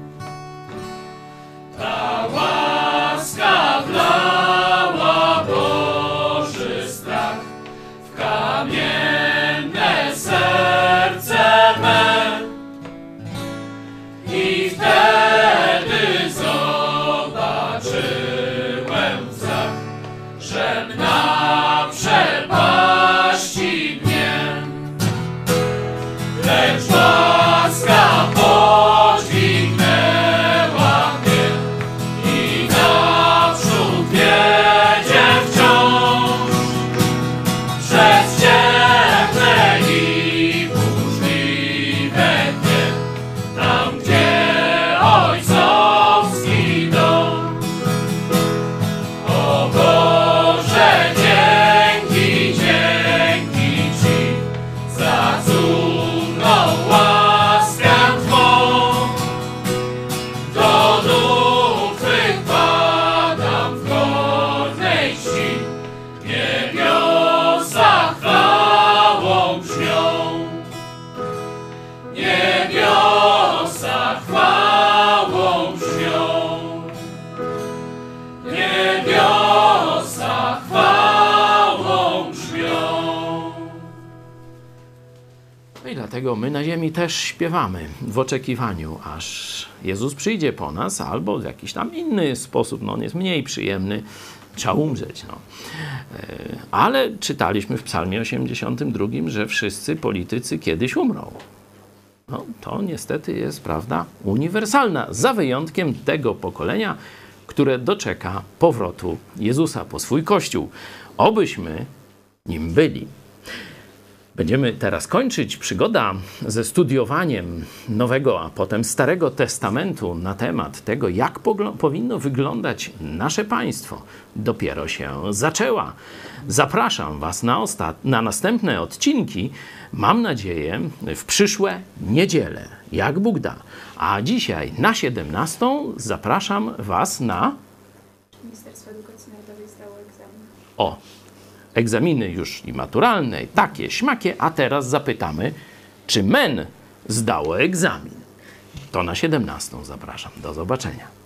Ta łaska wlała Boży strach w kamienne serce me. I wtedy zobaczyłem w zach, żem na przepaści dnie. Lecz łaska podźwignęła mnie i naprzód wiedzie wciąż przez ciemne i burzliwe dnie, tam gdzie ojcowski dom. O Boże, dzięki, dzięki Ci za cudną łaskę Twą. Do nóg Twych padam w godnej czci, niebiosa chwałą brzmią. Niebiosa chwałą brzmią. Niebiosa chwałą brzmią. No i dlatego my na ziemi też śpiewamy w oczekiwaniu, aż Jezus przyjdzie po nas, albo w jakiś tam inny sposób, no on jest mniej przyjemny, trzeba umrzeć. No. Ale czytaliśmy w psalmie osiemdziesiątym drugim, że wszyscy politycy kiedyś umrą. No, to niestety jest prawda uniwersalna, za wyjątkiem tego pokolenia, które doczeka powrotu Jezusa po swój Kościół. Obyśmy nim byli. Będziemy teraz kończyć. Przygoda ze studiowaniem Nowego, a potem Starego Testamentu na temat tego, jak powinno wyglądać nasze państwo, dopiero się zaczęła. Zapraszam Was na, na następne odcinki, mam nadzieję, w przyszłe niedzielę, jak Bóg da. A dzisiaj na siedemnastą zapraszam Was na... Ministerstwo Edukacji Narodowej zdało egzamin. O, egzaminy już i maturalne, takie, śmakie, a teraz zapytamy, czy M E N zdało egzamin. To na siedemnastą zapraszam. Do zobaczenia.